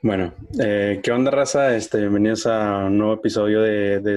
Bueno, ¿qué onda, raza? Bienvenidos a un nuevo episodio de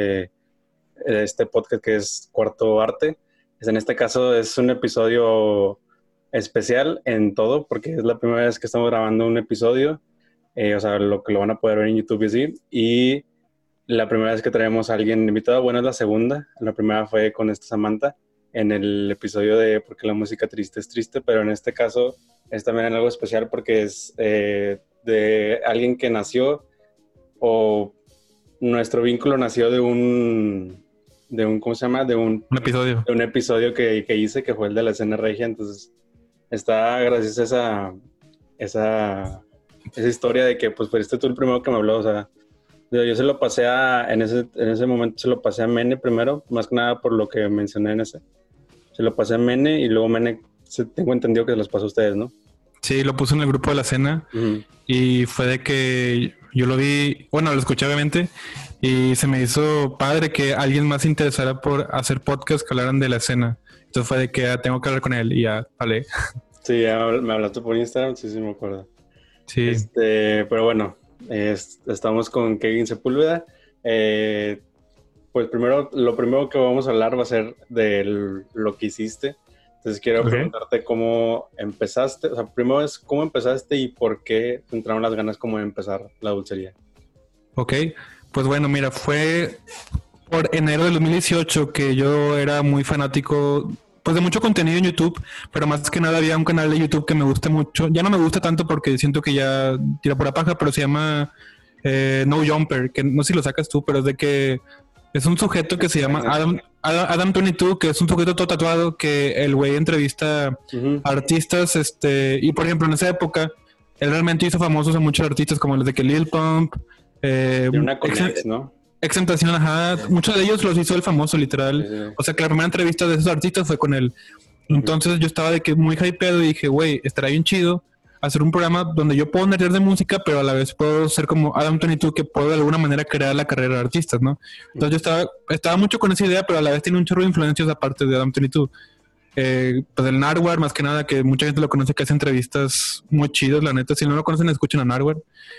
este podcast que es Cuarto Arte. En este caso es un episodio especial en todo porque es la primera vez que estamos grabando un episodio, o sea, lo que lo van a poder ver en YouTube y así. Y la primera vez que traemos a alguien invitado, bueno, es la segunda. La primera fue con esta Samantha en el episodio de ¿Por qué la música triste es triste? Pero en este caso es también algo especial porque es de alguien que nació, o nuestro vínculo nació de un ¿cómo se llama? De un episodio que hice, que fue el de la escena regia. Entonces está gracias a esa historia de que pues fuiste tú el primero que me habló. O sea, yo se lo pasé en ese momento se lo pasé a Mene primero, más que nada por lo que mencioné en ese. Se lo pasé a Mene y luego Mene, tengo entendido que se los pasó a ustedes, ¿no? Sí, lo puse en el grupo de la cena. Y fue de que yo lo vi, bueno, lo escuché obviamente, y se me hizo padre que alguien más se interesara por hacer podcasts que hablaran de la escena. Entonces fue de que tengo que hablar con él y ya hablé. Sí, ya me hablaste por Instagram, sí me acuerdo. Sí. Pero bueno, estamos con Kevin Sepúlveda. Pues lo primero que vamos a hablar va a ser de lo que hiciste. Entonces quiero preguntarte cómo empezaste. O sea, primero es cómo empezaste y por qué te entraron las ganas como de empezar la dulcería. Ok, pues bueno, mira, fue por enero del 2018 que yo era muy fanático pues de mucho contenido en YouTube, pero más que nada había un canal de YouTube que me gusta mucho. Ya no me gusta tanto porque siento que ya tira por la paja, pero se llama No Jumper, que no sé si lo sacas tú, pero es de que es un sujeto que se llama Adam22, que es un sujeto todo tatuado, que el güey entrevista a artistas, y por ejemplo en esa época él realmente hizo famosos a muchos artistas como los de que Lil Pump, una Conex, ¿no? Exentación, ajá. Muchos de ellos los hizo el famoso, literal. Sí. O sea, que la primera entrevista de esos artistas fue con él. Entonces yo estaba de que muy hypeado y dije, güey, estará bien chido hacer un programa donde yo puedo nerdear de música, pero a la vez puedo ser como Adam22, que puedo de alguna manera crear la carrera de artistas, ¿no? Entonces yo estaba mucho con esa idea, pero a la vez tiene un chorro de influencias aparte de Adam22. Pues el Nardwuar, más que nada, que mucha gente lo conoce, que hace entrevistas muy chidas, la neta. Si no lo conocen, escuchen a Nardwuar.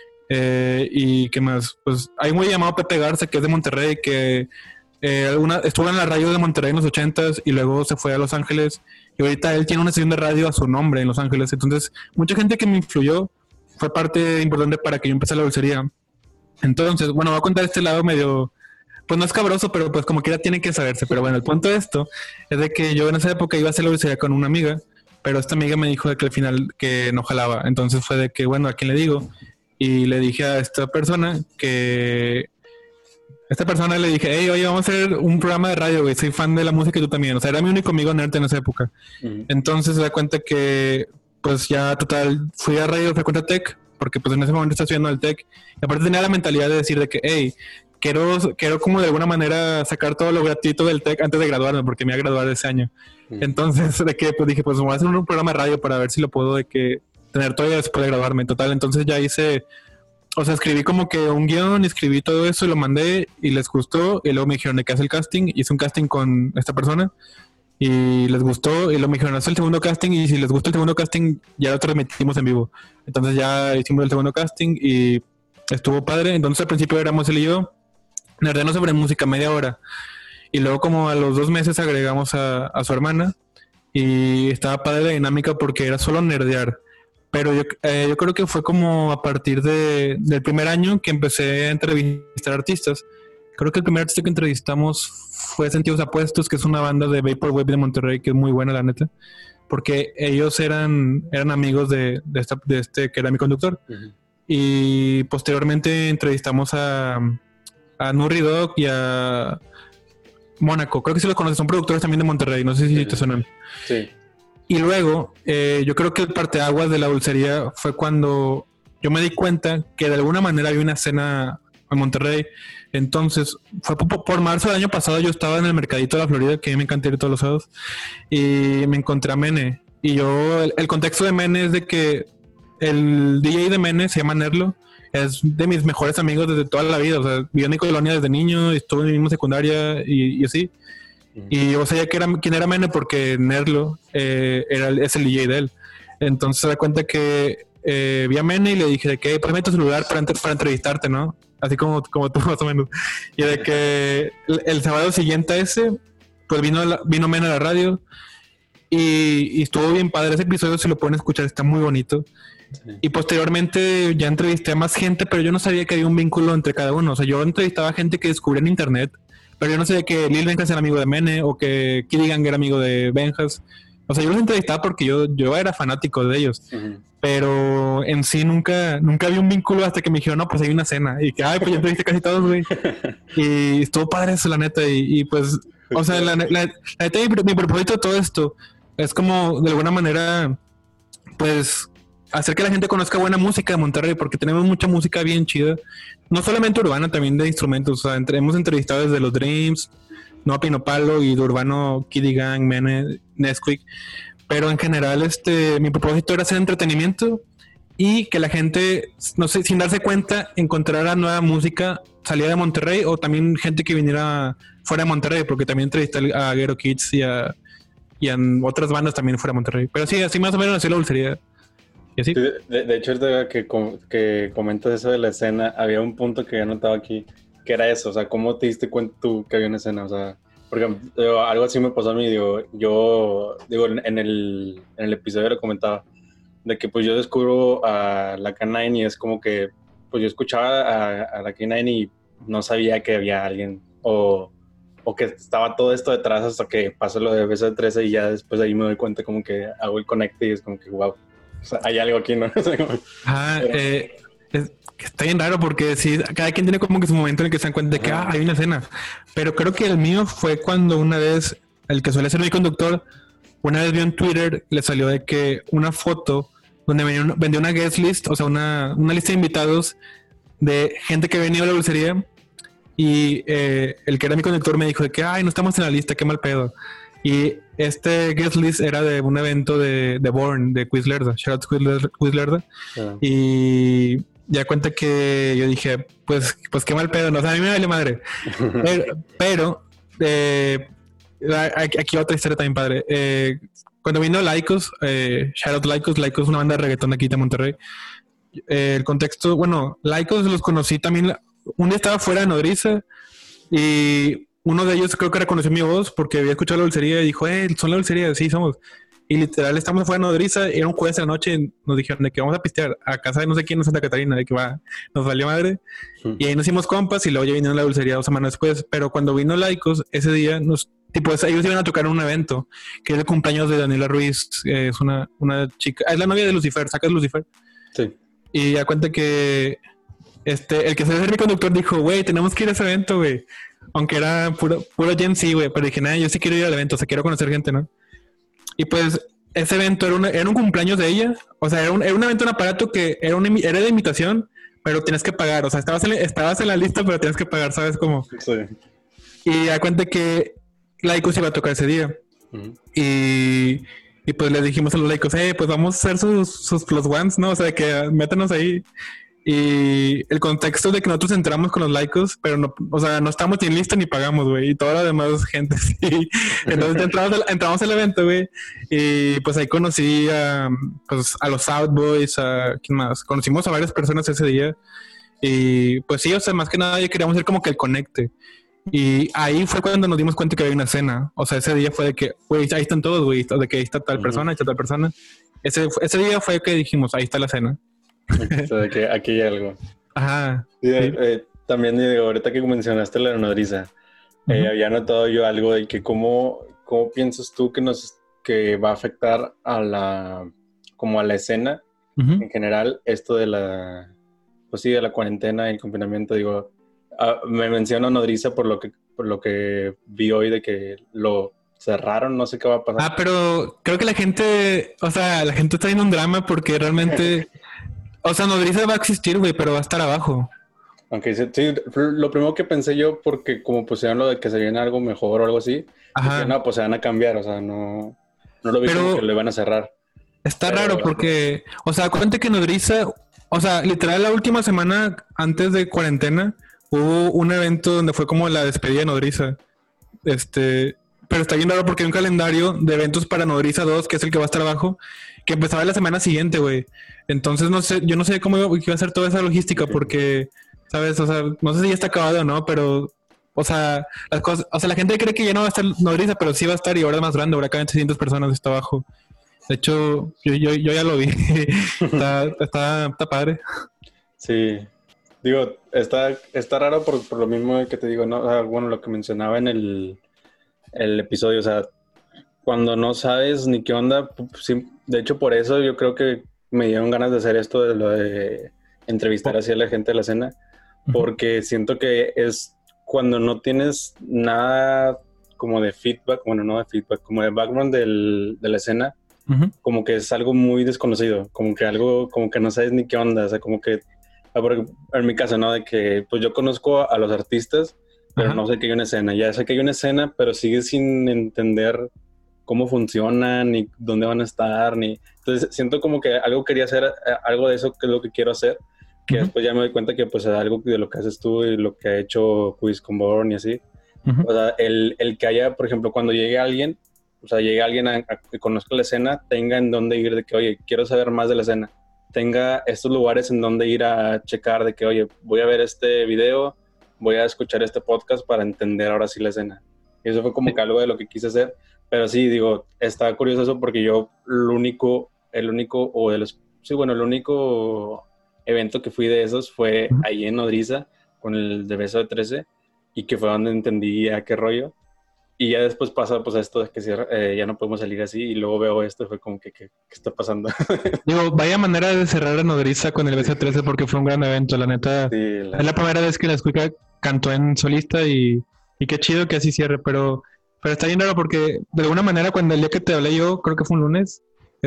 Y qué más, pues hay un güey llamado Pepe Garza, que es de Monterrey, que estuvo en la radio de Monterrey en los 80s y luego se fue a Los Ángeles, y ahorita él tiene una estación de radio a su nombre en Los Ángeles. Entonces mucha gente que me influyó fue parte importante para que yo empecé la dulcería. Entonces, bueno, voy a contar este lado medio, pues no es cabroso, pero pues como quiera tiene que saberse. Pero bueno, el punto de esto es de que yo en esa época iba a hacer la dulcería con una amiga, pero esta amiga me dijo de que al final que no jalaba. Entonces fue de que, bueno, ¿a quién le digo? Y le dije a esta persona le dije, hey, oye, vamos a hacer un programa de radio, güey, soy fan de la música y tú también. O sea, era mi único amigo nerd en esa época. Entonces se da cuenta que, pues ya total, fui a Radio Frecuencia Tech, porque pues en ese momento estaba estudiando el Tech. Y aparte tenía la mentalidad de decir de que, hey, quiero como de alguna manera sacar todo lo gratuito del Tech antes de graduarme, porque me iba a graduar ese año. Entonces de que pues dije, pues voy a hacer un programa de radio para ver si lo puedo de que tener todavía después de graduarme en total. Entonces ya escribí como que un guión, escribí todo eso y lo mandé y les gustó, y luego me dijeron de que hace el casting. Hice un casting con esta persona y les gustó, y luego me dijeron haz el segundo casting, y si les gusta el segundo casting ya lo transmitimos en vivo. Entonces ya hicimos el segundo casting y estuvo padre. Entonces al principio éramos él y yo nerdeando sobre música media hora, y luego como a los 2 meses agregamos a su hermana, y estaba padre la dinámica porque era solo nerdear. Pero yo creo que fue como a partir del primer año que empecé a entrevistar artistas. Creo que el primer artista que entrevistamos fue Sentidos Apuestos, que es una banda de Vaporwave de Monterrey, que es muy buena, la neta. Porque ellos eran amigos de este que era mi conductor. Y posteriormente entrevistamos a Nurri Dog y a Mónaco. Creo que sí los conoces, son productores también de Monterrey. No sé si te suenan. Sí. Y luego, yo creo que el parteaguas de la dulcería fue cuando yo me di cuenta que de alguna manera había una escena en Monterrey. Entonces, fue por marzo del año pasado, yo estaba en el mercadito de la Florida, que a mí me encanta ir todos los sábados, y me encontré a Mene. Y el contexto de Mene es de que el DJ de Mene se llama Nerlo, es de mis mejores amigos desde toda la vida. O sea, vivió en mi colonia desde niño, estuve en mi misma secundaria y así. Y yo sabía quién era Mene porque Nerlo es el DJ de él. Entonces se da cuenta que vi a Mene y le dije de que pues tu celular para entrevistarte, ¿no? Así como tú más o menos. Y de que el sábado siguiente a ese, pues vino Mene a la radio y estuvo bien padre ese episodio, si lo pueden escuchar, está muy bonito. Sí. Y posteriormente ya entrevisté a más gente, pero yo no sabía que había un vínculo entre cada uno. O sea, yo entrevistaba a gente que descubrí en internet, pero yo no sabía que Lil Benjas era amigo de Mene o que Kiddy Gang era amigo de Benjas. O sea, yo los entrevistaba porque yo era fanático de ellos. Uh-huh. Pero en sí nunca vi un vínculo hasta que me dijeron, no, pues hay una cena. Y que, pues ya entrevisté casi todos, güey. Y estuvo padre eso, la neta. Y pues, o sea, la neta, mi propósito de todo esto es como, de alguna manera, pues, hacer que la gente conozca buena música de Monterrey, porque tenemos mucha música bien chida. No solamente urbana, también de instrumentos. O sea, hemos entrevistado desde los Dreams, Noah Pinopalo y de urbano Kiddy Gang, Mene, Nesquik. Pero en general, mi propósito era hacer entretenimiento y que la gente, no sé, sin darse cuenta, encontrara nueva música, salida de Monterrey, o también gente que viniera fuera de Monterrey, porque también entrevisté a Ghetto Kids y a otras bandas también fuera de Monterrey. Pero sí, así más o menos así la dulcería. ¿Y así? De hecho, que comentas eso de la escena, había un punto que he notado aquí, que era eso, o sea, ¿cómo te diste cuenta tú que había una escena? O sea, porque algo así me pasó a mí, yo en el episodio lo comentaba, de que pues yo descubro a la K9 y es como que, pues yo escuchaba a la K9 y no sabía que había alguien, o que estaba todo esto detrás hasta que pasó lo de BC13 y ya después ahí me doy cuenta como que hago el connect y es como que, wow, o sea, hay algo aquí, ¿no? Está bien raro porque sí, cada quien tiene como que su momento en el que se dan cuenta de que hay una escena. Pero creo que el mío fue cuando una vez, el que suele ser mi conductor, una vez vio en Twitter, le salió de que una foto donde vendió una guest list, o sea, una lista de invitados de gente que venía a la dulcería. Y el que era mi conductor me dijo de que, no estamos en la lista, qué mal pedo. Y este guest list era de un evento de Born, de Quizlerda, shout out Quizlerda. Y ya cuenta que yo dije, pues qué mal pedo, no, o sea, a mí me vale madre. pero aquí otra historia también padre. Cuando vino Laicos, shout out Laicos, una banda de reggaetón aquí de Monterrey. El contexto, bueno, Laicos los conocí también, un día estaba fuera de Nodriza y uno de ellos creo que reconoció mi voz porque había escuchado la dulcería y dijo, son la dulcería, sí, somos. Y literal estamos afuera de Nodriza, era un jueves de la noche y nos dijeron de que vamos a pistear a casa de no sé quién en Santa Catarina, de que nos valió madre. Y ahí nos hicimos compas y luego ya vinieron a la dulcería 2 semanas después. Pero cuando vino Laicos, ese día ellos iban a tocar en un evento que es el cumpleaños de Daniela Ruiz, es una chica, es la novia de Lucifer, ¿sacas Lucifer? Sí. Y ya cuenta que el que se ser mi conductor dijo, güey, tenemos que ir a ese evento, güey. Aunque era puro Gen Z, güey, pero dije, nada, yo sí quiero ir al evento, o sea, quiero conocer gente, ¿no? Y pues ese evento era un cumpleaños de ella, o sea, era un evento, un aparato que era de invitación, pero tienes que pagar, o sea, estabas en la lista, pero tienes que pagar, ¿sabes cómo? Sí. Y ya cuenta que Laicos iba a tocar ese día. Uh-huh. Y pues le dijimos a los Laicos, pues vamos a hacer sus plus ones, ¿no? O sea, que métanos ahí. Y el contexto de que nosotros entramos con los Laicos, pero no, o sea, no estamos ni en lista ni pagamos, güey, y toda la demás gente sí. Entonces entramos al evento, güey, y pues ahí conocí a los South Boys, a quién más, conocimos a varias personas ese día, y pues sí, o sea, más que nada ya queríamos hacer como que el conecte. Y ahí fue cuando nos dimos cuenta que había una cena. O sea, ese día fue de que, güey, ahí están todos, güey, de que ahí está tal persona, ahí está tal persona. Ese día fue que dijimos, ahí está la cena. O sea, de que aquí hay algo. Ajá. Sí. También ahorita que mencionaste la nodriza, había notado yo algo de que cómo piensas tú que va a afectar a la escena en general, esto de la cuarentena y el confinamiento. Digo, me menciono nodriza por lo que vi hoy de que lo cerraron, no sé qué va a pasar. Pero creo que la gente está en un drama porque realmente o sea, nodriza va a existir, güey, pero va a estar abajo. Aunque sí, lo primero que pensé yo, porque como pusieron lo de que se viene algo mejor o algo así, dije, no, pues se van a cambiar, o sea, no lo vi como que le van a cerrar. Está raro porque, o sea, acuérdate que nodriza, o sea, literal la última semana antes de cuarentena hubo un evento donde fue como la despedida de nodriza. Pero está bien raro porque hay un calendario de eventos para Nodriza 2, que es el que va a estar abajo, que empezaba la semana siguiente, güey. Entonces no sé, yo no sé cómo iba a ser toda esa logística porque, ¿sabes? O sea, no sé si ya está acabado o no, pero, o sea, las cosas, o sea, la gente cree que ya no va a estar nodriza, pero sí va a estar y ahora es más grande, ahora caben 300 personas está abajo. De hecho, yo ya lo vi. está padre. Sí. Digo, está raro por lo mismo que te digo, ¿no? O sea, bueno, lo que mencionaba en el episodio, o sea, cuando no sabes ni qué onda, sí, de hecho por eso yo creo que me dieron ganas de hacer esto de lo de entrevistar así a la gente de la escena, porque siento que es cuando no tienes nada como de feedback, bueno, no de feedback, como de background de la escena, como que es algo muy desconocido, como que algo, como que no sabes ni qué onda, o sea, como que, en mi caso, ¿no? De que pues yo conozco a los artistas, pero no sé que hay una escena, ya sé que hay una escena, pero sigue sin entender cómo funcionan, ni dónde van a estar, ni... Entonces siento como que algo quería hacer, algo de eso que es lo que quiero hacer, que después ya me doy cuenta que pues algo de lo que haces tú y lo que ha hecho Quiz con Born y así. O sea, el que haya, por ejemplo, cuando llegue alguien, o sea, llegue alguien a que conozca la escena, tenga en dónde ir de que, oye, quiero saber más de la escena. Tenga estos lugares en donde ir a checar de que, oye, voy a ver este video, voy a escuchar este podcast para entender ahora sí la escena. Y eso fue como que algo de lo que quise hacer. Pero sí, digo, está curioso eso porque yo el único evento que fui de esos fue ahí en Nodriza con el de Beso de 13 y que fue donde entendí a qué rollo. Y ya después pasa pues esto de que ya no podemos salir así y luego veo esto y fue como que ¿qué está pasando? Digo, vaya manera de cerrar a Nodriza con el Beso de 13 porque fue un gran evento, la neta. Sí, es la primera vez que la Escuela cantó en solista y qué chido que así cierre, pero está bien raro porque de alguna manera cuando el día que te hablé yo, creo que fue un lunes,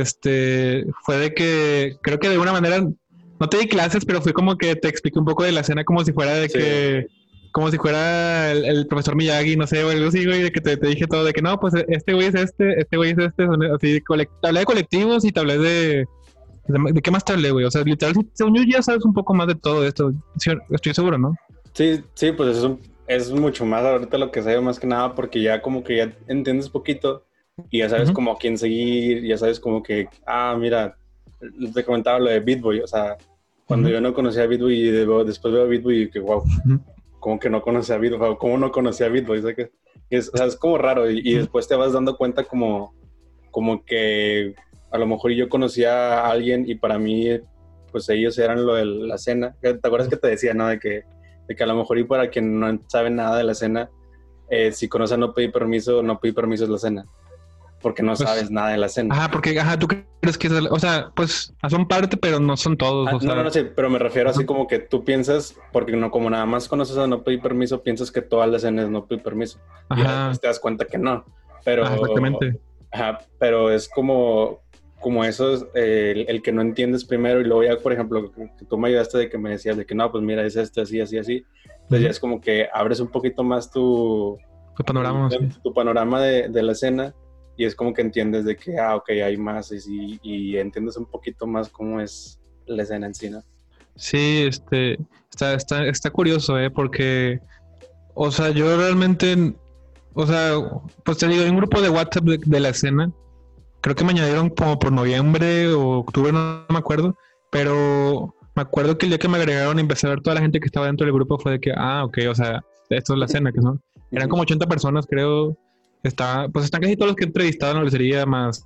fue de que, creo que de alguna manera, no te di clases, pero fue como que te expliqué un poco de la escena como si fuera de que, como si fuera el profesor Miyagi, no sé, o algo así, güey, de que te dije todo, de que no, pues este güey es este güey es este, así, te hablé de colectivos y te hablé de qué más te hablé, güey, o sea, literal, según yo ya sabes un poco más de todo esto, estoy seguro, ¿no? Sí, pues es mucho más ahorita lo que sé, más que nada, porque ya como que ya entiendes poquito y ya sabes como a quién seguir, ya sabes como que, mira, te comentaba lo de BitBoy, o sea, cuando yo no conocía a BitBoy y después veo a BitBoy y que, wow, como que no conocía a BitBoy, ¿cómo no conocía a BitBoy? O sea, o sea, es como raro y después te vas dando cuenta como que a lo mejor yo conocía a alguien y para mí, pues ellos eran lo de la escena. ¿Te acuerdas que te decía, no? De que a lo mejor y para quien no sabe nada de la escena, si conoce a No Pedí Permiso es la escena. Porque no sabes nada de la escena. Porque, tú crees que es, o sea, pues son parte, pero no son todos. O sea. No, sí, pero me refiero así como que tú piensas, porque no, como nada más conoces a No Pedí Permiso, piensas que toda la escena es No Pedí Permiso. Y después te das cuenta que no. Pero, exactamente. Pero es como eso es el que no entiendes primero y luego ya, por ejemplo, que tú me ayudaste de que me decías de que no, pues mira, es así. Entonces ya es como que abres un poquito más tu panorama, tu panorama de la escena y es como que entiendes de que, ok, hay más y entiendes un poquito más cómo es la escena en sí, ¿no? Sí, está curioso, porque, o sea, yo realmente, o sea, pues te digo, hay un grupo de WhatsApp de la escena. Creo que me añadieron como por noviembre o octubre, no me acuerdo. Pero me acuerdo que el día que me agregaron y empecé a ver toda la gente que estaba dentro del grupo fue de que, ok, o sea, esto es la escena, que son. Eran como 80 personas, creo. Pues están casi todos los que he entrevistado en la bolsería, más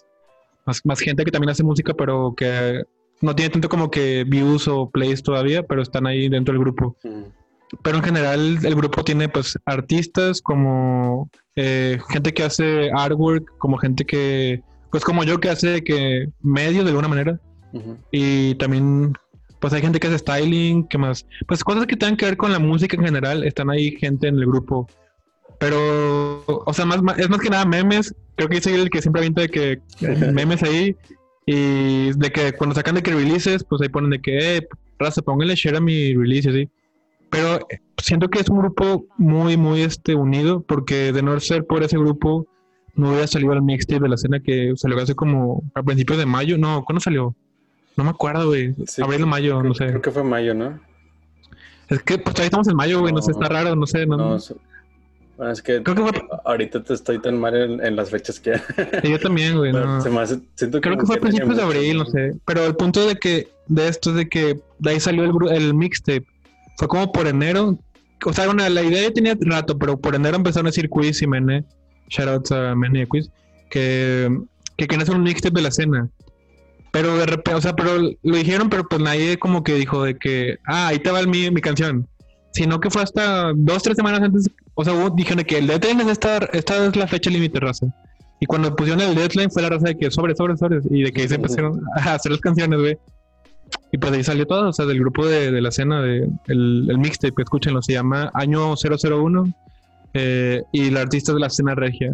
gente que también hace música, pero que no tiene tanto como que views o plays todavía, pero están ahí dentro del grupo. Pero en general el grupo tiene pues artistas como gente que hace artwork, como gente que, pues como yo que hace que medios de alguna manera. Y también pues hay gente que hace styling, que más, pues cosas que tengan que ver con la música en general, están ahí gente en el grupo. Pero, o sea, es más que nada memes. Creo que soy el que siempre avienta de que memes ahí. Y de que cuando sacan de que releases, pues ahí ponen de que, raza, pónganle share a mi release y así. Pero siento que es un grupo muy, muy unido, porque de no ser por ese grupo, no hubiera salido el mixtape de la escena que salió hace como a principios de mayo. No, ¿cuándo salió? No me acuerdo, güey. Sí, abril o mayo, no sé. Creo que fue mayo, ¿no? Es que pues todavía estamos en mayo, güey, no sé, está raro, no sé. Bueno, es que Creo que fue... ahorita te estoy tan mal en las fechas que... Sí, yo también, güey, no. Siento Creo que fue a principios de abril, no sé. Pero el punto de esto es de que de ahí salió el mixtape. Fue como por enero. O sea, la idea ya tenía rato, pero por enero empezaron a decir Quiz y Mene. Shoutouts a Mene y Quiz. Que querían hacer un mixtape de la escena. Pero de repente, o sea, pero lo dijeron, pero pues nadie como que dijo de que, ahí te va mi canción. Sino que fue hasta 2-3 semanas antes. O sea, dijeron que el deadline es esta es la fecha límite, raza. Y cuando pusieron el deadline fue la raza de que sobre. Y de que se empezaron a hacer las canciones, güey. Y pues de ahí salió todo, o sea, del grupo de la escena, el mixtape, escúchenlo, se llama Año 001 y la artista de la escena regia.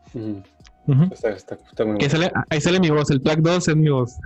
Está muy bueno. Ahí sale mi voz, el track 2 es mi voz.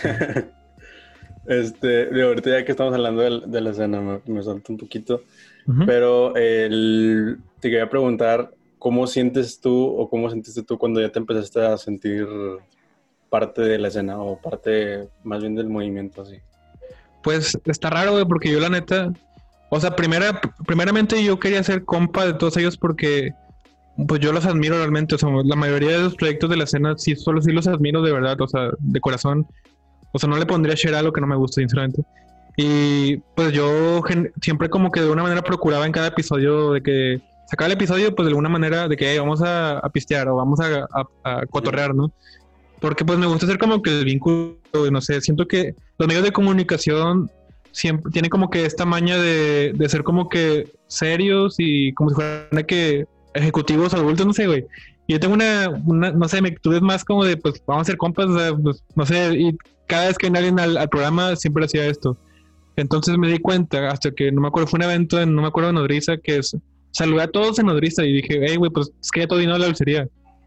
Ahorita ya que estamos hablando de la escena, me salto un poquito, pero te quería preguntar, ¿cómo sientes tú o cómo sentiste tú cuando ya te empezaste a sentir parte de la escena o parte más bien del movimiento así? Pues está raro, güey, porque yo la neta, o sea, primeramente yo quería ser compa de todos ellos porque pues yo los admiro realmente, o sea, la mayoría de los proyectos de la escena sí los admiro de verdad, o sea, de corazón. O sea, no le pondría share a lo que no me gusta, sinceramente. Y pues yo siempre como que de una manera procuraba en cada episodio de que sacaba el episodio pues de alguna manera de que vamos a pistear o vamos a cotorrear, ¿no? Porque pues me gusta hacer como que el vínculo, no sé, siento que los medios de comunicación siempre tienen como que esta maña de ser como que serios y como si fueran que ejecutivos adultos, no sé, güey. Y yo tengo una no sé, mi actitud es más como de, pues, vamos a ser compas, o sea, pues, no sé, y cada vez que viene alguien al programa siempre hacía esto. Entonces me di cuenta, hasta que, no me acuerdo, fue un evento no me acuerdo, en Nodriza, saludé a todos en Nodriza y dije, hey, güey, pues, es que ya todo vino a la dulcería.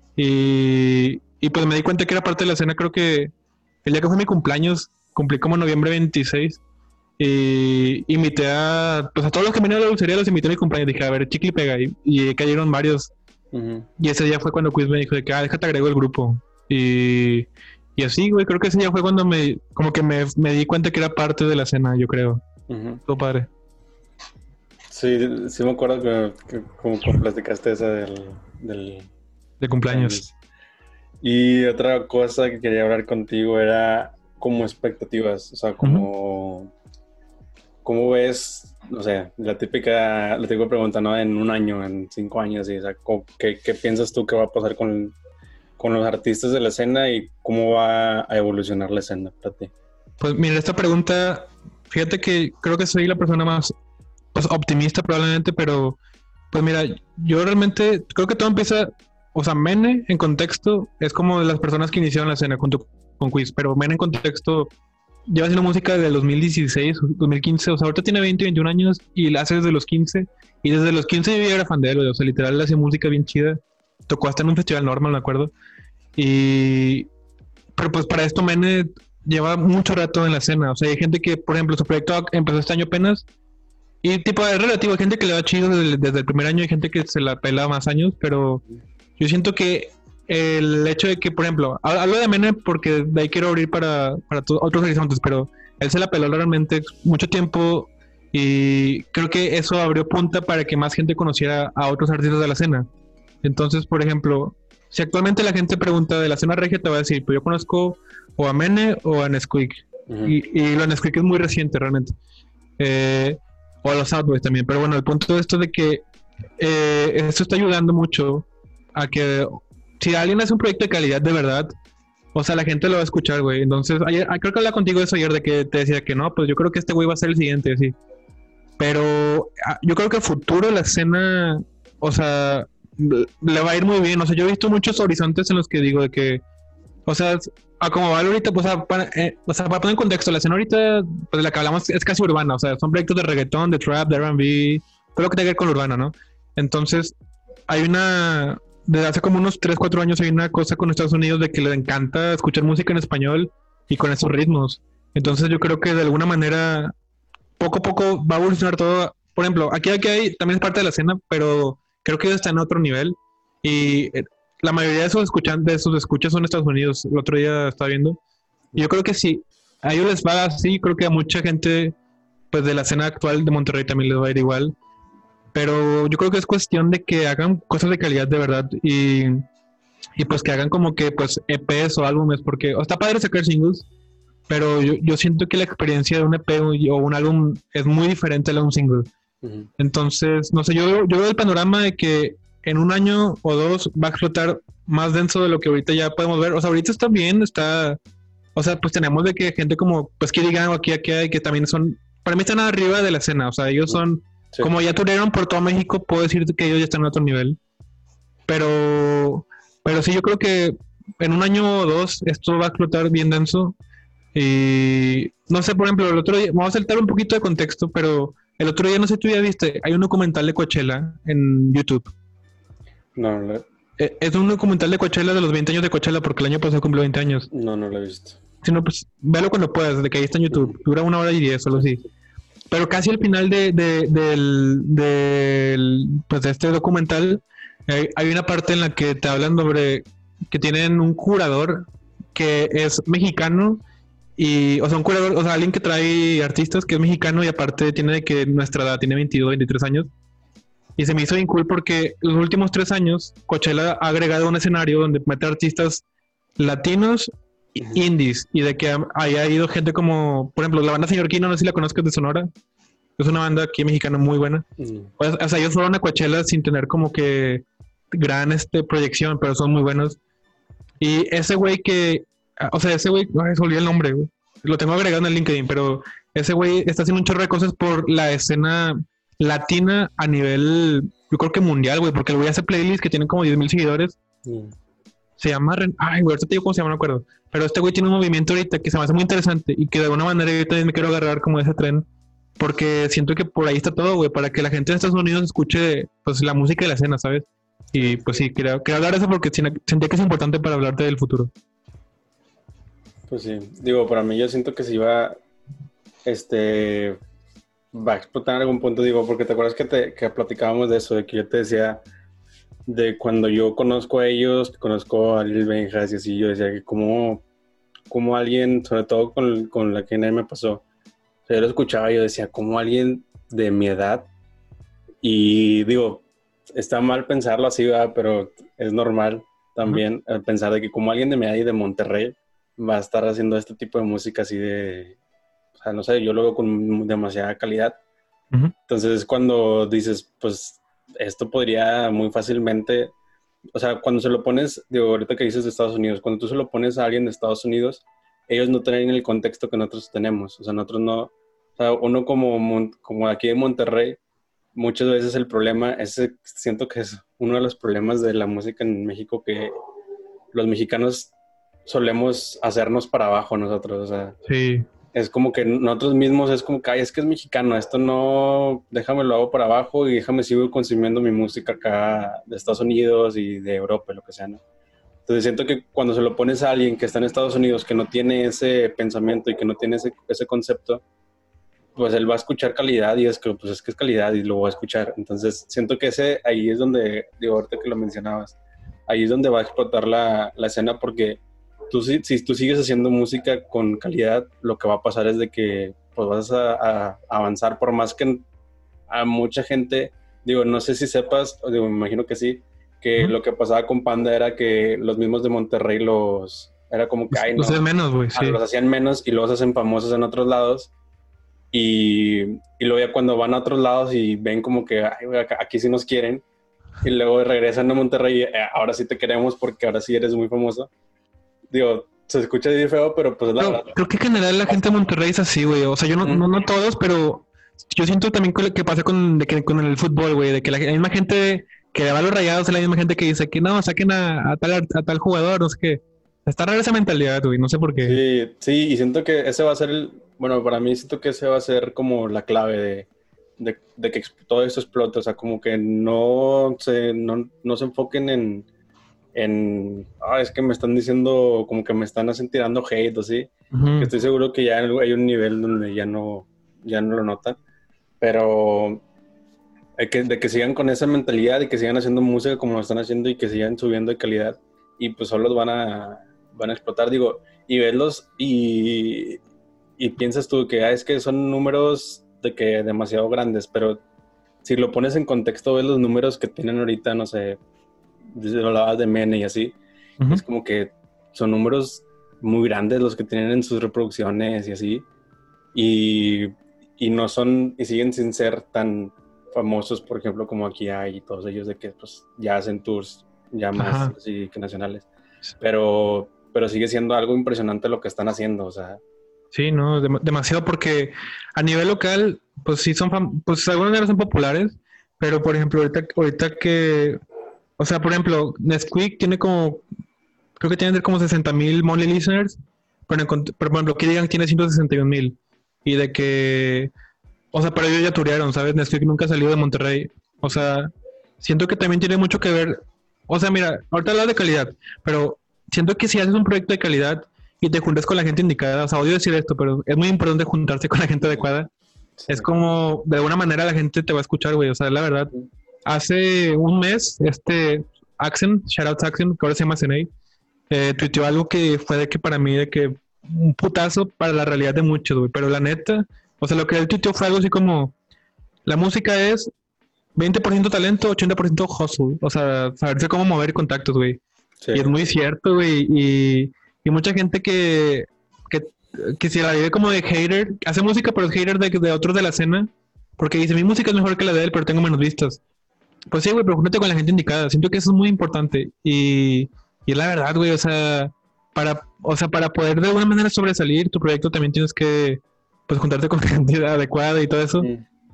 Y pues me di cuenta que era parte de la escena, creo que el día que fue mi cumpleaños, cumplí como noviembre 26, y invité pues a todos los que venían a la dulcería, los invité a mi cumpleaños, dije, a ver, chicle y pega, y cayeron varios. Y ese día fue cuando Quiz me dijo de que, déjate agrego el grupo. Y así, güey, creo que ese día fue cuando me di cuenta que era parte de la escena, yo creo. Todo padre. Sí me acuerdo que como platicaste esa del cumpleaños. Y otra cosa que quería hablar contigo era como expectativas, o sea, como... ¿Cómo ves, no sé, la típica pregunta, ¿no? En 1 año, en 5 años, y, o sea, ¿qué piensas tú que va a pasar con los artistas de la escena y cómo va a evolucionar la escena para ti? Pues mira, esta pregunta, fíjate que creo que soy la persona más pues, optimista probablemente, pero pues mira, yo realmente creo que todo empieza, o sea, Mene en contexto es como de las personas que iniciaron la escena junto con Quiz, pero Mene en contexto lleva haciendo música desde el 2016, 2015, o sea, ahorita tiene 20, 21 años y la hace desde los 15, y desde los 15 yo ya era fan de él, o sea, literal le hacía música bien chida, tocó hasta en un festival normal, me acuerdo, pero pues para esto Mene lleva mucho rato en la escena, o sea, hay gente que, por ejemplo, su proyecto empezó este año apenas, y tipo, es relativo, hay gente que le va chido desde el primer año, hay gente que se la pela más años, pero yo siento que el hecho de que, por ejemplo, hablo de Mene porque de ahí quiero abrir para otros horizontes, pero él se la peló realmente mucho tiempo y creo que eso abrió punta para que más gente conociera a otros artistas de la escena. Entonces, por ejemplo, si actualmente la gente pregunta de la escena regia, te va a decir, pues yo conozco o a Mene o a Nesquik. Y lo de Nesquik es muy reciente realmente. O a los Southboys también. Pero bueno, el punto de esto de que esto está ayudando mucho a que si alguien hace un proyecto de calidad de verdad, o sea, la gente lo va a escuchar, güey. Entonces, ayer, creo que hablaba contigo eso ayer, de que te decía que no, pues yo creo que este güey va a ser el siguiente, así. Pero yo creo que el futuro de la escena, o sea, le va a ir muy bien. O sea, yo he visto muchos horizontes en los que digo de que, o sea, a como va ahorita, pues, para poner en contexto, la escena ahorita, pues de la que hablamos es casi urbana, o sea, son proyectos de reggaetón, de trap, de R&B, todo lo que tenga que ver con lo urbano, ¿no? Entonces, hay desde hace como unos 3-4 años hay una cosa con Estados Unidos de que les encanta escuchar música en español y con esos ritmos. Entonces yo creo que de alguna manera poco a poco va a evolucionar todo. Por ejemplo, aquí hay también es parte de la escena, pero creo que está en otro nivel. Y la mayoría de sus escuchas son en Estados Unidos. El otro día estaba viendo. Y yo creo que si a ellos les va así, creo que a mucha gente pues de la escena actual de Monterrey también les va a ir igual. pero yo creo que es cuestión de que hagan cosas de calidad de verdad y pues que hagan como que pues EPs o álbumes, porque está padre sacar singles, pero yo siento que la experiencia de un EP o un álbum es muy diferente a la de un single. Ujú. Entonces, no sé, yo veo el panorama de que en un año o dos va a explotar más denso de lo que ahorita ya podemos ver. O sea, ahorita está bien, o sea, pues tenemos de que gente como, pues Kid Gang o aquí hay que también son, para mí están arriba de la escena. O sea, ellos son, Sí. como ya tuvieron por todo México, puedo decirte que ellos ya están en otro nivel. Pero, pero sí, yo creo que en un año o dos esto va a explotar bien denso. Y no sé, por ejemplo, el otro día, vamos a saltar un poquito de contexto, pero el otro día, no sé si tú ya viste, hay un documental de Coachella en YouTube. No, Es un documental de Coachella de los 20 años de Coachella, porque el año pasado cumplió 20 años. no lo he visto. Si no, pues véalo cuando puedas, de que ahí está en YouTube. Dura 1 hora y 10, solo así. Pero casi al final pues de este documental, hay una parte en la que te hablan sobre que tienen un curador que es mexicano y, o sea, un curador, o sea, alguien que trae artistas que es mexicano y aparte tiene de que nuestra edad, tiene 22, 23 años. Y se me hizo bien cool porque los últimos 3 años Coachella ha agregado un escenario donde mete artistas latinos, indies, y de que haya ido gente como, por ejemplo, la banda Señor Kino, no sé si la conozcas, de Sonora. Es una banda aquí mexicana muy buena. O sea, ellos fueron a Coachella sin tener como que gran proyección, pero son muy buenos. Y ese güey o sea, ese güey, ay, se olvidó el nombre, güey. Lo tengo agregado en el LinkedIn, pero ese güey está haciendo un chorro de cosas por la escena latina a nivel, yo creo que mundial, güey, porque el güey hace playlists que tienen como 10,000 seguidores. Se llama ay, güey, ahorita te digo cómo se llama, no me acuerdo. Pero este güey tiene un movimiento ahorita que se me hace muy interesante y que de alguna manera yo también me quiero agarrar como ese tren, porque siento que por ahí está todo, güey, para que la gente de Estados Unidos escuche pues la música de la escena, ¿sabes? Y pues sí, quería hablar de eso porque sentía que es importante para hablarte del futuro. Pues sí, digo, para mí yo siento que si va a explotar en algún punto, digo, porque te acuerdas que platicábamos de eso, de que yo te decía de cuando yo conozco a ellos, conozco a Lil Benjas y así, yo decía que como alguien, sobre todo con la que nadie me pasó, o sea, yo lo escuchaba y yo decía, como alguien de mi edad, y digo, está mal pensarlo así, ¿verdad? Pero es normal también pensar de que como alguien de mi edad y de Monterrey va a estar haciendo este tipo de música así de, o sea, no sé, yo lo veo con demasiada calidad. Entonces cuando dices, pues esto podría muy fácilmente, o sea, cuando se lo pones, digo, ahorita que dices de Estados Unidos, cuando tú se lo pones a alguien de Estados Unidos, ellos no tienen el contexto que nosotros tenemos, o sea, nosotros no, o sea, uno como aquí en Monterrey, muchas veces el problema, siento que es uno de los problemas de la música en México, que los mexicanos solemos hacernos para abajo nosotros, o sea, Sí. es como que nosotros mismos es como que, ay, es que es mexicano, esto no, déjame lo hago para abajo y déjame sigo consumiendo mi música acá de Estados Unidos y de Europa, lo que sea, ¿no? Entonces siento que cuando se lo pones a alguien que está en Estados Unidos, que no tiene ese pensamiento y que no tiene ese concepto, pues él va a escuchar calidad y es que, pues es que es calidad y lo va a escuchar. Entonces siento que ahí es donde, digo, ahorita que lo mencionabas, ahí es donde va a explotar la escena porque si tú sigues haciendo música con calidad, lo que va a pasar es de que pues vas a avanzar por más que a mucha gente, digo, no sé si sepas, digo, me imagino que sí, que lo que pasaba con Panda era que los mismos de Monterrey era como que, ay, no, Los hacen menos, güey, sí. los hacían menos y luego se hacen famosos en otros lados y luego ya cuando van a otros lados y ven como que, ay, güey, aquí sí nos quieren y luego regresan a Monterrey y ahora sí te queremos porque ahora sí eres muy famoso. Digo, se escucha bien feo, pero pues la verdad. Creo que en general la gente de Monterrey es así, güey. O sea, yo no todos, pero yo siento también que pasa con el fútbol, güey, de que la misma gente que le va a los Rayados es la misma gente que dice que no, saquen a tal jugador, no sé qué. Está rara esa mentalidad, güey, no sé por qué. Sí, sí, y siento que ese va a ser bueno, para mí siento que ese va a ser como la clave de que todo esto explote, o sea, como que no se enfoquen es que me están diciendo, como que me están tirando hate o sí, que estoy seguro que ya hay un nivel donde ya no lo notan, pero de que sigan con esa mentalidad y que sigan haciendo música como lo están haciendo y que sigan subiendo de calidad y pues solo van a explotar, digo, y verlos y piensas tú que es que son números de que demasiado grandes, pero si lo pones en contexto, ves los números que tienen ahorita, no sé, hablabas de Mene y así, es como que son números muy grandes los que tienen en sus reproducciones y así, y no son, y siguen sin ser tan famosos, por ejemplo, como aquí hay todos ellos, de que pues ya hacen tours ya más así que nacionales, pero sigue siendo algo impresionante lo que están haciendo, o sea. Sí, no, demasiado, porque a nivel local, pues sí pues algunos de ellos son populares, pero por ejemplo, ahorita que, o sea, por ejemplo, Nesquik tiene como, creo que tiene como 60,000 monthly listeners, pero por ejemplo, que digan que tiene 161,000, y de que, o sea, pero ellos ya turearon, ¿sabes? Nesquik nunca ha salido de Monterrey, o sea, siento que también tiene mucho que ver, o sea, mira, ahorita hablas de calidad, pero siento que si haces un proyecto de calidad y te juntas con la gente indicada, o sea, odio decir esto, pero es muy importante juntarse con la gente adecuada. Sí. Es como, de alguna manera la gente te va a escuchar, güey, o sea, la verdad. Hace un mes, Axen, shoutout Axen, que ahora se llama Senei, tuiteó algo que fue de que para mí, de que un putazo para la realidad de muchos, güey, pero la neta, o sea, lo que él tuiteó fue algo así como, la música es 20% talento, 80% hustle, o sea, saberse cómo mover contactos, güey. Sí. Y es muy cierto, güey, y mucha gente que se la vive como de hater, hace música pero es hater de otros de la escena, porque dice, mi música es mejor que la de él, pero tengo menos vistas. Pues sí, güey, pero júntate con la gente indicada, siento que eso es muy importante, y es la verdad, güey, o sea, para poder de alguna manera sobresalir tu proyecto también tienes que, pues, juntarte con gente adecuada y todo eso,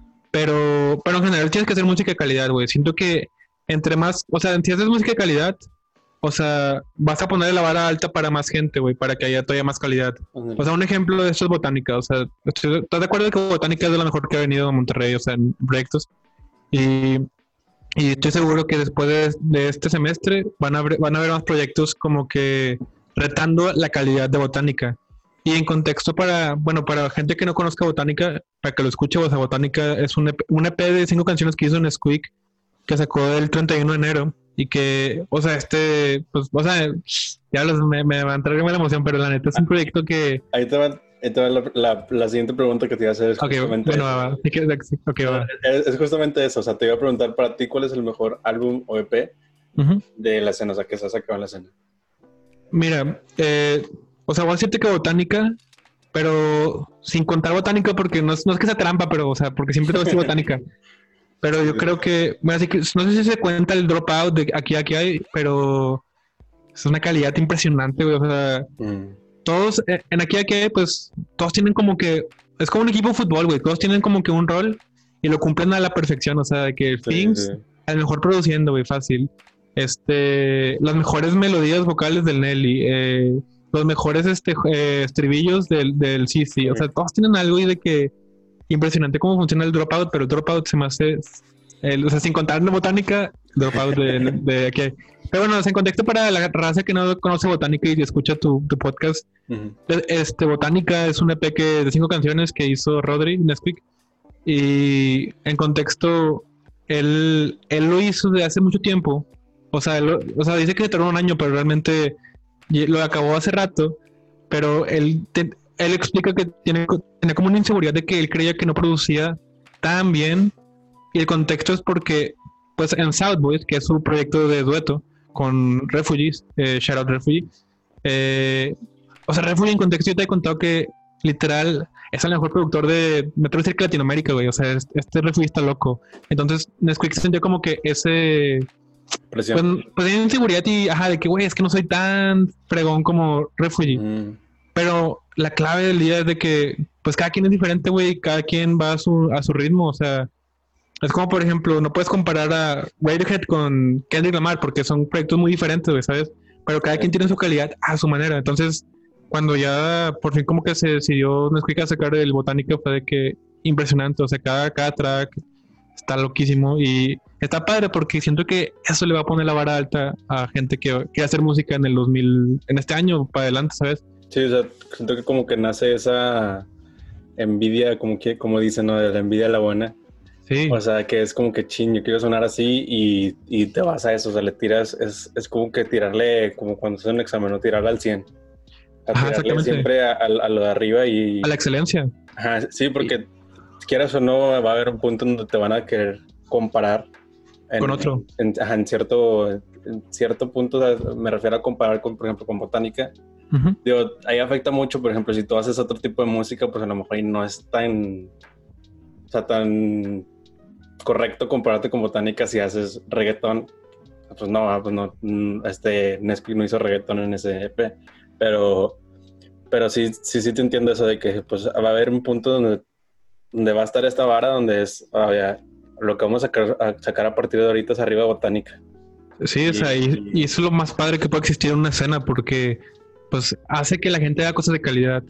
pero en general tienes que hacer música de calidad, güey, siento que entre más, o sea, si haces música de calidad, o sea, vas a poner la vara alta para más gente, güey, para que haya todavía más calidad. O sea, un ejemplo de esto es Botánica. O sea, ¿estás de acuerdo que Botánica es de lo mejor que ha venido a Monterrey, o sea, en proyectos? Y estoy seguro que después de este semestre van a haber más proyectos como que retando la calidad de Botánica. Y en contexto para gente que no conozca Botánica, para que lo escuche, o sea, Botánica es un EP de 5 canciones que hizo en Squeak, que sacó el 31 de enero. Y que, o sea, pues, o sea, ya me va a entrar en la emoción, pero la neta es un proyecto que... Ahí te va la siguiente pregunta que te iba a hacer. Es justamente va. Es justamente eso, o sea, te iba a preguntar para ti cuál es el mejor álbum o EP de la escena, o sea, que se ha sacado en la escena. Mira, o sea, voy a decirte que Botánica, pero sin contar Botánica, porque no es que sea trampa, pero, o sea, porque siempre te voy a decir Botánica. Pero yo creo que, bueno, así que no sé si se cuenta el Dropout de aquí hay, pero es una calidad impresionante, güey. O sea, todos en aquí hay, pues, todos tienen como que, es como un equipo de fútbol, güey. Todos tienen como que un rol y lo cumplen a la perfección. O sea, de que Things, el mejor produciendo, güey, fácil. Las mejores melodías vocales del Nelly, los mejores estribillos del CC. O sea, todos tienen algo y de que impresionante cómo funciona el Dropout, pero el Dropout se me hace, o sea, sin contar la Botánica, Dropout de aquí. Pero bueno, en contexto para la raza que no conoce Botánica y escucha tu podcast, Botánica es un EP de 5 canciones que hizo Rodri Nesquik, y en contexto, él lo hizo de hace mucho tiempo, o sea, dice que se tardó un año, pero realmente lo acabó hace rato, pero él explica que tenía como una inseguridad de que él creía que no producía tan bien, y el contexto es porque, pues, en South Boys, que es su proyecto de dueto con Refugees, shout out Refugee, o sea, Refugee en contexto yo te he contado que literal es el mejor productor de, me atrevo a decir que Latinoamérica, güey, o sea, Refugee está loco. Entonces Nesquik sintió como que ese presión, pues inseguridad y de que, güey, es que no soy tan fregón como Refugee. Pero la clave del día es de que, pues, cada quien es diferente, güey, cada quien va a su ritmo, o sea, es como, por ejemplo, no puedes comparar a Radiohead con Kendrick Lamar porque son proyectos muy diferentes, güey, ¿sabes? Pero cada quien tiene su calidad a su manera. Entonces, cuando ya por fin como que se decidió Nesquik a sacar el Botánica, fue de que impresionante, o sea, cada track está loquísimo y está padre porque siento que eso le va a poner la vara alta a gente que quiere hacer música en el 2000, en este año para adelante, ¿sabes? Sí, o sea, siento que como que nace esa envidia, como dicen, ¿no? De la envidia de la buena. Sí. O sea, que es como que ching, yo quiero sonar así y te vas a eso, o sea, le tiras, es como que tirarle, como cuando haces un examen, no tirarle al 100. Tirarle siempre a lo de arriba y... A la excelencia. Ajá, sí, porque quieras o no, va a haber un punto donde te van a querer comparar con otro. En cierto punto, o sea, me refiero a comparar con, por ejemplo, con Botánica. Digo, ahí afecta mucho, por ejemplo, si tú haces otro tipo de música, pues a lo mejor ahí no es tan correcto compararte con Botánica si haces reggaetón. Pues no, Nesquik no hizo reggaetón en ese EP, pero sí te entiendo eso de que pues va a haber un punto donde va a estar esta vara, donde es lo que vamos a sacar a partir de ahorita es arriba Botánica. Sí, o sea, y eso es lo más padre que puede existir en una escena, porque pues hace que la gente haga cosas de calidad.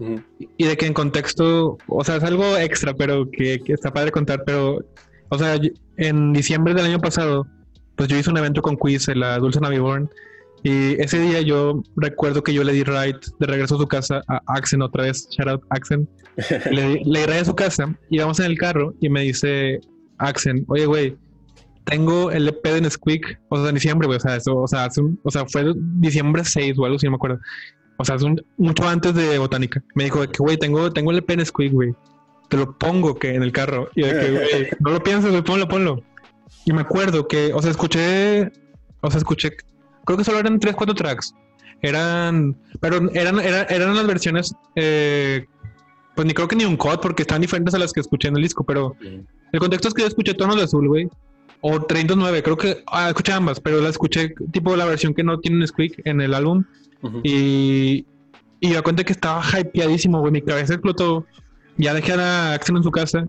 Y de que en contexto, o sea, es algo extra, pero que está padre contar, pero, o sea, en diciembre del año pasado, pues yo hice un evento con Quiz en la Dulce Naviborn, y ese día yo recuerdo que yo le di ride de regreso a su casa a Axen otra vez, shout out Axen, le di ride a su casa, y vamos en el carro, y me dice Axen, oye, güey, tengo el EP de Nesquik, o sea, en diciembre, güey, o sea, fue diciembre 6 o algo, si no me acuerdo. O sea, es mucho antes de Botánica. Me dijo que, güey, tengo el EP Nesquik, güey. Te lo pongo que en el carro. Y de que, güey, no lo pienses, güey, ponlo. Y me acuerdo que, escuché, creo que solo eran 3-4 tracks. Eran las versiones, pues ni creo que ni un cut, porque están diferentes a las que escuché en el disco, pero el contexto es que yo escuché Tonos de Azul, güey. O 39, creo que escuché ambas, pero la escuché tipo la versión que no tiene Nesquik en el álbum. Y me cuenta que estaba hypeadísimo, güey. Mi cabeza explotó. Ya dejé a Axel en su casa.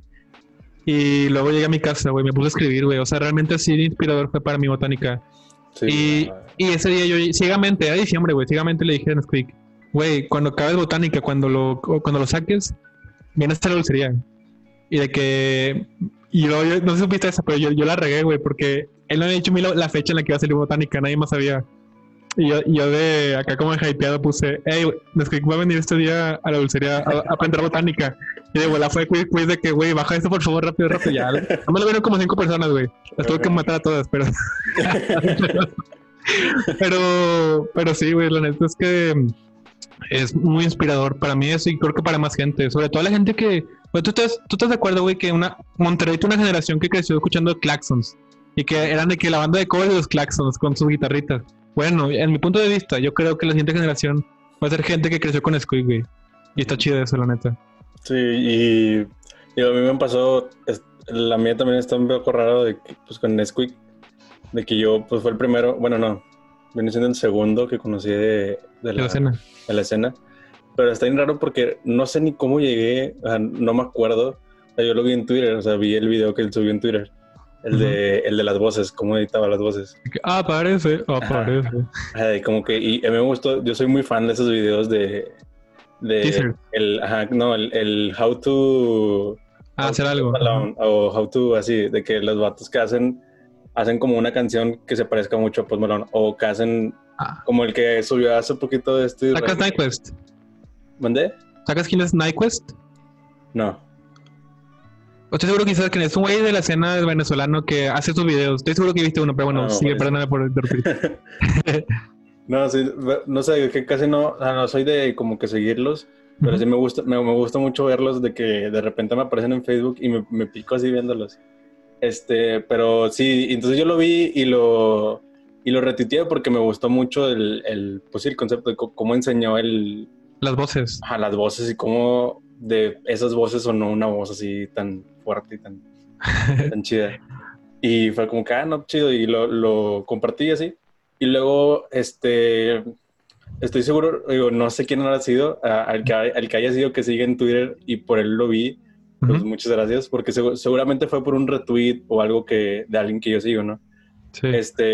Y luego llegué a mi casa, güey. Me puse a escribir, güey. O sea, realmente así de inspirador fue para mi Botánica. Sí, y ese día yo ciegamente, era diciembre, güey. Ciegamente le dije a Nesquik, güey, cuando acabes Botánica, cuando lo saques, viene hasta la dulcería. Y de que... Y luego, no sé si supiste eso, pero yo la regué, güey. Porque él no había dicho la fecha en la que iba a salir Botánica. Nadie más sabía. Y yo de acá como hypeado puse, hey, Nesquik va a venir este día a la dulcería a aprender Botánica. Y de vuela fue quiz de que, güey, baja esto por favor, rápido, ya. No me lo vieron como 5 personas, güey. Las tuve que matar a todas, pero... pero sí, güey, la neta es que es muy inspirador para mí eso y creo que para más gente. Sobre todo la gente que... Pues, ¿tú estás de acuerdo, güey, que Monterrey tuvo una generación que creció escuchando Claxons? Y que eran de que la banda de cover de los Claxons con sus guitarritas. Bueno, en mi punto de vista, yo creo que la siguiente generación va a ser gente que creció con Nesquik, güey. Y está chido eso, la neta. Sí, y a mí me pasó, la mía también está un poco raro de que, pues con Nesquik, de que yo, pues fue el primero, bueno, no, viene siendo el segundo que conocí de la escena. Pero está bien raro porque no sé ni cómo llegué, o sea, no me acuerdo. O sea, yo lo vi en Twitter, o sea, vi el video que él subió en Twitter. El de las voces, cómo editaba las voces. Aparece. Ajá, como que, y a mí me gustó, yo soy muy fan de esos videos de el how to hacer algo. O how to, así, de que los vatos que hacen como una canción que se parezca mucho a Post Malone, o que hacen como el que subió hace poquito de este... ¿Sacas Nyquist? ¿Mandé? ¿Sacas quién es Nyquist? No. Estoy seguro que quizás que es un güey de la escena venezolano que hace sus videos. Estoy seguro que viste uno, pero bueno, sigue, perdóname por interrumpir. No, sí, no sé, que casi no soy de como que seguirlos, pero sí me gusta mucho verlos, de que de repente me aparecen en Facebook y me pico así viéndolos. Pero sí, entonces yo lo vi y lo retuiteé porque me gustó mucho el concepto de cómo enseñó las voces. Ajá, las voces y cómo de esas voces sonó una voz así tan fuerte y tan chida. Y fue como que, no, chido, y lo compartí así. Y luego, estoy seguro, digo, no sé quién habrá sido, al que haya sido que sigue en Twitter y por él lo vi, pues muchas gracias, porque seguramente fue por un retweet o algo de alguien que yo sigo, ¿no? Sí.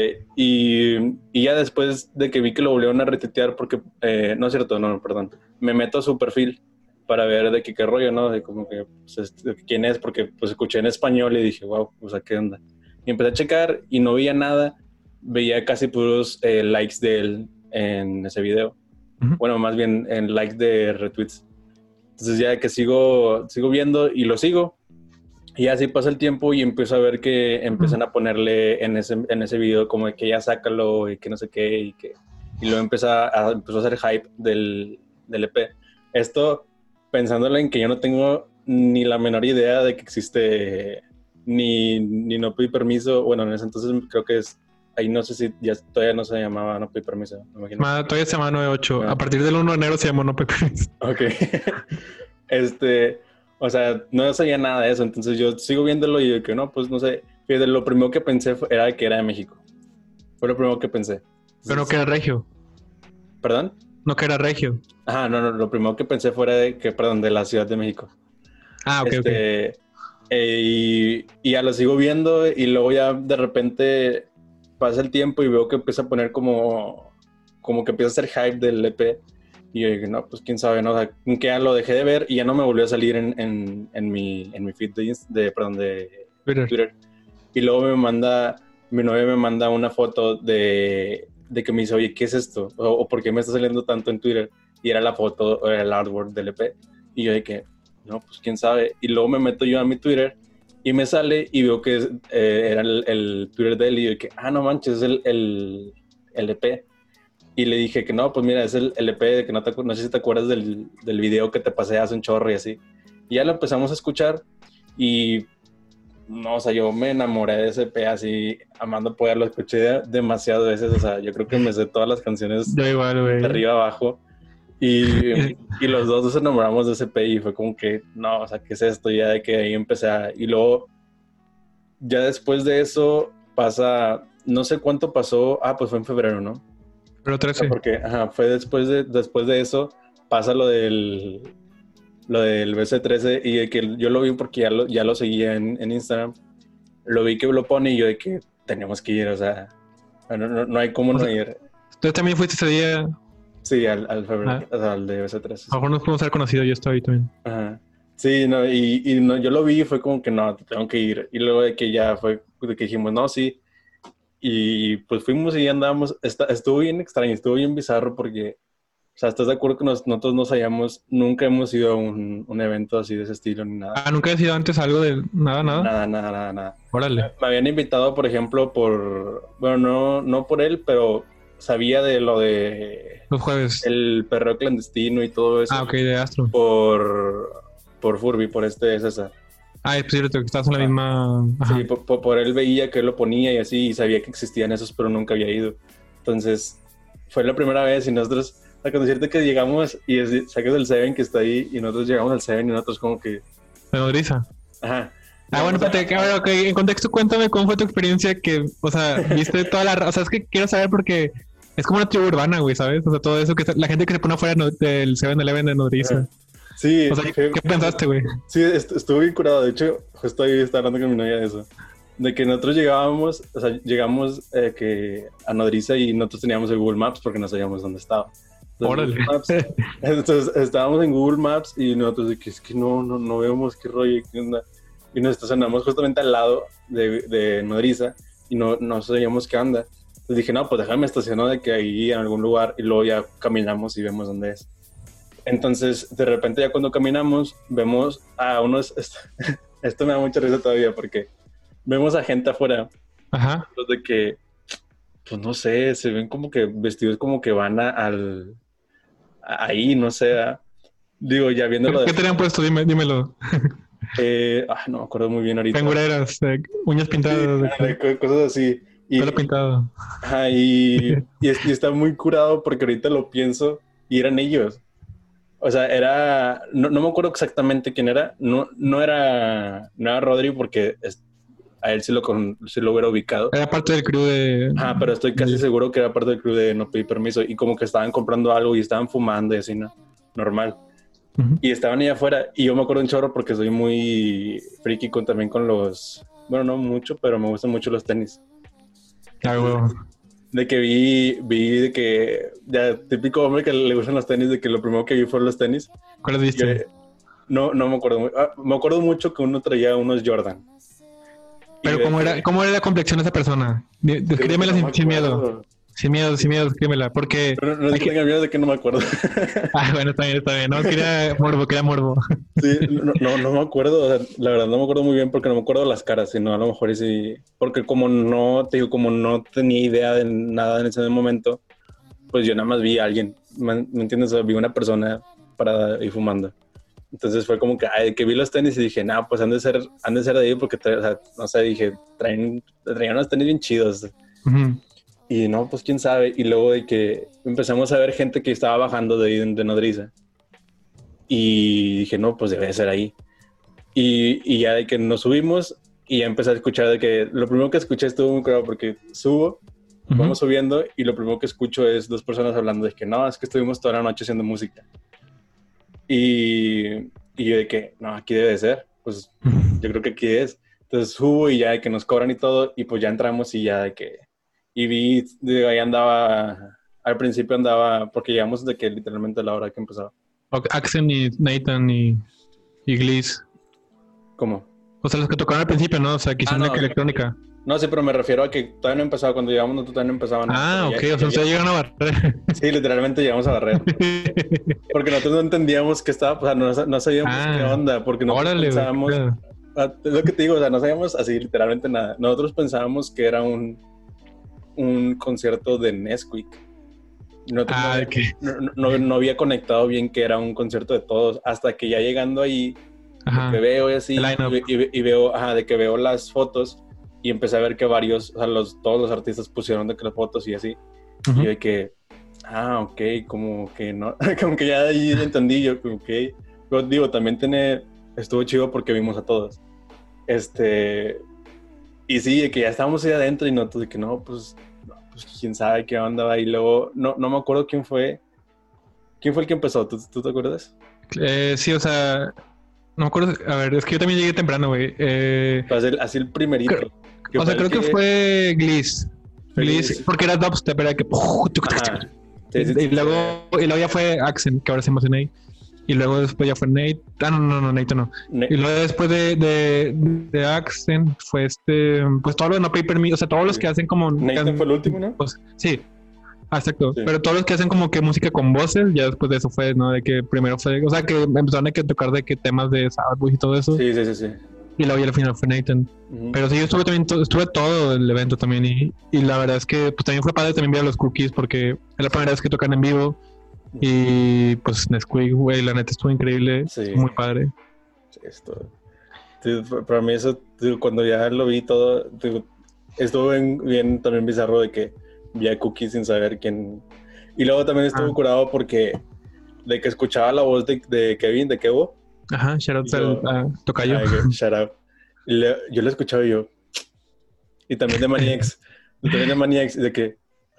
Y ya después de que vi que lo volvieron a retuitear, porque, no es cierto, no, perdón, me meto a su perfil para ver de qué rollo, ¿no? De como que, pues, quién es, porque pues escuché en español y dije, wow, o sea, ¿qué onda? Y empecé a checar y no veía nada, veía casi puros likes de él en ese video. Bueno, más bien en likes de retweets. Entonces ya que sigo viendo y lo sigo, y así pasa el tiempo y empiezo a ver que empiezan a ponerle en ese video como de que ya sácalo y que no sé qué, y luego empezó a hacer hype del EP. Esto pensándolo en que yo no tengo ni la menor idea de que existe ni no pedí permiso. Bueno, en ese entonces creo que ahí no sé si ya todavía no se llamaba no pedí permiso, me imagino. Todavía se llama 98. A partir del 1 de enero se llamó no pedí permiso. Ok. O sea, no sabía nada de eso, entonces yo sigo viéndolo y yo que no, pues no sé. Fíjate, lo primero que pensé era que era de México. Fue lo primero que pensé. Entonces, pero no que era regio. ¿Perdón? No que era regio. Ajá, no, lo primero que pensé fuera de la Ciudad de México. Ok. Y ya lo sigo viendo y luego ya de repente pasa el tiempo y veo que empieza a poner como que empieza a hacer hype del EP. Y yo dije, no, pues quién sabe, ¿no? O sea, que ya lo dejé de ver y ya no me volvió a salir en mi feed de Twitter. Y luego mi novia me manda una foto de que me dice, oye, ¿qué es esto? O ¿por qué me está saliendo tanto en Twitter? Y era la foto, era el artwork del EP. Y yo dije, no, pues quién sabe. Y luego me meto yo a mi Twitter y me sale y veo que era el Twitter de él. Y yo dije, no manches, es el EP. Y le dije que no, pues mira, es el EP de que no sé si te acuerdas del video que te pasé hace un chorro y así. Y ya lo empezamos a escuchar y no, o sea, yo me enamoré de ese EP así, amando poder, lo escuché demasiadas veces, o sea, yo creo que me sé todas las canciones yo igual, de arriba abajo. Y los dos nos enamoramos de ese EP y fue como que, no, o sea, ¿qué es esto? Ya de que ahí empecé y luego, ya después de eso pasa, no sé cuánto pasó, pues fue en febrero, ¿no? Pero 13. Porque fue después de eso pasa lo del BC13 y de que yo lo vi porque ya lo seguía en Instagram. Lo vi que lo pone y yo de que teníamos que ir, o sea, no hay cómo no ir. ¿Tú también fuiste ese día? Sí, al febrero, o sea, al de BC13. A lo mejor nos podemos haber conocido, yo estaba ahí también. Ajá. Sí, no, y no, yo lo vi y fue como que no, tengo que ir. Y luego de que ya fue, de que dijimos, no, sí. Y pues fuimos y andábamos, estuvo bien extraño, estuvo bien bizarro porque, o sea, ¿estás de acuerdo que nosotros no sabíamos, nunca hemos ido a un evento así de ese estilo ni nada? ¿Nunca has ido antes algo de nada? Nada. Órale. Me habían invitado, por ejemplo, bueno, no por él, pero sabía de lo de... Los jueves. El perreo clandestino y todo eso. Ok, de Astro. Por Furby, por César. Es cierto, que estás en la misma... Ajá. Sí, por él veía que él lo ponía y así, y sabía que existían esos, pero nunca había ido. Entonces, fue la primera vez y nosotros, a decirte que llegamos y sacas el Seven que está ahí, y nosotros llegamos al Seven y nosotros como que... ¿De nodriza? Ajá. Bueno, espérate, okay. En contexto, cuéntame cómo fue tu experiencia o sea, viste toda la... O sea, es que quiero saber porque es como una tribu urbana, güey, ¿sabes? O sea, todo eso, la gente que se pone afuera del 7-Eleven de nodriza. Ajá. Sí. O sea, ¿qué pensaste, güey? Sí, estuvo bien curado. De hecho, justo ahí estaba hablando con mi novia de eso. De que nosotros llegamos a Nodriza y nosotros teníamos el Google Maps porque no sabíamos dónde estaba. Entonces estábamos en Google Maps y nosotros de que es que no vemos qué rollo, qué onda. Y nos estacionamos justamente al lado de Nodriza y no sabíamos qué onda. Entonces dije, no, pues déjame estacionar de que ahí en algún lugar y luego ya caminamos y vemos dónde es. Entonces, de repente ya cuando caminamos, vemos a unos... Esto me da mucha risa todavía porque vemos a gente afuera. Ajá. De que, pues no sé, se ven como que vestidos como que van ahí, no sé. Digo, ya viéndolo... ¿Qué tenían puesto? Dímelo. No me acuerdo muy bien ahorita. Cangureras, uñas pintadas. Sí, cosas así. Pelo pintado. Ajá, y está muy curado porque ahorita lo pienso y eran ellos. O sea, no me acuerdo exactamente quién era. No era Rodri porque a él sí lo hubiera ubicado. Era parte del crew de... Pero estoy casi seguro que era parte del crew de No Pedí Permiso. Y como que estaban comprando algo y estaban fumando y así, ¿no? Normal. Uh-huh. Y estaban ahí afuera. Y yo me acuerdo un chorro porque soy muy friki también con los... Bueno, no mucho, pero me gustan mucho los tenis. Claro. De que vi de que ya típico hombre que le gustan los tenis, de que lo primero que vi fueron los tenis. ¿Cuáles viste? No me acuerdo. Me acuerdo mucho que uno traía unos Jordan. Pero ¿cómo era la complexión de esa persona? Descríbemela sin miedo. Sin miedo, escríbemela, porque... No es que tenga miedo de que no me acuerdo. Bueno, está bien. No, quería morbo. Sí, no me acuerdo, o sea, la verdad no me acuerdo muy bien porque no me acuerdo las caras, sino a lo mejor sí... Porque como no tenía idea de nada en ese momento, pues yo nada más vi a alguien, ¿me entiendes? O sea, vi una persona parada y fumando. Entonces fue como que vi los tenis y dije, no, pues han de ser de ahí porque, o sea, no sé, dije, traían unos tenis bien chidos. Uh-huh. Y no, pues quién sabe. Y luego de que empezamos a ver gente que estaba bajando de ahí de Nodriza. Y dije, no, pues debe ser ahí. Y ya de que nos subimos y ya empecé a escuchar de que lo primero que escuché estuvo muy claro porque subo, vamos subiendo y lo primero que escucho es 2 personas hablando de que no, es que estuvimos toda la noche haciendo música. Y yo de que, no, aquí debe de ser, pues yo creo que aquí es. Entonces subo y ya de que nos cobran y todo, y pues ya entramos y ya de que, y vi, ahí andaba, al principio andaba, porque llegamos de que literalmente a la hora que empezaba. Axen y Nathan y Gliss. ¿Cómo? O sea, los que tocaron al principio, ¿no? O sea, que hicieron electrónica. No, sí, pero me refiero a que todavía no empezaba, cuando llegamos nosotros todavía no empezaban. Ok, o sea, ustedes llegan a barrer. Sí, literalmente llegamos a barrer. Porque nosotros no entendíamos qué estaba, o sea, no sabíamos qué onda, porque nosotros pensábamos, es lo que te digo, o sea, no sabíamos así literalmente nada. Nosotros pensábamos que era un concierto de Nesquik. No había conectado bien que era un concierto de todos, hasta que ya llegando ahí, que veo y así, y veo, de que veo las fotos, y empecé a ver que varios, o sea, todos los artistas pusieron de que las fotos y así, y de que, ok, como que no, como que ya de ahí entendí yo, como que, pero digo, también estuvo chido porque vimos a todos, y sí, de que ya estábamos ahí adentro y nosotros de que no, pues quién sabe qué onda, y luego, no me acuerdo quién fue el que empezó, ¿tú te acuerdas? Sí, o sea, no me acuerdo, a ver, es que yo también llegué temprano, güey. Así el primerito. Creo que fue Gliss. Gliss, porque era dubstep, era que... Y luego ya fue Axen, que ahora se emociona ahí. Y luego después ya fue Nate. No, Nate no. Y luego después de Axen fue pues todo lo de No Paper Me, o sea, todos los que hacen como... Nate fue el último, ¿no? Pues, sí. Exacto, sí. Pero todos los que hacen como que música con voces, ya después de eso fue, ¿no? De que primero fue, o sea, que empezaron a tocar de que temas de Sabbath y todo eso. Sí. Y luego ya al final fue Nathan. Pero sí, yo estuve todo el evento también y la verdad es que pues también fue padre también ver a los Cookies porque es la primera vez que tocan en vivo y pues Nesquik, güey, la neta estuvo increíble, muy padre. Sí, para mí eso, cuando ya lo vi todo, estuvo bien también bizarro de que vi a Cookies sin saber quién. Y luego también estuvo curado porque de que escuchaba la voz de Kevin, de Kevo. Ajá, shout out al tocayo. Shout out. Yo lo escuchaba yo. Y también de Maniacs. De que...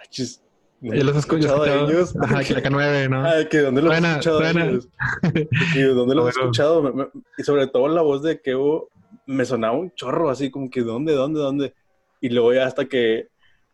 Yo los he escuchado de ellos. Ajá, que la K9, ¿no? Que ¿dónde los he escuchado de ellos? ¿Dónde los he escuchado? Y sobre todo la voz de Kevo me sonaba un chorro, así como que ¿dónde? Y luego ya hasta que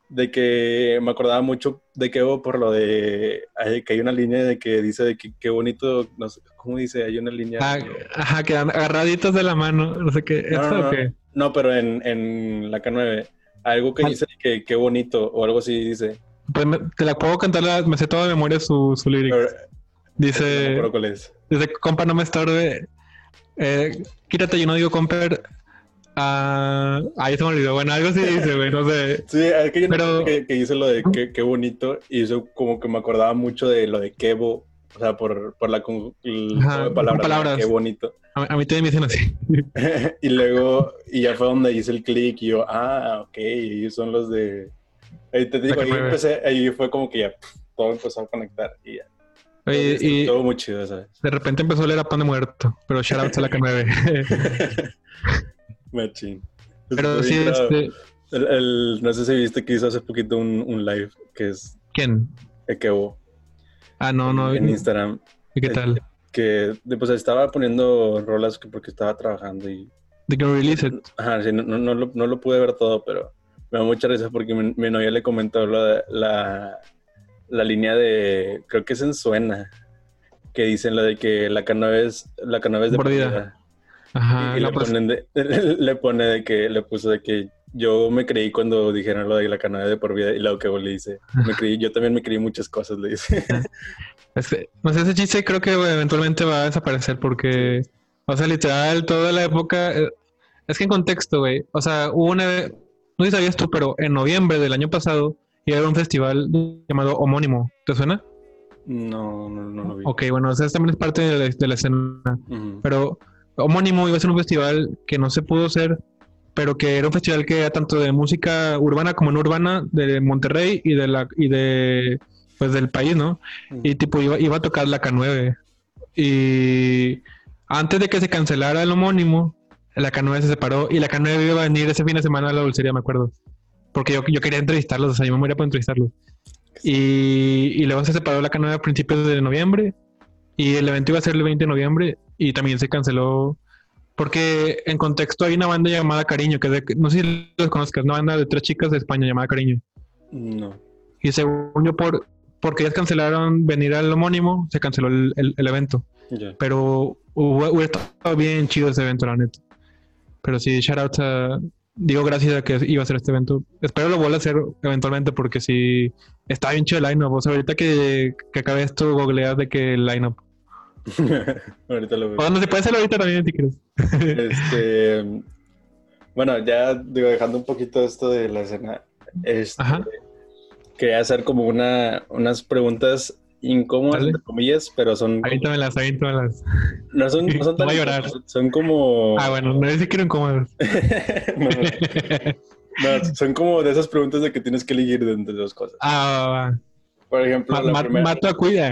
me acordaba mucho de Kevo por lo de que hay una línea de que dice de que qué bonito, no sé, ¿cómo dice? Hay una línea que agarraditos de la mano, no sé qué. No, pero en la K9 algo que dice que qué bonito o algo así dice. Pues te la puedo cantar, me sé toda de memoria su lyrics. Dice, no me acuerdo cuál es. Dice, compa, no me estorbe, quítate, yo no digo comper. Ahí se me olvidó. Bueno, algo sí dice, güey, no sé. Sí, es que yo no sé que dice lo de qué bonito, y eso como que me acordaba mucho de lo de Kevo, o sea, por la palabras. Qué bonito. A mí también me dicen así. Y luego, y ya fue donde hice el click, y yo, ok, ellos son los de... Te digo, ahí fue como que ya todo empezó a conectar, y ya. Y todo muy chido, ¿sabes? De repente empezó a leer a Pan de Muerto, pero shout out a la K9. Machín. Pero sí, no sé si viste que hizo hace poquito un live, que es... ¿Quién? Kevo. No. En Instagram. ¿Y qué tal? Que pues estaba poniendo rolas porque estaba trabajando y... ¿De que release it? Ajá, sí, no lo pude ver todo, pero me da mucha risa porque mi novia le comentó la línea de... Creo que es en Suena, que dicen lo de que la K9 es de por vida. Ajá. Y le puso de que yo me creí cuando dijeron lo de la K9 de por vida, y luego que le dice, yo también me creí muchas cosas, le dice. No sé, ese chiste creo que eventualmente va a desaparecer porque, o sea, literal, toda la época, es que en contexto, güey, o sea, hubo no sé si sabías tú, pero en noviembre del año pasado iba a haber un festival llamado Homónimo, ¿te suena? No lo vi. Ok, bueno, o sea, también es parte de la escena. Ujú. Pero Homónimo iba a ser un festival que no se pudo hacer, pero que era un festival que era tanto de música urbana como no urbana, de Monterrey pues del país, ¿no? Y tipo iba a tocar la K9. Y antes de que se cancelara el Homónimo, la K9 se separó y la K9 iba a venir ese fin de semana a la dulcería, me acuerdo. Porque yo quería entrevistarlos, o sea, yo me moría por entrevistarlos. Y luego se separó la K9 a principios de noviembre y el evento iba a ser el 20 de noviembre y también se canceló porque en contexto hay una banda llamada Cariño, que es no sé si los conozcas, una banda de 3 chicas de España llamada Cariño. No. Y según yo, porque ellas cancelaron venir al Homónimo, se canceló el evento. Yeah. Pero hubiera estado bien chido ese evento, la neta. Pero sí, shout out digo gracias a que iba a hacer este evento. Espero lo vuelva a hacer eventualmente porque sí, está bien chido el line-up. O sea, ahorita que acabe esto, googleas de que el line-up. Ahorita lo veo. O no se puede hacer ahorita también si quieres. Bueno, ya digo, dejando un poquito esto de la escena, Ajá. quería hacer como unas preguntas incómodas, Dale. entre comillas, pero son... Aviéntamelas. No son No tan voy a llorar. incómodas, son como... Bueno, no es si quiero incómodas. No, son como de esas preguntas de que tienes que elegir de entre dos cosas. Va. Por ejemplo, la primera... Mato a cuida.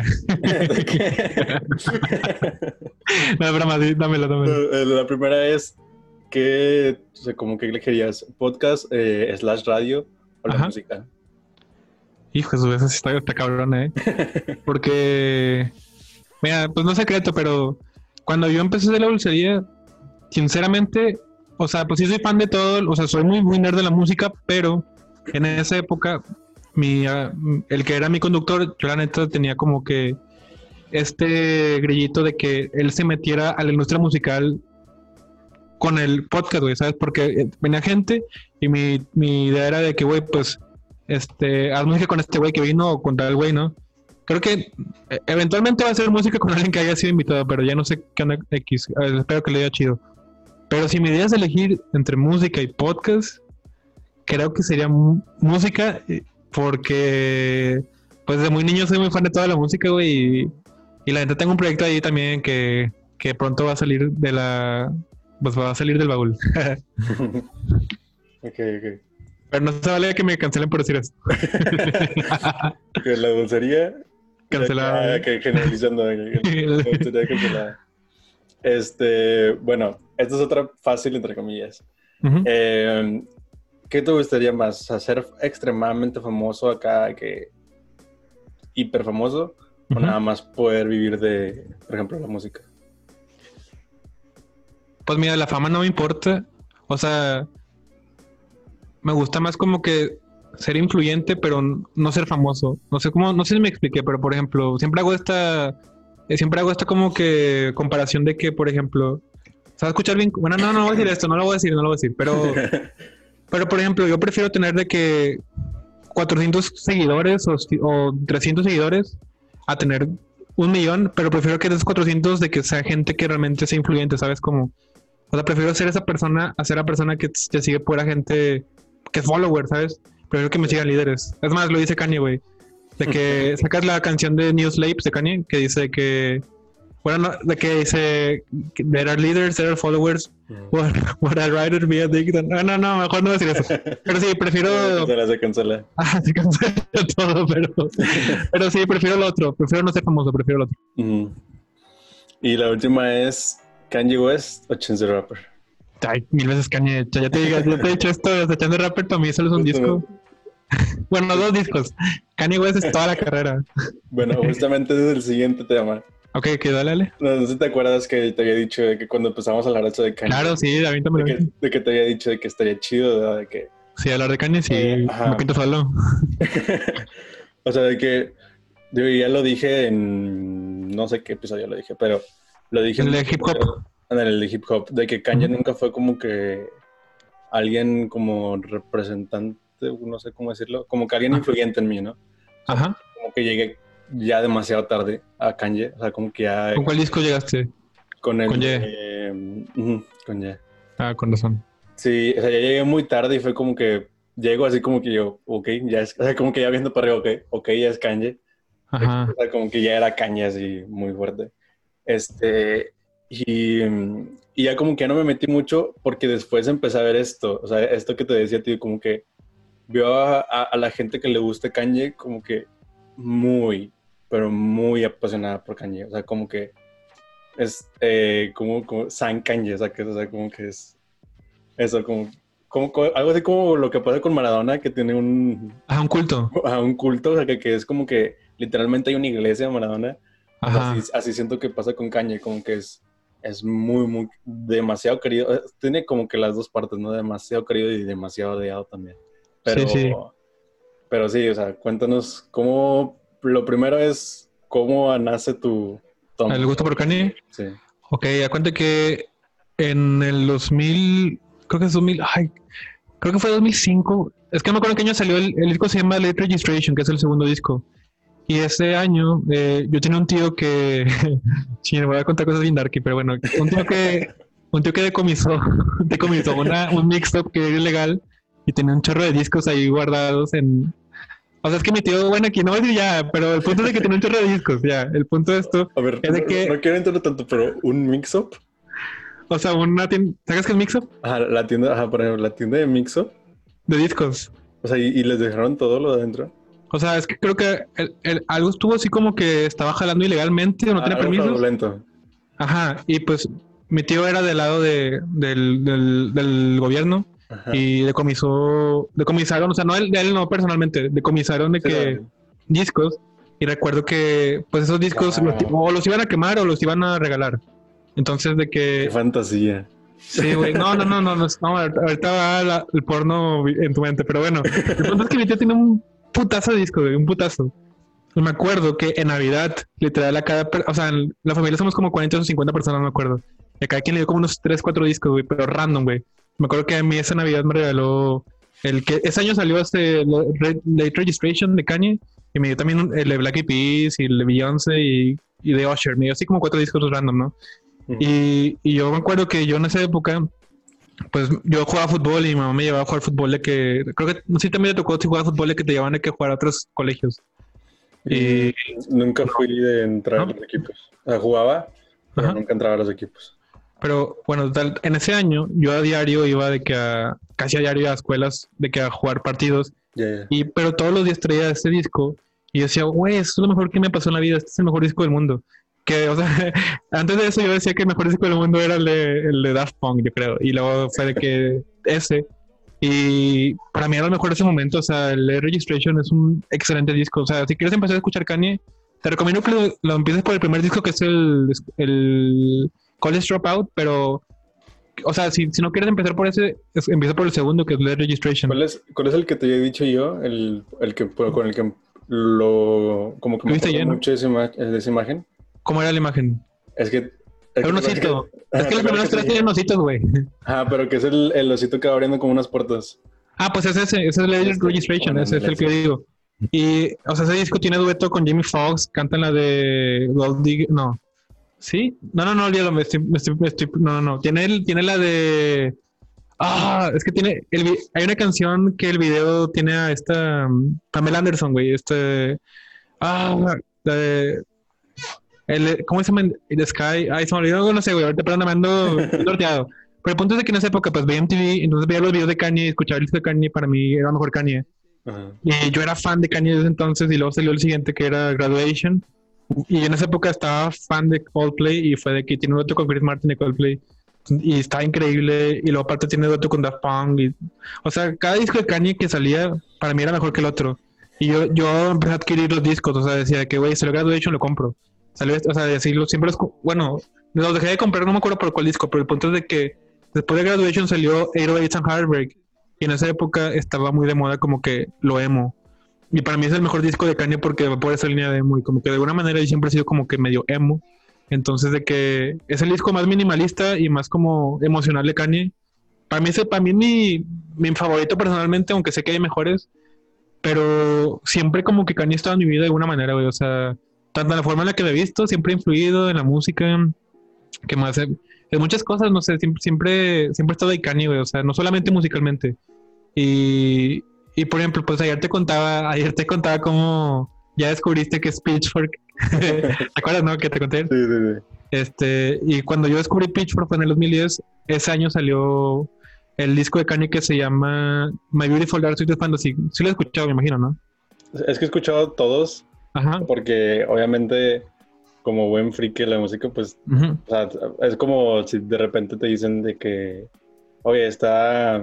No, es broma, sí, dámelo. La primera es que, o sea, como que elegirías podcast, / radio o la Ajá. música. Hijo de su, eso sí está cabrón, Porque, mira, pues no es secreto, pero cuando yo empecé de la dulcería, sinceramente, o sea, pues sí soy fan de todo, o sea, soy muy, muy nerd de la música, pero en esa época, el que era mi conductor, yo la neta tenía como que este grillito de que él se metiera a la industria musical con el podcast, güey, ¿sabes? Porque venía gente y mi idea era de que, güey, pues, haz música con este güey que vino o con tal güey, ¿no? Creo que eventualmente va a ser música con alguien que haya sido invitado, pero ya no sé qué onda X. Espero que le haya chido. Pero si mi idea es elegir entre música y podcast, creo que sería música, porque pues de muy niño soy muy fan de toda la música, güey, y la neta tengo un proyecto ahí también que pronto va a salir pues va a salir del baúl. Ok. Pero no se vale que me cancelen por decir esto. Que la dulcería... Cancelada. Que generalizando. La dulcería cancelada. Bueno, esta es otra fácil, entre comillas. Uh-huh. ¿Qué te gustaría más? ¿Ser extremadamente famoso acá, que hiper famoso? ¿O nada más poder vivir de, por ejemplo, la música? Pues mira, la fama no me importa. O sea, me gusta más como que ser influyente, pero no ser famoso. No sé si me expliqué, pero por ejemplo, siempre hago esta como que comparación de que, por ejemplo, ¿sabes escuchar bien? Bueno, no voy a decir esto, no lo voy a decir, pero por ejemplo, yo prefiero tener de que 400 seguidores o 300 seguidores a tener 1 millón, pero prefiero que de esos 400 de que sea gente que realmente sea influyente, ¿sabes? Como, o sea, prefiero ser esa persona a ser la persona que te sigue pura gente que es follower, ¿sabes? Prefiero que me sigan líderes. Es más, lo dice Kanye, güey. De que sacas la canción de New Slaves de Kanye, que dice que... Bueno, no, de que dice... There are leaders, there are followers. What a writer be addicted. No, mejor no decir eso. Pero sí, prefiero... Se cancela. Se cancela todo, pero sí, prefiero lo otro. Prefiero no ser famoso, prefiero lo otro. Y la última es... Kanye West o Chance the Rapper. Ay, 1000 veces Kanye. Ya te he dicho esto. Chance the Rapper para mí solo es un disco. Bueno, 2 discos. Kanye West es toda la carrera. Bueno, justamente ese es el siguiente tema. Ok, dale. No sé si te acuerdas que te había dicho de que cuando empezamos a hablar de eso de Kanye. Claro, sí, a mí también. De que te había dicho de que estaría chido, ¿verdad? De que... Sí, hablar de Kanye, sí. Me pinto solo. O sea, de que... Yo ya lo dije en... No sé qué episodio lo dije, pero... Lo dije en el de hip hop. En el de hip hop. De que Kanye nunca fue como que... Alguien como representante, no sé cómo decirlo, como que alguien influyente en mí, ¿no? O sea, como que llegué ya demasiado tarde a Kanye, o sea, como que ya... ¿Con cuál disco llegaste? Con el... Con Ye. Con Ye. Con razón. Sí, o sea, ya llegué muy tarde y fue como que... Llego así como que yo, ok, ya es... O sea, como que ya viendo para arriba, ok, ya es Kanye. Ajá. O sea, como que ya era Kanye así muy fuerte. Este, y, y ya como que ya no me metí mucho porque después empecé a ver esto, o sea, esto que te decía, tío, como que veo a la gente que le gusta Kanye como que muy, pero muy apasionada por Kanye, o sea, como que es como San Kanye, o sea, como que es eso, algo así como lo que pasa con Maradona, que tiene Un culto. un culto, o sea, que es como que literalmente hay una iglesia de Maradona. O sea, Ajá. así siento que pasa con Kanye, como que es muy, muy, demasiado querido. Tiene como que las dos partes, ¿no? Demasiado querido y demasiado odiado también. Sí, sí. Pero sí, o sea, cuéntanos lo primero es cómo nace tu ¿El Tom. gusto por Kanye? Sí. Ok, ya cuenta que en el 2000, creo que es 2000, ay, creo que fue 2005. Es que no me acuerdo en qué año salió el disco, se llama Late Registration, que es el segundo disco. Y ese año yo tenía un tío que, sí, me voy a contar cosas bien darky, pero bueno, un tío que decomisó un mixtape que era ilegal y tenía un chorro de discos ahí guardados en... O sea, es que mi tío, bueno, aquí no voy a decir ya, pero el punto es de que tenía un chorro de discos, ya. El punto de esto A ver, es de que, no quiero entrar tanto, pero un mix-up. o sea, una tienda, ¿sabes qué es mixup? Ajá, la tienda, ajá, por ejemplo, la tienda de mix-up. De discos. O sea, y les dejaron todo lo de adentro. O sea, es que creo que algo estuvo así como que estaba jalando ilegalmente o no tenía Algo permisos. fraudulento. Ajá, y pues mi tío era del lado del gobierno. Ajá. Y decomisaron, o sea, no él no personalmente, decomisaron de Sí, que no. discos. Y recuerdo que pues esos discos o los iban a quemar o los iban a regalar. Entonces de Qué que fantasía. sí, güey, no, ahorita va el porno en tu mente, pero bueno, el punto es que mi tío tiene un putazo de discos, güey, un putazo. Y me acuerdo que en Navidad, literal, o sea, en la familia somos como 40 o 50 personas, no me acuerdo. Y a cada quien le dio como unos 3, 4 discos, güey, pero random, güey. Me acuerdo que a mí esa Navidad me regaló el que ese año salió Late Registration de Kanye y me dio también el de Black Eyed Peas y el de Beyoncé y de Usher. Me dio así como 4 discos random, ¿no? Y yo me acuerdo que yo en esa época, pues yo jugaba fútbol y mi mamá me llevaba a jugar fútbol de que, creo que sí también le tocó si jugaba fútbol de que te llevaban a que jugar a otros colegios. Y Nunca fui de entrar ¿no? a los equipos. O sea, jugaba, pero Ajá. nunca entraba a los equipos. Pero bueno, en ese año yo a diario iba de que casi a diario a escuelas, de que a jugar partidos. Yeah. Pero todos los días traía este disco y yo decía, güey, esto es lo mejor que me pasó en la vida, este es el mejor disco del mundo. Que, o sea, antes de eso yo decía que el mejor disco del mundo era el de Daft Punk, yo creo. Y luego fue de que ese. Y para mí era lo mejor de ese momento. O sea, el Registration es un excelente disco. O sea, si quieres empezar a escuchar Kanye, te recomiendo que lo empieces por el primer disco, que es el College Dropout. Pero, o sea, si no quieres empezar por ese, empieza por el segundo, que es el Registration. ¿Cuál es el que te he dicho yo? El que con el que como que me acuerdo mucho de esa imagen. ¿Cómo era la imagen? Es que era un osito. Es que los primeros tres tienen ositos, güey. Pero que es el osito que va abriendo como unas puertas. Pues ese es el Registration, ese es el que yo digo. Y, o sea, ese disco tiene dueto con Jamie Foxx, cantan la de Gold Digger, no. ¿Sí? No, olvídalo, no. Tiene la de... es que hay una canción que el video tiene a esta Pamela Anderson, güey, la de... ¿cómo se llama? The Sky. Ay, se me olvidó, no sé, güey. Ahorita perdón, me ando norteado. Pero el punto es de que en esa época, pues veía MTV, entonces veía los videos de Kanye, escuchaba el disco de Kanye, para mí era mejor Kanye. Ajá. Y yo era fan de Kanye desde entonces, y luego salió el siguiente que era Graduation. Y en esa época estaba fan de Coldplay, y fue de que tiene un dueto con Chris Martin de Coldplay. Y está increíble, y luego aparte tiene dueto con Daft Punk. O sea, cada disco de Kanye que salía, para mí era mejor que el otro. Y yo empecé a adquirir los discos, o sea, decía que, güey, salió Graduation, lo compro. O sea, decirlo, siempre bueno, los dejé de comprar, no me acuerdo por cuál disco, pero el punto es de que después de Graduation salió 808s and Heartbreak, y en esa época estaba muy de moda como que lo emo. Y para mí es el mejor disco de Kanye porque va por esa línea de emo, y como que de alguna manera yo siempre he sido como que medio emo. Entonces de que es el disco más minimalista y más como emocional de Kanye. Para mí es mi favorito personalmente, aunque sé que hay mejores, pero siempre como que Kanye estaba en mi vida de alguna manera, güey, o sea... Tanto la forma en la que lo he visto, siempre ha influido en la música, que más en muchas cosas, no sé, siempre he estado ahí Kanye, güey, o sea, no solamente musicalmente. Y por ejemplo, pues ayer te contaba cómo ya descubriste que es Pitchfork. ¿Te acuerdas, no? Que te conté. Sí. Y cuando yo descubrí Pitchfork fue en el 2010, ese año salió el disco de Kanye que se llama My Beautiful Dark Twisted Fantasy. Sí lo he escuchado, me imagino, ¿no? Es que he escuchado todos, Ajá. porque obviamente como buen friki de la música, pues, Uh-huh. o sea, es como si de repente te dicen de que, oye, está,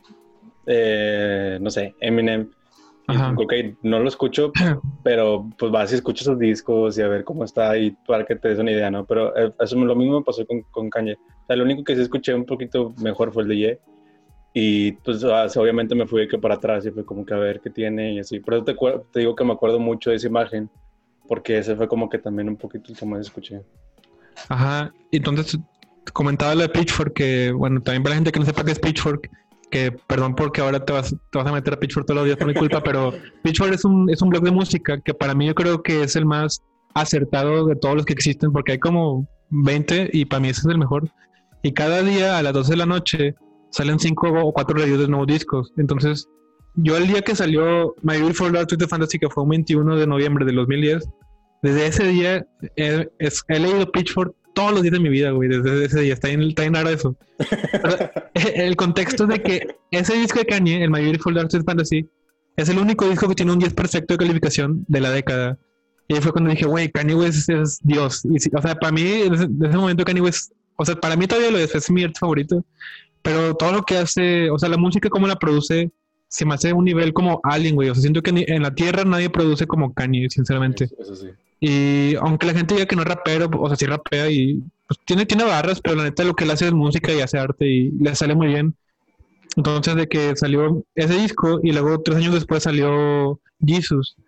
no sé, Eminem, y ok, no lo escucho, pero pues vas y escuchas sus discos y a ver cómo está y para que te des una idea, ¿no? Pero eso lo mismo me pasó con Kanye. O sea, lo único que sí escuché un poquito mejor fue el de Ye. Y pues obviamente me fui de que para atrás y fue como que a ver qué tiene y así. Por eso te digo que me acuerdo mucho de esa imagen, porque ese fue como que también un poquito el que más escuché. Ajá, entonces comentaba lo de Pitchfork, que bueno, también para la gente que no sepa qué es Pitchfork, que perdón porque ahora te vas a meter a Pitchfork todos los días por mi culpa, pero Pitchfork es un blog de música que para mí yo creo que es el más acertado de todos los que existen, porque hay como 20 y para mí ese es el mejor. Y cada día a las 12 de la noche salen 5 o 4 reviews de nuevos discos. Entonces, yo el día que salió My Beautiful Dark Twisted Fantasy, que fue un 21 de noviembre del 2010, desde ese día he leído Pitchfork todos los días de mi vida, güey. Desde ese día. Está bien raro eso. Pero, el contexto es de que ese disco de Kanye, el My Beautiful Dark Twisted Fantasy, es el único disco que tiene un 10 perfecto de calificación de la década. Y ahí fue cuando dije, güey, Kanye West es Dios. Y o sea, para mí, desde ese momento Kanye West, o sea, para mí todavía lo es mi arte favorito. Pero todo lo que hace, o sea, la música, cómo la produce, se me hace un nivel como Alien, güey. O sea, siento que en la Tierra nadie produce como Kanye, sinceramente. Eso sí. Y aunque la gente diga que no es rapero, o sea, sí rapea y pues tiene barras, pero la neta lo que él hace es música y hace arte y le sale muy bien. Entonces, de que salió ese disco y luego 3 años después salió Jesus.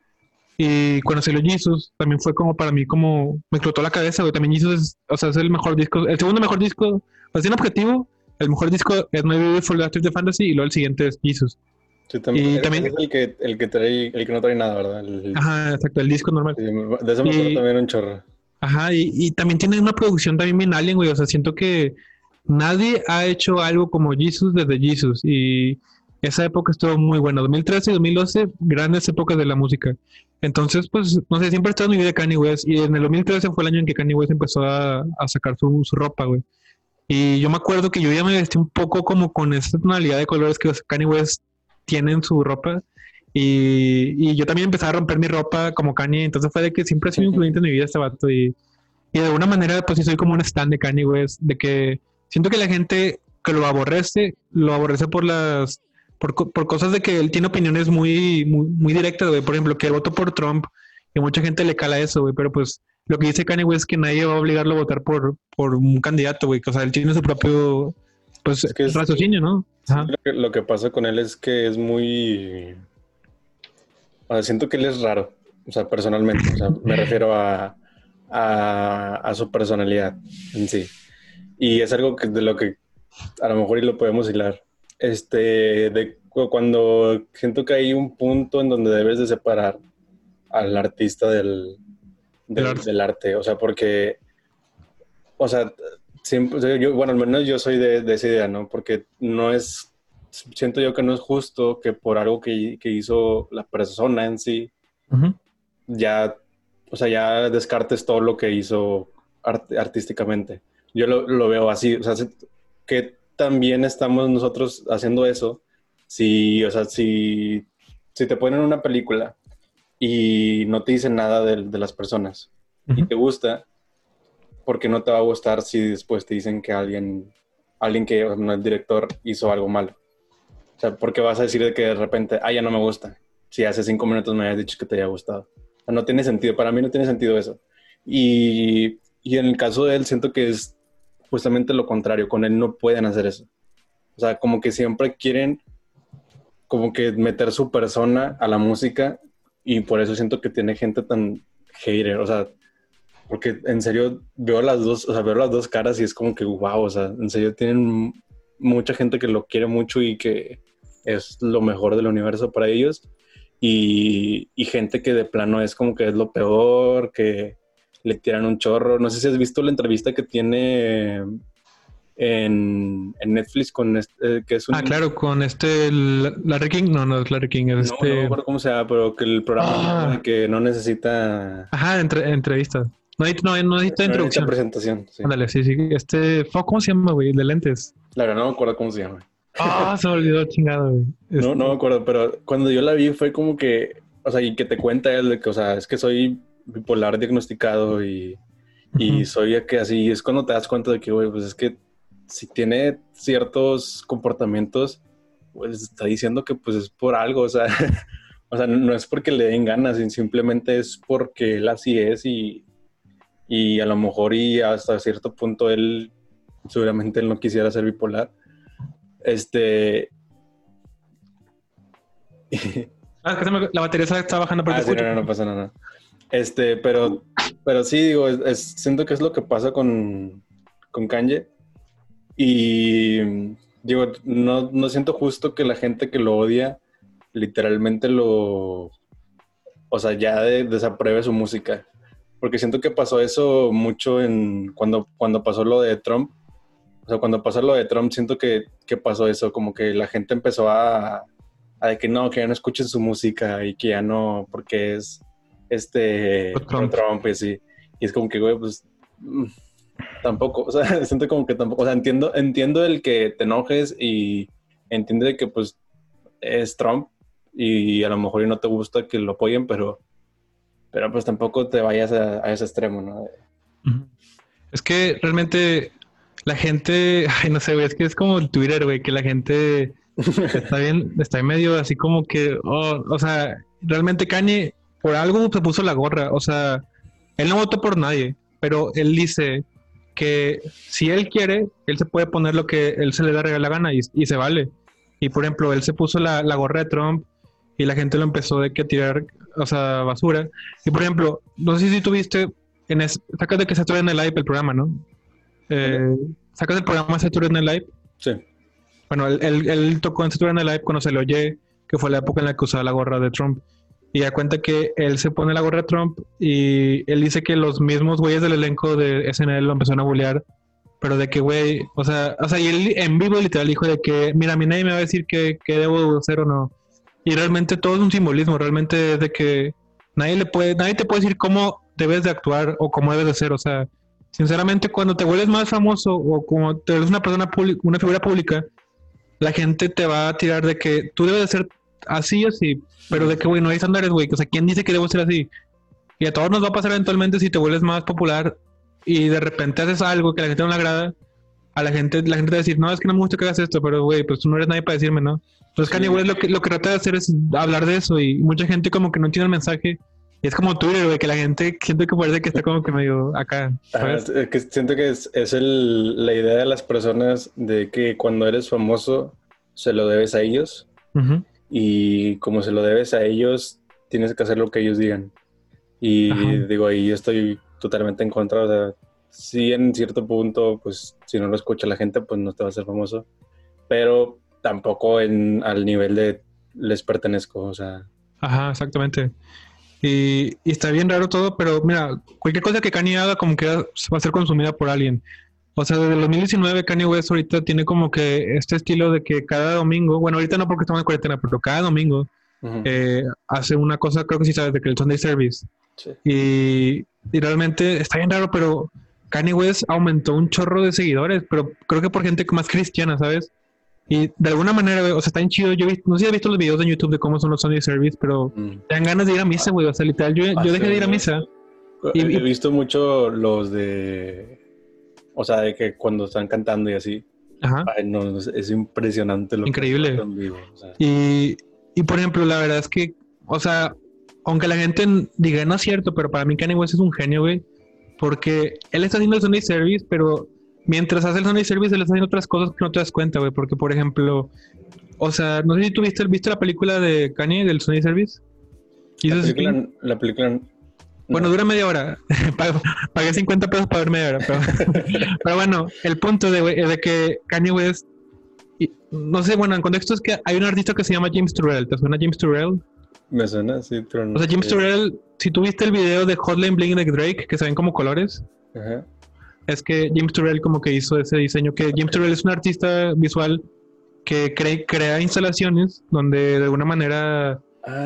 Y cuando salió Jesus, también fue como para mí, como me explotó la cabeza, güey. También Jesus es, o sea, es el mejor disco, el segundo mejor disco, pues tiene objetivo. El mejor disco es My Beautiful Dark Twisted Fantasy y luego el siguiente es Jesus. Sí, también, Y también, es el que no trae nada, ¿verdad? ajá, exacto, el disco normal. Sí, de eso me acuerdo también un chorro. Ajá, y también tiene una producción también bien alien, güey. O sea, siento que nadie ha hecho algo como Jesus desde Jesus. Y esa época estuvo muy buena. 2013 y 2012, grandes épocas de la música. Entonces, pues, no sé, siempre he estado en mi vida Kanye West. Y en el 2013 fue el año en que Kanye West empezó a sacar su ropa, güey. Y yo me acuerdo que yo ya me vestí un poco como con esa tonalidad de colores que Kanye West tiene en su ropa. Y yo también empecé a romper mi ropa como Kanye. Entonces fue de que siempre ha sido influyente en mi vida este vato. Y de alguna manera, pues sí soy como un stan de Kanye West. De que siento que la gente que lo aborrece por cosas de que él tiene opiniones muy directas, güey. Por ejemplo, que votó por Trump. Y mucha gente le cala eso, güey. Pero pues lo que dice Kanye West es que nadie va a obligarlo a votar por un candidato, güey. O sea, él tiene su propio, pues, Es que raciocinio, ¿no? Ajá. lo que pasa con él es que es muy... O sea, siento que él es raro, o sea, personalmente. O sea, me refiero a su personalidad en sí. Y es algo de lo que a lo mejor y lo podemos hilar. Cuando siento que hay un punto en donde debes de separar al artista del arte. O sea, porque, o sea, siempre, o sea, bueno, al menos yo soy de esa idea, ¿no? Porque siento yo que no es justo que por algo que hizo la persona en sí, Uh-huh. ya, o sea, ya descartes todo lo que hizo artísticamente. Yo lo veo así, o sea, que también estamos nosotros haciendo eso, o sea, si te ponen una película y no te dicen nada de las personas y te gusta, porque no te va a gustar si después te dicen que alguien que no, el director hizo algo malo. O sea, ¿por qué vas a decir de que de repente, ya no me gusta? Si hace 5 minutos me habías dicho que te había gustado. O sea, no tiene sentido. Para mí no tiene sentido eso. Y en el caso de él, siento que es justamente lo contrario. Con él no pueden hacer eso. O sea, como que siempre quieren como que meter su persona a la música y por eso siento que tiene gente tan hater. O sea, porque en serio veo las dos caras y es como que wow, o sea, en serio tienen mucha gente que lo quiere mucho y que es lo mejor del universo para ellos y gente que de plano es como que es lo peor, que le tiran un chorro. No sé si has visto la entrevista que tiene en Netflix con que es un... claro, con Larry King. No es Larry King, es no me acuerdo cómo se llama, pero que el programa de que no necesita... Ajá, entrevistas. No necesita introducción. No necesita presentación, sí. Ándale, sí. ¿Cómo se llama, güey? De lentes. Claro, no me acuerdo cómo se llama. Se me olvidó, chingado, güey. No me acuerdo, pero cuando yo la vi fue como que, o sea, y que te cuenta él de que, o sea, es que soy bipolar diagnosticado y soy que así, es cuando te das cuenta de que, güey, pues es que si tiene ciertos comportamientos, pues está diciendo que pues es por algo, o sea, o sea, no es porque le den ganas, simplemente es porque él así es y a lo mejor y hasta cierto punto él, seguramente él no quisiera ser bipolar. La batería está bajando porque sí, no pasa nada. Pero sí, digo, siento que es lo que pasa con Kanye. Y digo, no siento justo que la gente que lo odia literalmente o sea, ya desapruebe su música. Porque siento que pasó eso mucho cuando pasó lo de Trump. O sea, cuando pasó lo de Trump, siento que pasó eso, como que la gente empezó a de que ya no escuchen su música y que ya no, porque es Trump y así. Y es como que, güey, pues tampoco, o sea, siento como que tampoco, o sea, entiendo el que te enojes y entiendo de que pues es Trump y a lo mejor no te gusta que lo apoyen, pero pues tampoco te vayas a ese extremo, ¿no? Es que realmente la gente, no sé, güey, es que es como el Twitter, güey, que la gente está medio así como que, o sea, realmente Kanye por algo se puso la gorra, o sea, él no votó por nadie, pero él dice que si él quiere, él se puede poner lo que él se le da la gana y se vale. Y por ejemplo, él se puso la gorra de Trump y la gente lo empezó de que a tirar, o sea, basura. Y por ejemplo, no sé si tuviste, sacas de que Saturday Night Live el programa, ¿no? ¿Sacas el programa Saturday Night Live? Sí. Bueno, él tocó en Saturday Night Live cuando se le oye, que fue la época en la que usaba la gorra de Trump. Y da cuenta que él se pone la gorra de Trump y él dice que los mismos güeyes del elenco de SNL lo empezaron a bullear. Pero de que, güey, o sea, y él en vivo literal dijo de que, mira, a mí nadie me va a decir qué debo hacer o no. Y realmente todo es un simbolismo, realmente es de que nadie te puede decir cómo debes de actuar o cómo debes de ser, o sea, sinceramente cuando te vuelves más famoso o como te vuelves una persona pública, una figura pública, la gente te va a tirar de que tú debes de ser así, pero de que, güey, no hay estándares, güey, o sea, ¿quién dice que debo ser así? Y a todos nos va a pasar eventualmente si te vuelves más popular y de repente haces algo que a la gente no le agrada, la gente te va a decir, no, es que no me gusta que hagas esto, pero güey, pues tú no eres nadie para decirme, ¿no? Entonces Kanye West lo que trata de hacer es hablar de eso y mucha gente como que no entiende el mensaje. Y es como Twitter, güey, que la gente siento que parece que está como que medio acá, ¿sabes? Que siento que es la idea de las personas de que cuando eres famoso se lo debes a ellos. Uh-huh. Y como se lo debes a ellos, tienes que hacer lo que ellos digan. Y digo, ahí estoy totalmente en contra. O sea, sí, en cierto punto, pues si no lo escucha la gente, pues no te va a hacer famoso. Pero tampoco al nivel de les pertenezco, o sea. Ajá, exactamente. Y está bien raro todo, pero mira, cualquier cosa que Kanye haga como que va a ser consumida por alguien. O sea, desde el 2019 Kanye West ahorita tiene como que este estilo de que cada domingo, bueno, ahorita no porque estamos en cuarentena, pero cada domingo hace una cosa, creo que sí sabes, de que el Sunday Service. Sí. Y realmente está bien raro, pero Kanye West aumentó un chorro de seguidores, pero creo que por gente más cristiana, ¿sabes? Y de alguna manera, o sea, está bien chido. No sé si has visto los videos de YouTube de cómo son los Sunday Service, pero te dan ganas de ir a misa, güey. O sea, literal, yo dejé de ir a misa. He visto mucho los de... O sea, de que cuando están cantando y así. Ajá. Ay, no, es impresionante lo increíble. Que en vivo. O sea. Y por ejemplo, la verdad es que, o sea, aunque la gente diga no es cierto, pero para mí Kanye West es un genio, güey. Porque él está haciendo el Sunday Service, pero mientras hace el Sunday Service, él está haciendo otras cosas que no te das cuenta, güey. Porque, por ejemplo, o sea, no sé si tú viste la película de Kanye, del Sunday Service. La película... Bueno, dura media hora. Pagué 50 pesos para ver media hora. Pero bueno, el punto de que Kanye West... no sé, bueno, en contexto es que hay un artista que se llama James Turrell. ¿Te suena James Turrell? Me suena, sí, pero no. O sea, James Turrell, si tú viste el video de Hotline Bling de Drake, que se ven como colores. Ajá. es que James Turrell como que hizo ese diseño, que James Turrell es un artista visual que crea instalaciones donde de alguna manera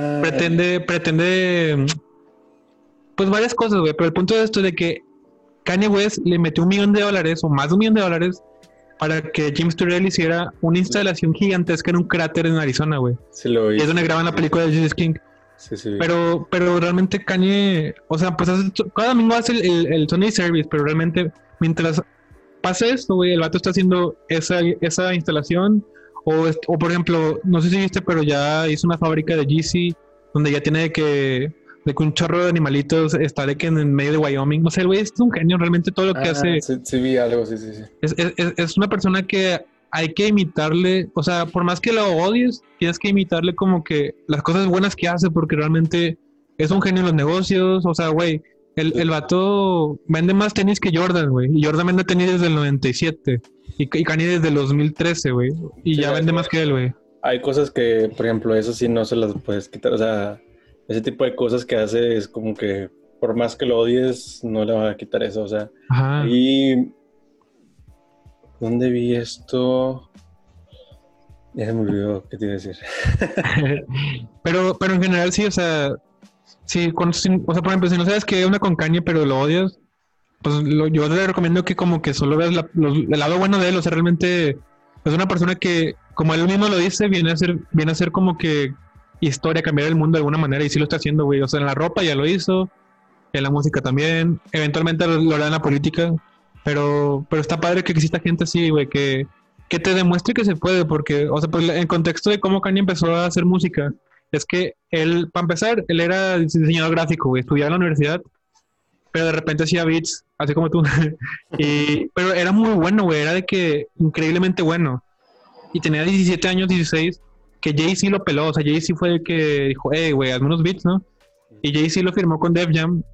pretende pues varias cosas, güey, pero el punto de esto es de que Kanye West le metió $1 millón o más de $1 millón para que James Turrell hiciera una instalación gigantesca en un cráter en Arizona, güey. Sí, lo vi. Y es donde graban la película de Jesus King. Sí. Pero realmente Kanye, o sea, pues cada domingo hace el Sunday Service, pero realmente mientras pasa esto, güey, el vato está haciendo esa instalación. O por ejemplo, no sé si viste, pero ya hizo una fábrica de Yeezy donde ya tiene de que un chorro de animalitos está de que en medio de Wyoming. O sea, el güey es un genio, realmente todo lo que hace. Sí, vi algo, sí. Es una persona que hay que imitarle, o sea, por más que lo odies, tienes que imitarle como que las cosas buenas que hace, porque realmente es un genio en los negocios. O sea, güey, el vato vende más tenis que Jordan, güey. Y Jordan vende tenis desde el 97. Y Kanye desde el 2013, güey. Y sí, ya vende más que él, güey. Hay cosas que, por ejemplo, eso sí no se las puedes quitar. O sea, ese tipo de cosas que hace es como que por más que lo odies, no le va a quitar eso. O sea, ajá. Y ¿dónde vi esto? Ya se me olvidó qué te iba a decir. pero en general sí, o sea, sí, o sea, por ejemplo, si no sabes que es una con Kanye, pero lo odias, pues yo le recomiendo que como que solo veas el lado bueno de él. O sea, realmente es una persona que, como él mismo lo dice, viene a ser como que historia, cambiar el mundo de alguna manera, y sí lo está haciendo, güey. O sea, en la ropa ya lo hizo, en la música también, eventualmente lo hará en la política, pero está padre que exista gente así, güey, que te demuestre que se puede, porque, o sea, pues en contexto de cómo Kanye empezó a hacer música, es que él, para empezar, él era diseñador gráfico, güey, estudiaba en la universidad, pero de repente hacía beats, así como tú. Pero era muy bueno, güey, era de que increíblemente bueno. Y tenía 17 años, 16, que Jay-Z lo peló. O sea, Jay-Z fue el que dijo, güey, hazme unos beats, ¿no? Y Jay-Z lo firmó con Def Jam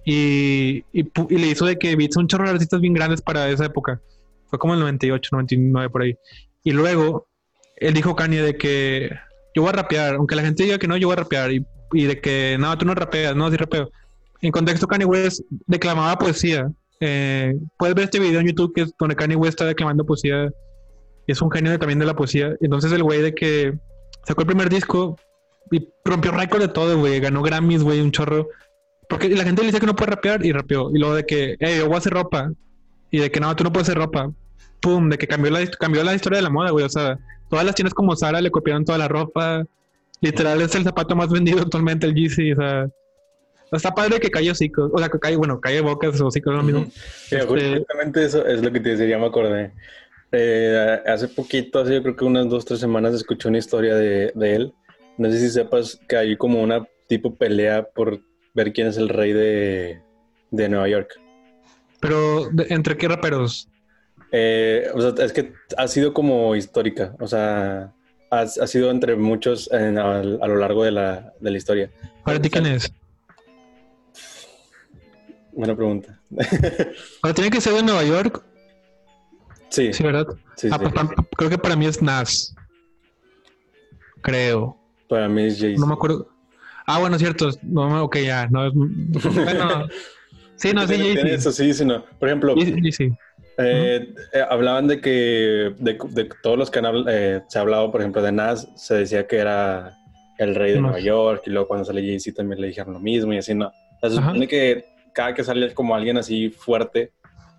y le hizo de que beats un chorro de artistas bien grandes para esa época. Fue como el 98, 99 por ahí. Y luego, él dijo Kanye de que yo voy a rapear, aunque la gente diga que no, yo voy a rapear. Y de que, no, tú no rapeas, no, sí rapeo. En contexto, Kanye West declamaba poesía. Puedes ver este video en YouTube que es donde Kanye West está declamando poesía. Y es un genio también de la poesía. Entonces el güey de que sacó el primer disco y rompió récord de todo, güey. Ganó Grammys, güey, un chorro. Porque la gente le dice que no puede rapear y rapeó. Y luego de que, yo voy a hacer ropa. Y de que no, tú no puedes hacer ropa. Pum, de que cambió la historia de la moda, güey. O sea, todas las tiendas como Zara le copiaron toda la ropa. Literal es el zapato más vendido actualmente, el Yeezy. O sea, está padre que calle hocicos. O sea, que calle bocas o hocicos, lo mismo. Sí, justamente eso es lo que te decía, ya me acordé. Hace poquito, hace yo creo que unas 2-3 semanas, escuché una historia de él. No sé si sepas que hay como una tipo pelea por ver quién es el rey de Nueva York. Pero, ¿entre qué raperos? O sea, es que ha sido como histórica. O sea, ha sido entre muchos a lo largo de la historia. ¿Para ti quién es? Buena pregunta. ¿Pero tiene que ser de Nueva York? Sí. Sí, ¿verdad? Sí, pues, creo que para mí es Nas. Creo. Para mí es Jay-Z. No me acuerdo. Bueno, cierto. No, ok, ya. No, bueno. Sí, no, sí, Jay-Z. Eso sí, no. Por ejemplo, sí. Hablaban de que de todos los que se ha hablado, por ejemplo, de Nas, se decía que era el rey de Nueva York, y luego cuando sale Jay-Z también le dijeron lo mismo y así, ¿no? O sea, se supone que cada que sale como alguien así fuerte,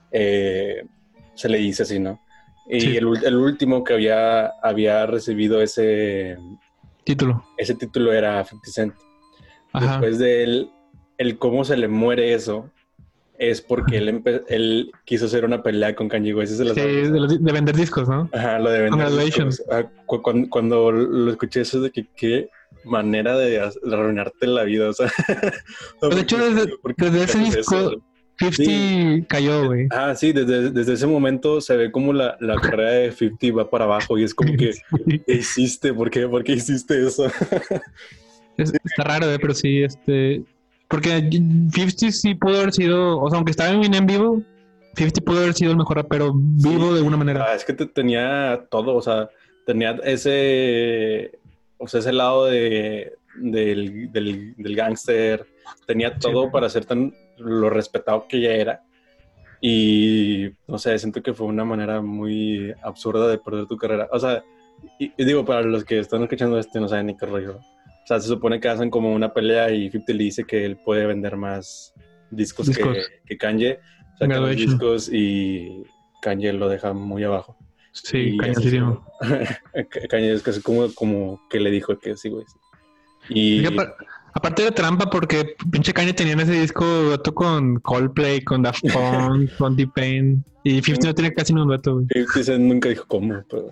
se le dice así, ¿no? Y sí. el último que había recibido ese título era 50 Cent. Ajá. Después de él, el cómo se le muere eso es porque él quiso hacer una pelea con Kanye West. Sí, de vender discos, ¿no? Ajá, lo de vender discos. Cuando lo escuché eso de que qué manera de arruinarte la vida, o sea. De hecho, desde ese disco 50 cayó, güey. Sí, desde ese momento se ve como la carrera de 50 va para abajo y es como que, ¿qué hiciste? ¿Por qué hiciste eso? Está raro, pero sí, porque 50 sí pudo haber sido, o sea, aunque estaba en vivo, 50 pudo haber sido el mejor rapero vivo de alguna manera. Es que tenía todo, o sea, tenía ese lado del gángster, tenía todo para ser lo respetado que ya era. Y, no sé, siento que fue una manera muy absurda de perder tu carrera. O sea, y digo, para los que están escuchando no saben ni qué rollo. O sea, se supone que hacen como una pelea y 50 le dice que él puede vender más discos. Que Kanye. Saca los discos y Kanye lo deja muy abajo. Sí, Kanye sí. Kanye es casi como que le dijo que sí, güey. Y... Aparte de trampa, porque pinche Kanye tenía en ese disco dueto con Coldplay, con Daft Punk, con T-Pain. Y 50 no tiene casi un dueto, güey. 50 nunca dijo cómo, pero...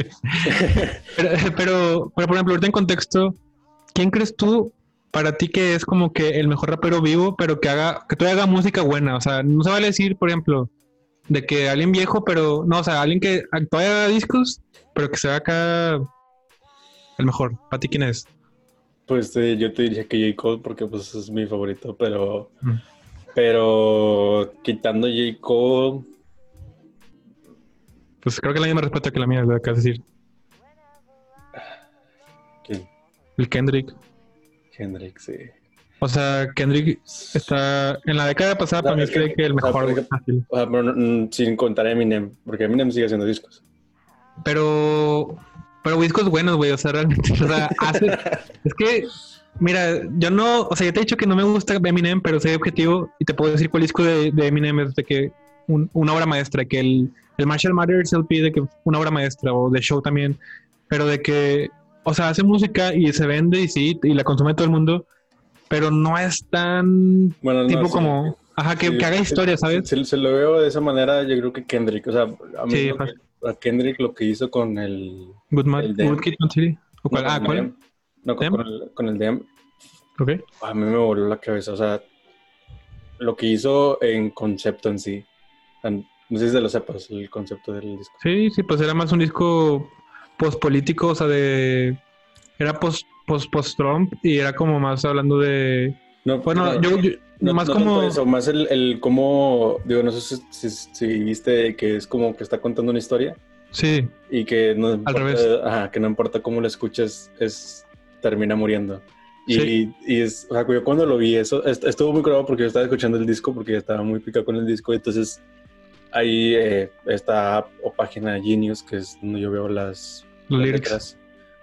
pero, por ejemplo, ahorita en contexto, ¿quién crees tú para ti que es como que el mejor rapero vivo, pero que todavía haga música buena? O sea, no se vale decir, por ejemplo, de que alguien viejo, pero... No, o sea, alguien que todavía haga discos, pero que sea acá el mejor. ¿Para ti quién es? Pues yo te diría que J. Cole porque pues es mi favorito, pero quitando J. Cole... Pues creo que la misma respuesta que la mía, ¿verdad? ¿Qué vas a decir? ¿Quién? El Kendrick. Kendrick, sí. O sea, Kendrick está... En la década pasada para mí creo que el mejor. O sea, pero sin contar a Eminem, porque Eminem sigue haciendo discos. Pero discos buenos, güey, o sea, realmente, o sea, es que, mira, yo no, o sea, ya te he dicho que no me gusta Eminem, pero soy objetivo y te puedo decir cuál disco de Eminem es de que una obra maestra, que el Marshall Mathers LP de que una obra maestra, o The Show también, pero de que, o sea, hace música y se vende y sí, y la consume todo el mundo, pero no es tan tipo no, como, ajá, que haga historia, ¿sabes? Se lo veo de esa manera, yo creo que Kendrick, o sea, a mí sí, a Kendrick lo que hizo con el... Good Kid, Mad City. ¿Cuál? ¿Cuál? No, con el DM. Ok. A mí me voló la cabeza, o sea, lo que hizo en concepto en sí. No sé si lo sepas, el concepto del disco. Sí, pues era más un disco post-político, o sea, era post-Trump y era como más hablando de... No, bueno, yo más no como... eso, más el cómo, digo, no sé si viste que es como que está contando una historia. Sí. Y que no importa, al revés. Ajá, que no importa cómo lo escuches, termina muriendo. Y es, o sea, yo cuando lo vi eso, estuvo muy curado porque yo estaba escuchando el disco, porque estaba muy picado con el disco, entonces ahí esta app o página Genius, que es donde yo veo las letras.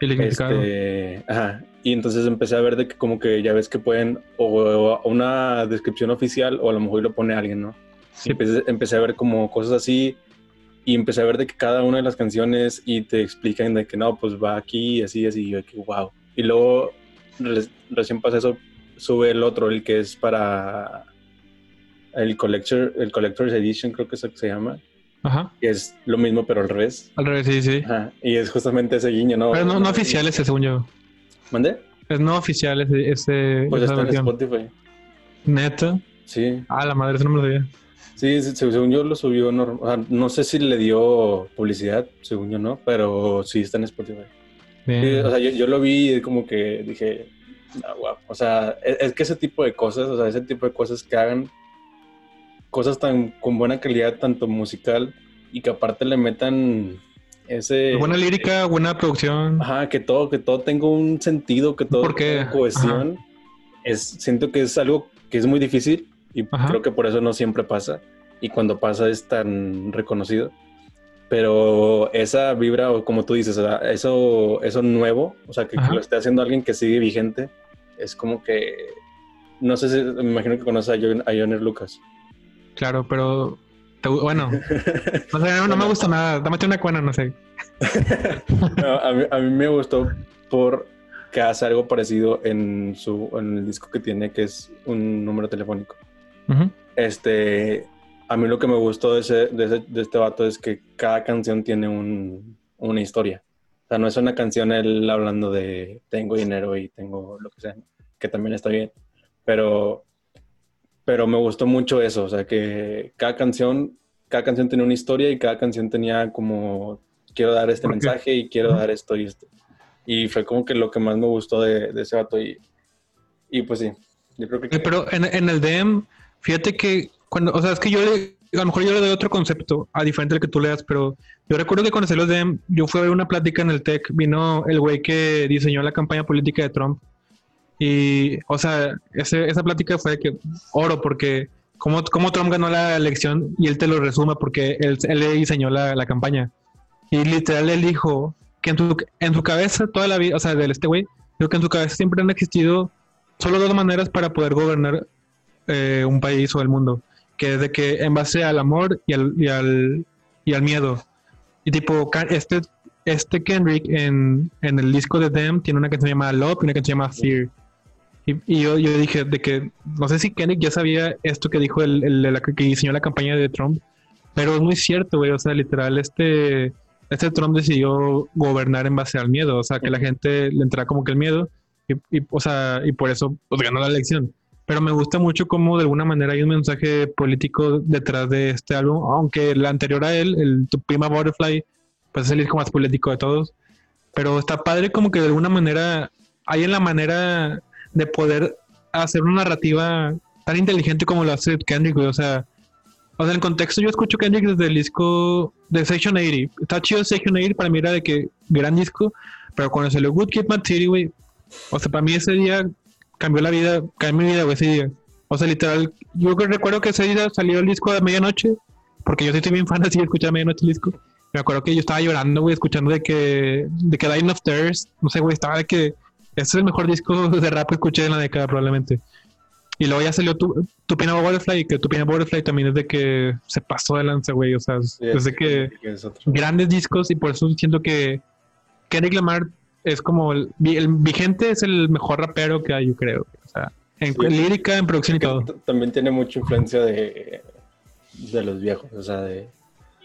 Y entonces empecé a ver de que como que ya ves que pueden o una descripción oficial o a lo mejor lo pone alguien, ¿no? Sí. Empecé a ver como cosas así y empecé a ver de que cada una de las canciones y te explican de que no, pues va aquí, así, y yo de que wow. Y luego recién pasa eso, sube el otro, el que es para el Collector's Edition, creo que es lo que se llama. Ajá. Que es lo mismo, pero al revés. Al revés, sí. Ajá. Y es justamente ese guiño, ¿no? Pero no oficial ese, según yo. ¿Mande? Es no oficial ese pues está versión. En Spotify. ¿Neta? Sí. La madre, eso no me lo sabía. Sí, según yo lo subió, o sea, no sé si le dio publicidad, según yo no, pero sí está en Spotify. Sí, o sea, yo lo vi y como que dije, wow. O sea, es que ese tipo de cosas, o sea, ese tipo de cosas que hagan cosas con buena calidad, tanto musical, y que aparte le metan buena lírica, buena producción. Ajá, que todo tenga un sentido, que todo tenga cohesión. Siento que es algo que es muy difícil y creo que por eso no siempre pasa. Y cuando pasa es tan reconocido. Pero esa vibra, o como tú dices, o sea, eso nuevo, o sea, que lo esté haciendo alguien que sigue vigente, es como que... No sé si... Me imagino que conoces a Joyner Lucas. Claro, pero... Bueno, no sé, no me gusta nada. Dame una cuena, no sé. No, a mí me gustó porque hace algo parecido en el disco que tiene, que es un número telefónico. Uh-huh. A mí lo que me gustó de este vato es que cada canción tiene una historia. O sea, no es una canción él hablando de tengo dinero y tengo lo que sea, que también está bien. Pero me gustó mucho eso, o sea, que cada canción tenía una historia y cada canción tenía como quiero dar este mensaje y quiero dar esto y esto. Y fue como que lo que más me gustó de ese vato y pues sí, yo creo que... Pero en el DM, fíjate que cuando, o sea, es que a lo mejor yo le doy otro concepto a diferente del que tú le das, pero yo recuerdo que cuando salió los DM, yo fui a ver una plática en el TEC, vino el güey que diseñó la campaña política de Trump. Y, o sea, esa plática fue de que oro, porque cómo Trump ganó la elección y él te lo resume porque él le diseñó la campaña. Y literal él dijo que en su cabeza toda la vida, o sea, este güey, creo que en su cabeza siempre han existido solo dos maneras para poder gobernar un país o el mundo, que es de que en base al amor y al miedo. Y tipo, Kendrick en el disco de Them tiene una canción llamada Love y una canción llamada Fear. Y yo dije de que no sé si Kendrick ya sabía esto que dijo que diseñó la campaña de Trump, pero es muy cierto, güey. O sea, literal, este Trump decidió gobernar en base al miedo, o sea, que la gente le entrara como que el miedo, o sea, y por eso pues, ganó la elección. Pero me gusta mucho cómo de alguna manera hay un mensaje político detrás de este álbum, aunque el anterior a él, el To Be My Butterfly, pues es el disco más político de todos. Pero está padre como que de alguna manera hay en la manera de poder hacer una narrativa tan inteligente como lo hace Kendrick, güey. O sea, en el contexto yo escucho Kendrick desde el disco de Section 80. Está chido Section 80, para mí era de que gran disco, pero cuando salió Good Kid, Mad City, güey, o sea, para mí ese día cambió mi vida, güey, ese día. O sea, literal, yo recuerdo que ese día salió el disco de medianoche, porque yo sí estoy bien fan así de escuchar a medianoche el disco. Me acuerdo que yo estaba llorando, güey, escuchando de que Dying of Thirst, no sé, güey, estaba de que este es el mejor disco de rap que escuché en la década probablemente. Y luego ya salió tu Peanut Butterfly, y que tu Peanut Butterfly también es de que se pasó de lanza, güey, o sea, es de que grandes discos, y por eso siento que Kendrick Lamar es como el vigente, es el mejor rapero que hay, yo creo, o sea, en lírica, en producción y todo. También tiene mucha influencia de los viejos, o sea, de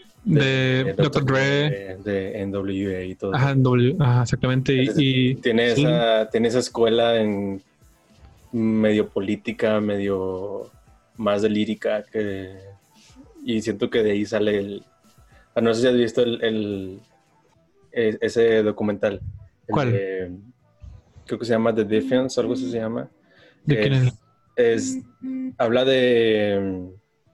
Dr. Dre, de NWA y todo. Ajá, exactamente. Y tiene esa escuela en medio política, medio más de lírica, y siento que de ahí sale no sé si has visto ese documental. ¿Cuál? Creo que se llama The Defiance, algo así se llama. ¿De quién es? Habla de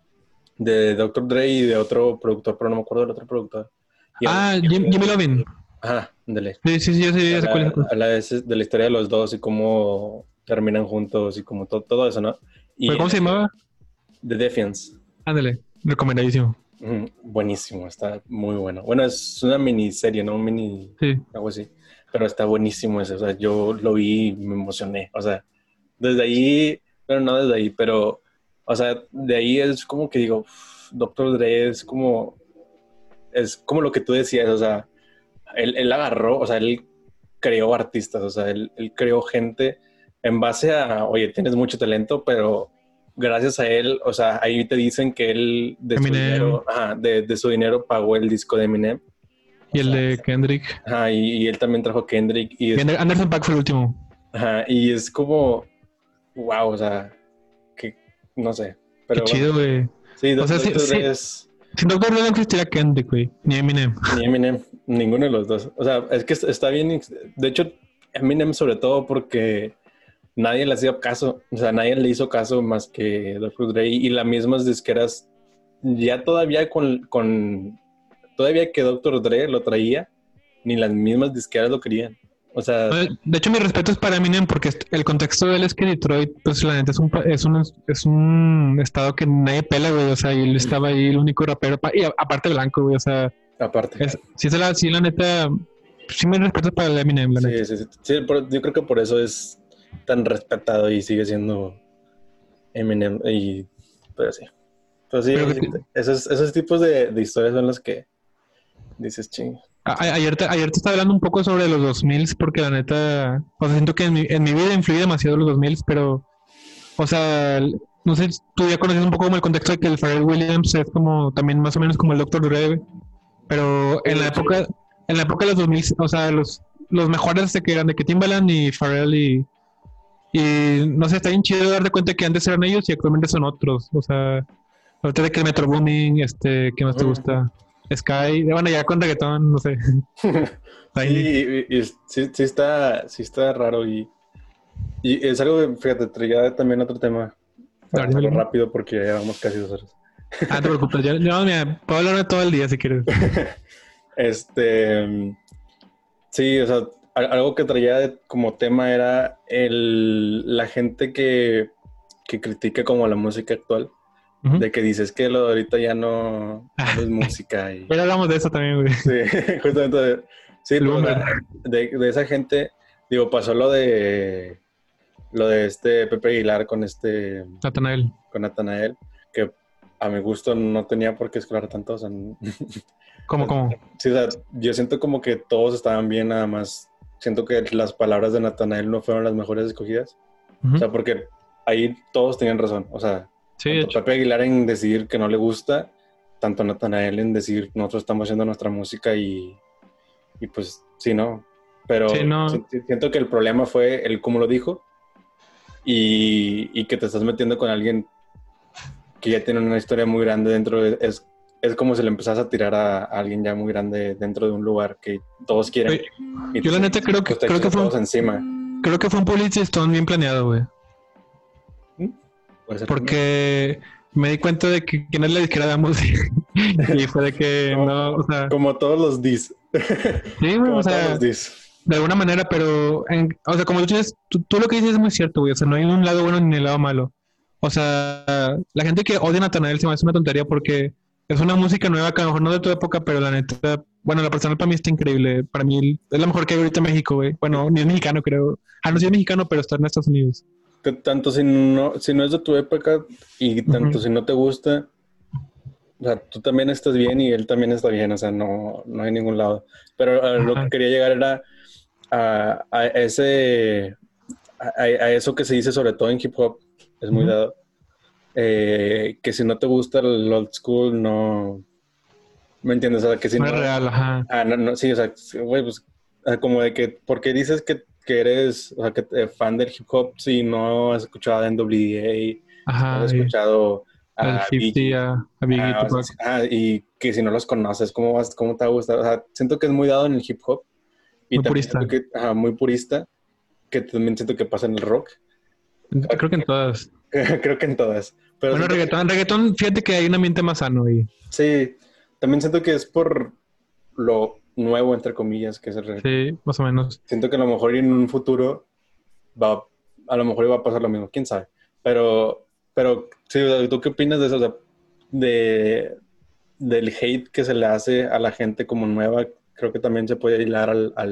Dr. Dre y de otro productor, pero no me acuerdo del otro productor. Jimmy Lovin. Ajá, ándale. Sí, yo sé. Habla de la historia de los dos y cómo terminan juntos y como todo eso, ¿no? ¿Cómo se llamaba? The Defiance. Ándale, recomendadísimo. Buenísimo, está muy bueno. Bueno, es una miniserie, ¿no? Algo así. Pero está buenísimo ese. O sea, yo lo vi y me emocioné. O sea, desde ahí, pero no desde ahí, pero, o sea, de ahí es como que digo, Dr. Dre es como lo que tú decías, o sea, él agarró, o sea, él creó artistas, o sea, él creó gente en base a, oye, tienes mucho talento, pero gracias a él, o sea, ahí te dicen que él de su dinero pagó el disco de Eminem. Y el de Kendrick. Ajá, y él también trajo Kendrick. Anderson .Paak fue el último. Ajá, y es como, wow, o sea, que no sé. Pero qué chido, güey. Sí, o sea, sin Dr. Dre no existiera Kendrick, güey, ni Eminem. Ni Eminem, ninguno de los dos. O sea, es que está bien. De hecho, Eminem sobre todo porque nadie le hacía caso. O sea, nadie le hizo caso más que Dr. Dre y las mismas disqueras. Ya todavía todavía que Dr. Dre lo traía, ni las mismas disqueras lo querían. O sea, de hecho, mi respeto es para Eminem porque el contexto de él es que Detroit, pues la neta es un estado que nadie pela, güey. O sea, y él estaba ahí el único rapero, y aparte blanco, güey. O sea, aparte. Sí, la neta, sí me respeto para el Eminem, la neta. Sí, yo creo que por eso es tan respetado y sigue siendo Eminem. Pues sí. Pues sí, esos tipos de historias son los que dices, ching. Ayer te estaba hablando un poco sobre los 2000 porque la neta, o sea, siento que en mi vida influye demasiado los 2000, pero, o sea, no sé, tú ya conoces un poco como el contexto de que el Pharrell Williams es como, también más o menos como el Dr. Dre, pero en la época de los 2000, o sea, los mejores que eran de que Timbaland y Pharrell y no sé, está bien chido darte cuenta que antes eran ellos y actualmente son otros, o sea, ahorita de que el Metro Booming, ¿qué más te gusta? Sky, bueno, ya con reggaetón, no sé. sí está raro y es algo que, fíjate, traía también otro tema. Claro, rápido porque ya vamos casi 2 horas. No te preocupes, yo puedo hablar todo el día si quieres. Sí, o sea, algo que traía como tema era la gente que critica como la música actual, de que dices que lo de ahorita ya no es música. Y... Pero hablamos de eso también, güey. Sí, justamente. Sí, de esa gente, digo, pasó lo de Pepe Aguilar con Natanael. Con Natanael, que a mi gusto no tenía por qué escolar tanto. O sea, ¿Cómo? Sí, o sea, yo siento como que todos estaban bien, nada más. Siento que las palabras de Natanael no fueron las mejores escogidas. O sea, porque ahí todos tenían razón. O sea, sí, tanto Pepe Aguilar en decidir que no le gusta, tanto Natanael en decir nosotros estamos haciendo nuestra música y pues sí, ¿no? Pero sí, no. Siento que el problema fue el cómo lo dijo y que te estás metiendo con alguien que ya tiene una historia muy grande dentro de... Es como si le empezás a tirar a alguien ya muy grande dentro de un lugar que todos quieren. Yo la neta creo que fue encima. Creo que fue un Public Stone bien planeado, güey. Porque me di cuenta de que no es la disquera de ambos y fue de que no, o sea... Como todos los dis. Sí, güey, o sea... De alguna manera, pero... o sea, como tú lo que dices es muy cierto, güey. O sea, no hay un lado bueno ni el lado malo. O sea, la gente que odia a Natanael se me hace una tontería porque es una música nueva que a lo mejor no de tu época, pero la neta... Bueno, la personal para mí está increíble. Para mí es la mejor que hay ahorita en México, güey. Bueno, ni es mexicano, creo. No, sí es mexicano, pero está en Estados Unidos. Tanto si no es de tu época y tanto si no te gusta, o sea, tú también estás bien y él también está bien, o sea, no hay ningún lado. Pero lo que quería llegar era a eso que se dice sobre todo en hip hop, es muy dado, que si no te gusta el old school, no... ¿Me entiendes? O sea, que si no es real, no, sí, o sea, güey, pues, como de que, ¿por qué dices que eres, o sea, que fan del hip hop si no has escuchado a NWA, no has escuchado a Biggie, y que si no los conoces, ¿cómo te va a gustar? O sea, siento que es muy dado en el hip hop y muy también purista. Siento que, muy purista, que también siento que pasa en el rock. Creo que en todas. Creo que en todas. Pero bueno, reggaetón, fíjate que hay un ambiente más sano y... Sí, también siento que es por lo nuevo, entre comillas, que es el reggaetón. Sí, más o menos. Siento que a lo mejor en un futuro a lo mejor iba a pasar lo mismo, quién sabe. Pero sí, ¿tú qué opinas de eso? O sea, del hate que se le hace a la gente como nueva. Creo que también se puede hilar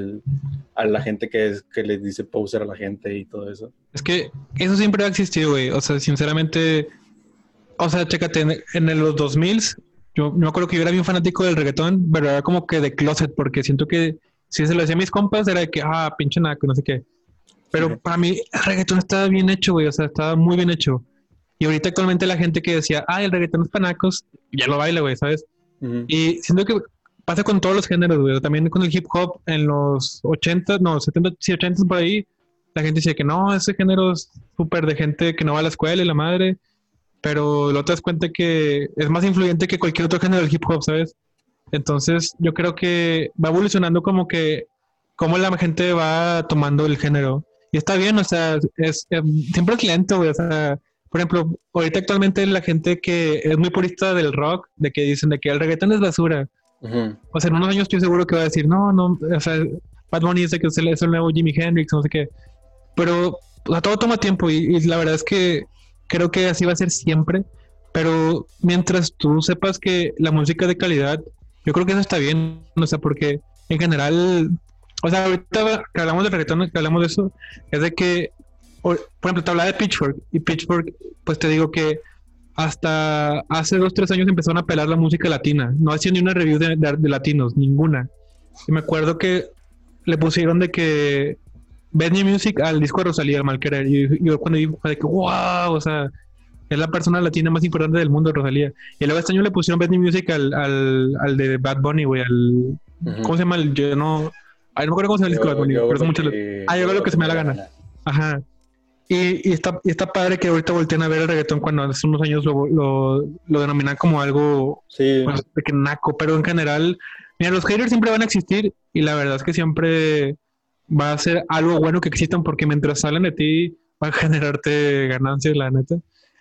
a la gente que le dice poser a la gente y todo eso. Es que eso siempre ha existido, güey. O sea, sinceramente, o sea, chécate, en los 2000s, yo me acuerdo que yo era bien fanático del reggaetón, pero era como que de closet, porque siento que si se lo decía a mis compas era de que, pinche naco, no sé qué. Pero para mí el reggaetón estaba bien hecho, güey, o sea, estaba muy bien hecho. Y ahorita actualmente la gente que decía, el reggaetón es para nacos, ya lo baila, güey, ¿sabes? Y siento que pasa con todos los géneros, güey, también con el hip hop en los 80, no, 70, sí, 80 por ahí, la gente decía que no, ese género es súper de gente que no va a la escuela y la madre, pero luego te das cuenta que es más influyente que cualquier otro género del hip hop, ¿sabes? Entonces yo creo que va evolucionando como la gente va tomando el género. Y está bien, o sea, siempre es lento, güey, o sea, por ejemplo, ahorita actualmente la gente que es muy purista del rock, de que dicen de que el reggaetón es basura. O sea, en unos años estoy seguro que va a decir, no, o sea, Bad Bunny dice que es el nuevo Jimi Hendrix, no sé qué. Pero, o sea, todo toma tiempo y la verdad es que creo que así va a ser siempre. Pero mientras tú sepas que la música es de calidad, yo creo que eso está bien, o sea, porque en general, o sea, ahorita que hablamos de reggaetón, que hablamos de eso, es de que, por ejemplo, te hablaba de Pitchfork, y Pitchfork, pues te digo que hasta hace 2-3 años empezaron a pelar la música latina, no hacían ni una review de latinos, ninguna. Y me acuerdo que le pusieron de que Bad New Music al disco de Rosalía, al Mal Querer, y yo cuando vi fue de que, wow, o sea, es la persona latina más importante del mundo, Rosalía. Y luego este año le pusieron Bad New Music al de Bad Bunny, güey, ¿cómo se llama? Yo no me acuerdo cómo se llama el disco de Bad Bunny, pero son muchas... yo hago lo que se me da la gana. Ajá. Y está padre que ahorita volteen a ver el reggaetón cuando hace unos años lo denominan como algo pues, de que naco, pero en general, mira, los haters siempre van a existir y la verdad es que siempre va a ser algo bueno que existan porque mientras salen de ti va a generarte ganancias, la neta.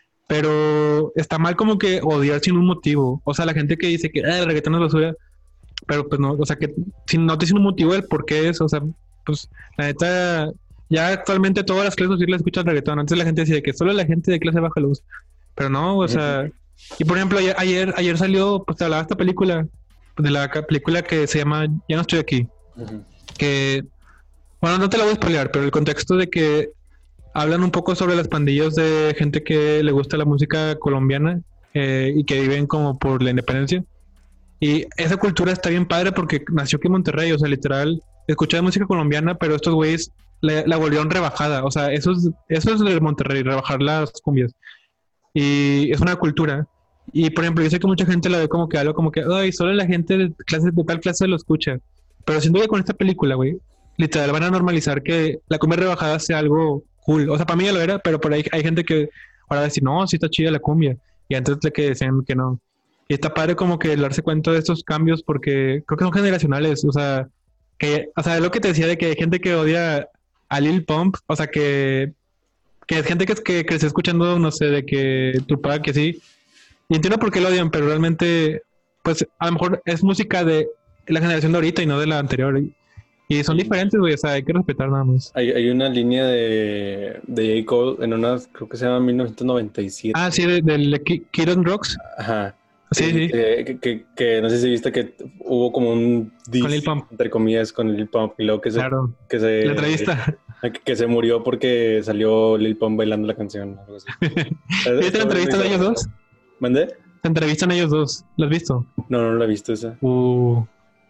Pero está mal como que odiar sin un motivo. O sea, la gente que dice que el reggaetón es basura, pero pues no, o sea, que si no te dicen un motivo del por qué es, o sea, pues la neta, ya actualmente todas las clases sociales escuchan reggaetón. Antes la gente decía que solo la gente de clase baja lo usa. Pero no, o sea, Y por ejemplo, ayer salió, pues te hablaba esta película, de la película que se llama Ya no estoy aquí. Uh-huh. Que, bueno, no te la voy a spoilear, pero el contexto de que hablan un poco sobre las pandillas de gente que le gusta la música colombiana y que viven como por la independencia. Y esa cultura está bien padre porque nació aquí en Monterrey, o sea, literal, escuchaba música colombiana, pero estos güeyes la volvieron rebajada. O sea, eso es de Monterrey, rebajar las cumbias. Y es una cultura. Y por ejemplo, yo sé que mucha gente la ve como que algo como que, ay, solo la gente de tal clase lo escucha. Pero siento que con esta película, güey, literal van a normalizar que la cumbia rebajada sea algo cool. O sea, para mí ya lo era, pero por ahí hay gente que ahora va a decir, no, sí está chida la cumbia. Y antes de que decían que no. Y está padre como que darse cuenta de estos cambios porque creo que son generacionales. O sea, es lo que te decía de que hay gente que odia a Lil Pump. O sea, que es gente que creció escuchando, no sé, de que Tupac, que sí. Y entiendo por qué lo odian, pero realmente, pues a lo mejor es música de la generación de ahorita y no de la anterior. Y son diferentes, güey, o sea, hay que respetar nada más. Hay una línea de J. Cole en una, creo que se llama 1997. Ah, sí, del Kid on Rocks. Ajá. Sí, sí. Que no sé si viste que hubo como un diss, con Lil Pump, entre comillas, con Lil Pump. Y luego claro, la entrevista. Que se murió porque salió Lil Pump bailando la canción. Algo así. ¿Viste la entrevista de ellos dos? ¿Mandé? ¿Se entrevistan ellos dos? ¿La has visto? No la he visto esa. No.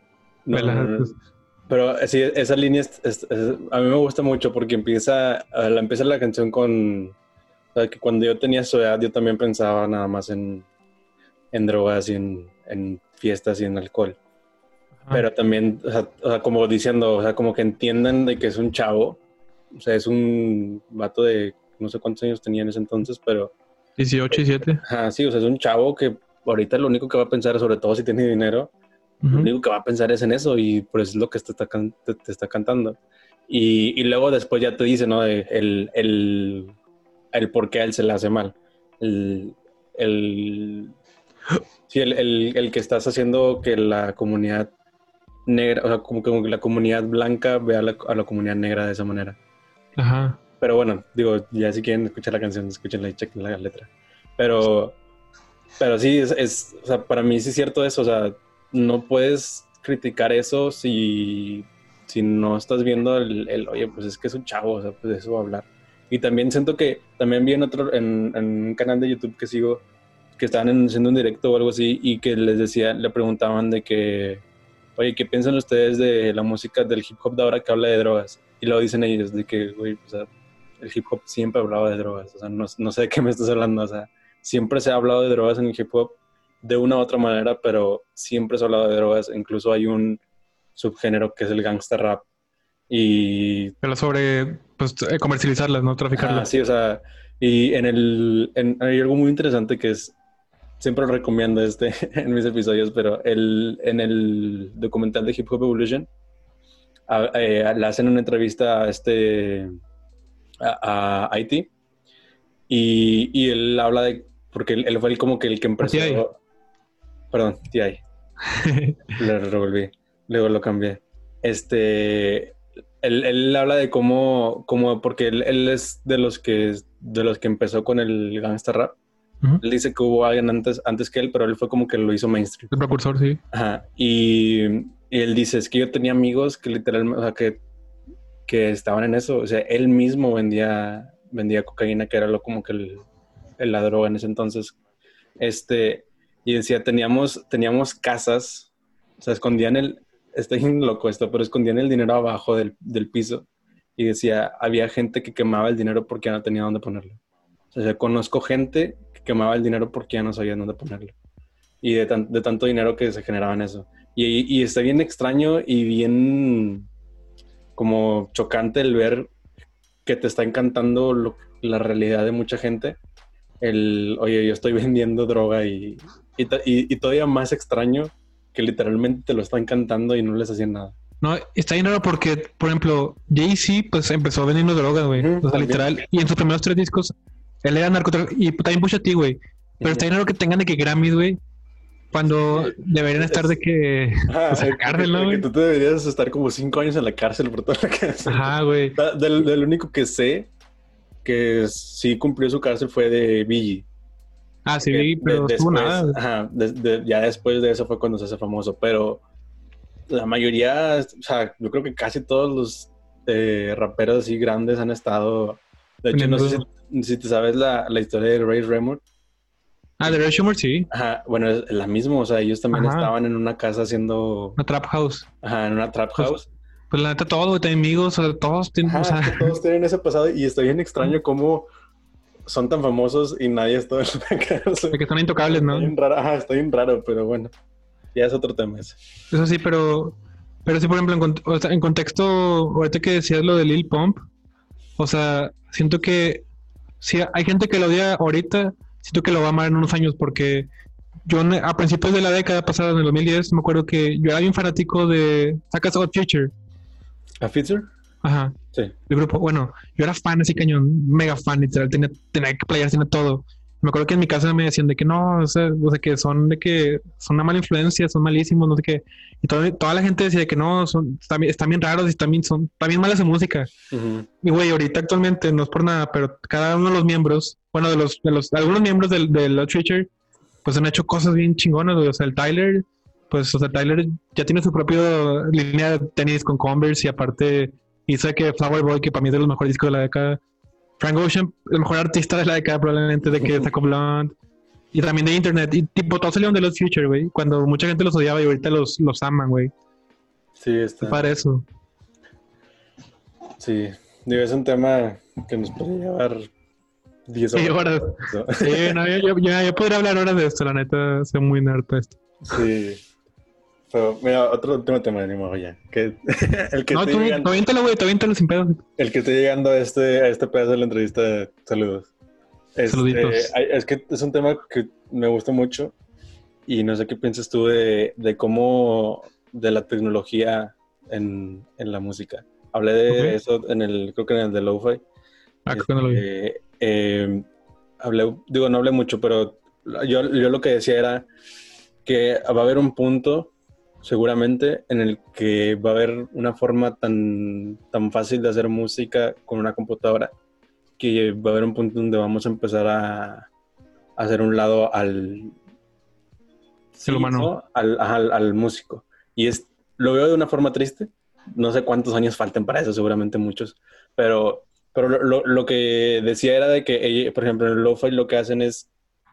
Pero sí, esa línea a mí me gusta mucho porque empieza la canción con... O sea, que cuando yo tenía su edad yo también pensaba nada más en drogas y en fiestas y en alcohol. Ajá. Pero también, o sea, como diciendo, o sea, como que entiendan de que es un chavo. O sea, es un vato de no sé cuántos años tenía en ese entonces, pero... 18, 17. Ajá, sí, o sea, es un chavo que ahorita lo único que va a pensar, sobre todo si tiene dinero, lo único que va a pensar es en eso y por eso es lo que te está cantando. Y luego después ya te dice, ¿no? El por qué a él se le hace mal. Sí, el que estás haciendo que la comunidad negra, o sea, como que la comunidad blanca vea a la comunidad negra de esa manera. Ajá. Pero bueno, digo, ya si quieren escuchar la canción, escúchenla y chequen la letra. Pero sí, o sea, para mí sí es cierto eso, o sea, no puedes criticar eso si no estás viendo oye, pues es que es un chavo, o sea, pues de eso va a hablar. Y también siento que, también vi en un canal de YouTube que sigo, que estaban haciendo un directo o algo así, y que le preguntaban de que, oye, ¿qué piensan ustedes de la música del hip hop de ahora que habla de drogas? Y luego dicen ellos de que, güey, o sea, el hip hop siempre hablaba de drogas, o sea, no sé de qué me estás hablando, o sea, siempre se ha hablado de drogas en el hip hop de una u otra manera, pero siempre se ha hablado de drogas, incluso hay un subgénero que es el gangsta rap. Pero sobre, pues, comercializarlas, ¿no? Traficarlas. Sí, o sea, y hay algo muy interesante que es, siempre lo recomiendo en mis episodios, pero en el documental de Hip Hop Evolution, le hacen una entrevista a IT y él habla de, porque él fue como que el que empezó... Perdón, T.I. Lo revolví, luego lo cambié. Él habla de cómo porque él es de los que empezó con el gangsta rap. Uh-huh. Él dice que hubo alguien antes que él, pero él fue como que lo hizo mainstream. El precursor, sí. Ajá. Y él dice, es que yo tenía amigos que literalmente, o sea, que estaban en eso. O sea, él mismo vendía cocaína, que era como que la droga en ese entonces. Y decía, teníamos casas, o sea, escondían está bien loco esto, pero escondían el dinero abajo del piso. Y decía, había gente que quemaba el dinero porque ya no tenía dónde ponerlo. O sea, conozco gente que quemaba el dinero porque ya no sabía dónde ponerlo. Y de tanto dinero que se generaba en eso. Y está bien extraño y bien como chocante el ver que te está encantando la realidad de mucha gente. Oye, yo estoy vendiendo droga y todavía más extraño que literalmente te lo están cantando y no les hacían nada. No, está bien raro porque, por ejemplo, Jay-Z pues empezó vendiendo drogas, güey. O sea, literal. Y en sus primeros 3 discos, él era narcotraficante. Y también Pusha T, güey. Pero está bien raro que tengan de que Grammys, güey. Cuando deberían estar de que... pues, en la cárcel, ¿no, güey? Que tú te deberías estar como 5 años en la cárcel por toda la cárcel. Ajá, güey. Del único que sé que sí cumplió su cárcel fue de Biggie. Ah, sí, pero estuvo nada. Ajá, ya después de eso fue cuando se hace famoso, pero la mayoría, o sea, yo creo que casi todos los raperos así grandes han estado. De hecho, no sé si te sabes la historia de Ray Remord. Ah, de Ray Schumer, sí. Ajá, bueno, es la misma, o sea, ellos también estaban en una casa haciendo... Una trap house. Ajá, en una trap house. Pues la neta, todos, güey, también amigos, o sea, todos tienen... Ajá, es que todos tienen ese pasado y está bien extraño cómo son tan famosos y nadie está en la casa. De que son intocables, ¿no? Está bien raro, ajá, está bien raro, pero bueno, ya es otro tema ese. Eso sí, pero sí, por ejemplo, en contexto, ahorita que decías lo de Lil Pump, o sea, siento que si hay gente que lo odia ahorita, siento que lo va a amar en unos años, porque yo a principios de la década pasada, en el 2010, me acuerdo que yo era bien fanático de ¿sacas Odd Future? ¿A Future? Ajá. Sí. El grupo, bueno, yo era fan así cañón, mega fan, literal, tenía que playar, tenía todo. Me acuerdo que en mi casa me decían de que no, o sea, que son una mala influencia, son malísimos, no sé qué. Y toda la gente decía que no, están bien raros y también mala su música. Uh-huh. Y güey, ahorita actualmente, no es por nada, pero cada uno de los miembros, bueno, algunos miembros del Literature, pues han hecho cosas bien chingonas, güey. O sea, Tyler ya tiene su propia línea de tenis con Converse y aparte hizo que Flower Boy, que para mí es de los mejores discos de la década. Frank Ocean, el mejor artista de la década probablemente, de que sacó Blonde. Y también de internet. Y tipo, todos salieron de los Future, güey. Cuando mucha gente los odiaba y ahorita los aman, güey. Sí, está. Para eso. Sí. Digo, es un tema que nos puede llevar 10 horas. Horas. Sí, no, yo podría hablar horas de esto, la neta. Soy muy nerd de esto. Sí. Pero, mira, otro último tema, ni modo ya. Que, el que no, tú aviéntalo, güey, sin pedo. El que esté llegando a este pedazo de la entrevista, saludos. Saluditos. Es que es un tema que me gusta mucho y no sé qué piensas tú de cómo, de la tecnología en la música. Hablé de eso creo que en el de Lo-Fi. Creo que no lo vi. No hablé mucho, pero yo lo que decía era que va a haber un punto seguramente en el que va a haber una forma tan fácil de hacer música con una computadora que va a haber un punto donde vamos a empezar a hacer un lado al humano, al músico, y lo veo de una forma triste. No sé cuántos años falten para eso, seguramente muchos, pero lo que decía era de que por ejemplo en el Lo-Fi lo que hacen es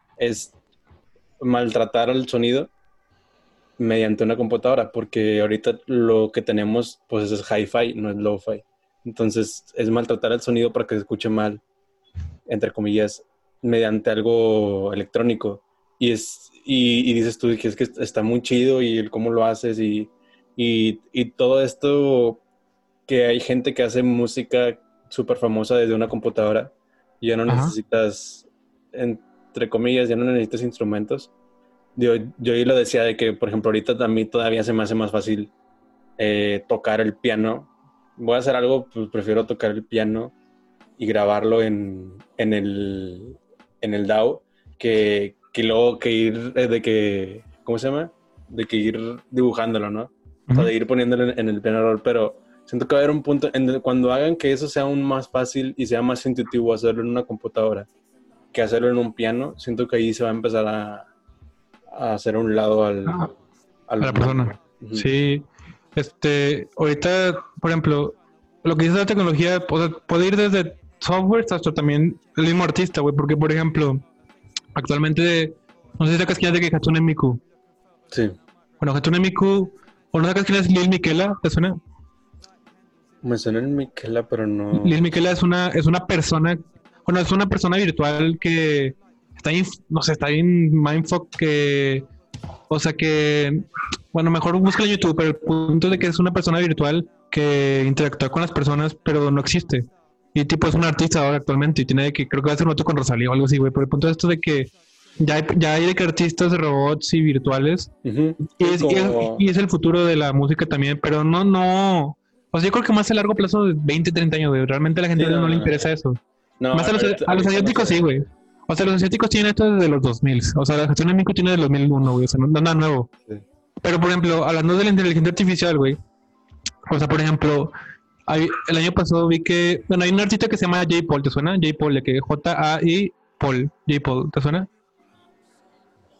maltratar al sonido mediante una computadora, porque ahorita lo que tenemos pues es hi-fi, no es lo-fi. Entonces es maltratar el sonido para que se escuche mal, entre comillas, mediante algo electrónico. Y dices tú que es que está muy chido y el cómo lo haces y todo esto, que hay gente que hace música súper famosa desde una computadora y ya no necesitas, entre comillas, ya no necesitas instrumentos. Yo lo decía de que, por ejemplo, ahorita a mí todavía se me hace más fácil tocar el piano. Voy a hacer algo, pues prefiero tocar el piano y grabarlo en el DAW que luego que ir ¿cómo se llama? De que ir dibujándolo, ¿no? O sea, de ir poniéndolo en el piano roll, pero siento que va a haber un punto cuando hagan que eso sea aún más fácil y sea más intuitivo hacerlo en una computadora que hacerlo en un piano, siento que ahí se va a empezar a hacer a un lado a la persona. Uh-huh. Sí. Ahorita, por ejemplo, lo que dice la tecnología, puede ir desde software hasta también el mismo artista, güey, porque, por ejemplo, actualmente, no sé si sacas quién es de que Hatsune Miku. Sí. Bueno, Hatsune Miku, o no sacas quién es Lil Miquela, ¿te suena? Me suena el Miquela, pero no. Lil Miquela es una persona, bueno, es una persona virtual que está bien mindfuck, que, o sea que, bueno, mejor busca en YouTube, pero el punto de que es una persona virtual que interactúa con las personas, pero no existe. Y tipo es un artista ahora actualmente y tiene que, creo que va a hacer un otro con Rosalía o algo así, güey. Pero el punto de esto de que ya hay de que artistas de robots y virtuales. Uh-huh. Y es el futuro de la música también, pero no. O sea, yo creo que más a largo plazo de 20, 30 años, güey. Realmente a la gente no le interesa eso. No, más a los asiáticos sí, güey. O sea, los asiáticos tienen esto desde los 2000. O sea, la Hatsune Miku tiene del 2001, güey. O sea, no es nada nuevo. Sí. Pero, por ejemplo, hablando de la inteligencia artificial, güey. O sea, por ejemplo, el año pasado vi que... Bueno, hay un artista que se llama J. Paul, ¿te suena? J. Paul, de que J-A-I Paul. J. Paul, ¿te suena?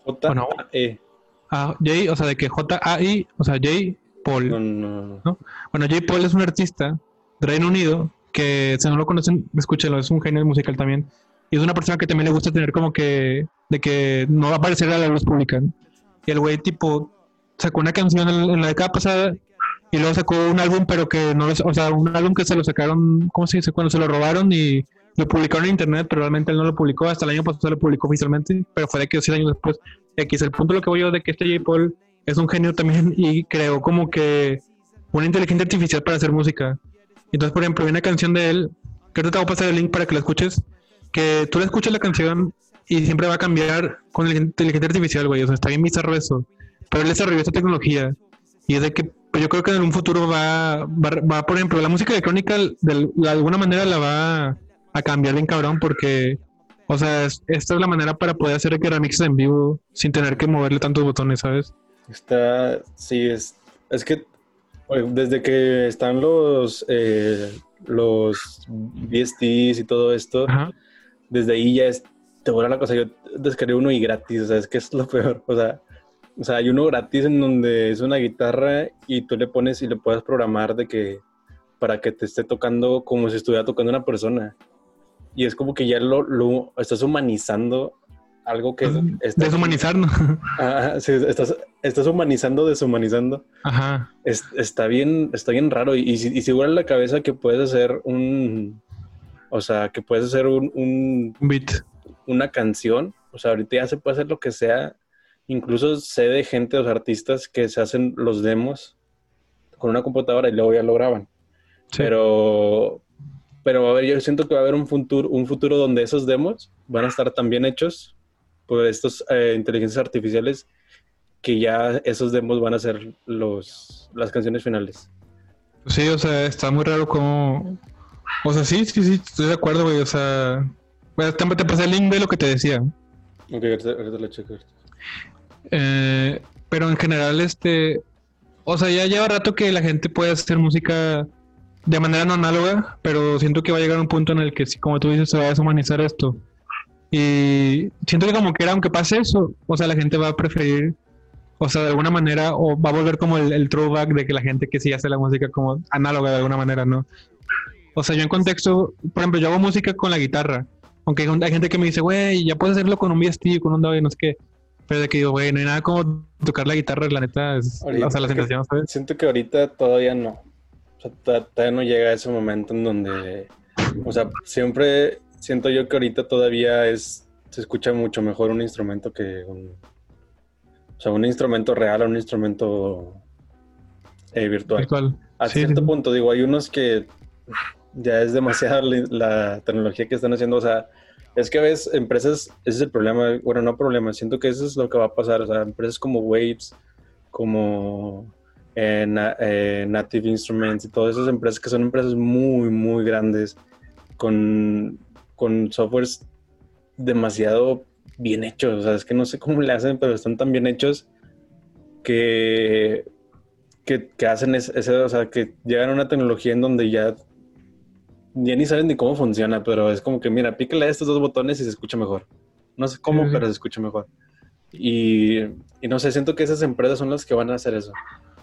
J-A-E. J, o sea, de que J-A-I, o sea, J. Paul. No. Bueno, J. Paul es un artista de Reino Unido que, si no lo conocen, escúchenlo, es un genio musical también. Y es una persona que también le gusta tener como que, de que no va a aparecer a la luz pública. Y el güey, tipo, sacó una canción en la década pasada y luego sacó un álbum, pero que no, o sea, un álbum que se lo sacaron, ¿cómo se dice? Cuando se lo robaron y lo publicaron en internet, pero realmente él no lo publicó, hasta el año pasado lo publicó oficialmente, pero fue de que 6 años después. X, el punto de lo que voy yo de que este J. Paul es un genio también y creó como que una inteligencia artificial para hacer música. Entonces, por ejemplo, hay una canción de él, que ahorita te voy a pasar el link para que la escuches, que tú le escuchas la canción y siempre va a cambiar con la inteligencia artificial, güey, o sea, está bien bizarro eso, pero él desarrolló esta tecnología y es de que pues yo creo que en un futuro va por ejemplo, la música electrónica de alguna manera la va a cambiar bien cabrón porque, o sea, esta es la manera para poder hacer remixes en vivo sin tener que moverle tantos botones, ¿sabes? Sí, es que desde que están los VSTs y todo esto, Ajá. desde ahí ya te vuela la cosa. Yo descargué uno y gratis, o sea, es que es lo peor. O sea, hay uno gratis en donde es una guitarra y tú le pones y le puedes programar para que te esté tocando como si estuviera tocando una persona. Y es como que ya lo estás humanizando algo que deshumanizar, ¿no? Sí, estás humanizando, deshumanizando. Ajá. Está bien raro. Y si vuela la cabeza que puedes hacer un beat, una canción, o sea, ahorita ya se puede hacer lo que sea. Incluso sé de gente, los artistas que se hacen los demos con una computadora y luego ya lo graban. Sí. Pero a ver, yo siento que va a haber un futuro donde esos demos van a estar tan bien hechos por estos inteligencias artificiales que ya esos demos van a ser las canciones finales. Sí, o sea, está muy raro como... O sea, sí, estoy de acuerdo, güey, o sea... Bueno, te pasé el link de lo que te decía. Ok, ahorita lo checo. Pero en general, o sea, ya lleva rato que la gente puede hacer música de manera no análoga, pero siento que va a llegar un punto en el que, como tú dices, se va a deshumanizar esto. Y siento que como quiera, aunque pase eso, o sea, la gente va a preferir, o sea, de alguna manera, o va a volver como el throwback de que la gente que sí hace la música como análoga de alguna manera, ¿no? O sea, yo en contexto, por ejemplo, yo hago música con la guitarra, aunque hay gente que me dice, güey, ya puedes hacerlo con un VST, con un DAW, no sé qué. Pero de que digo, güey, no hay nada como tocar la guitarra, la neta, ahorita, o sea, la sensación, ¿sabes? Siento que ahorita todavía no. O sea, todavía no llega a ese momento en donde... O sea, siempre siento yo que ahorita todavía se escucha mucho mejor un instrumento que un instrumento real o un instrumento virtual. A cierto punto, digo, hay unos que ya es demasiada la tecnología que están haciendo, o sea... Es que a veces empresas, ese es el problema, bueno, no problema, siento que eso es lo que va a pasar, o sea, empresas como Waves, como Native Instruments y todas esas empresas que son empresas muy, muy grandes, con softwares demasiado bien hechos, o sea, es que no sé cómo le hacen, pero están tan bien hechos que hacen o sea, que llegan a una tecnología en donde ya ni saben ni cómo funciona, pero es como que, mira, pícale a estos 2 botones y se escucha mejor. No sé cómo, pero se escucha mejor. Y no sé, siento que esas empresas son las que van a hacer eso.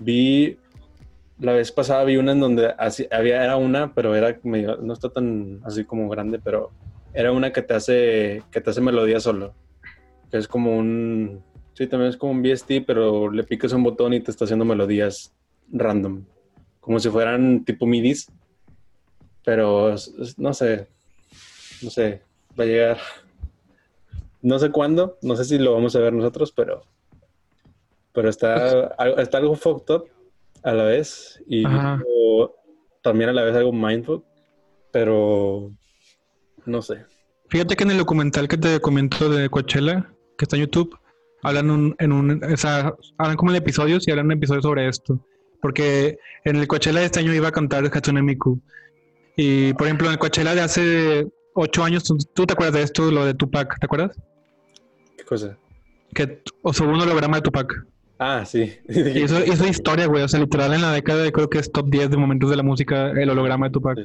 La vez pasada vi una en donde era una, pero era medio, no está tan así como grande, pero era una que te hace melodía solo. Que es como sí, también es como un VST, pero le picas un botón y te está haciendo melodías random. Como si fueran tipo MIDIs. Pero no sé, va a llegar, no sé cuándo, no sé si lo vamos a ver nosotros, pero está algo fucked up a la vez y también a la vez algo mindful, pero no sé. Fíjate que en el documental que te comento de Coachella, que está en YouTube, hablan hablan como en episodios y hablan en episodios sobre esto, porque en el Coachella de este año iba a cantar Hatsune Miku. Y, por ejemplo, en el Coachella de hace 8 años, ¿tú te acuerdas de esto, lo de Tupac? ¿Te acuerdas? ¿Qué cosa? Que hubo un holograma de Tupac. Ah, sí. Y eso es historia, güey. O sea, literal, en la década creo que es top 10 de momentos de la música, el holograma de Tupac.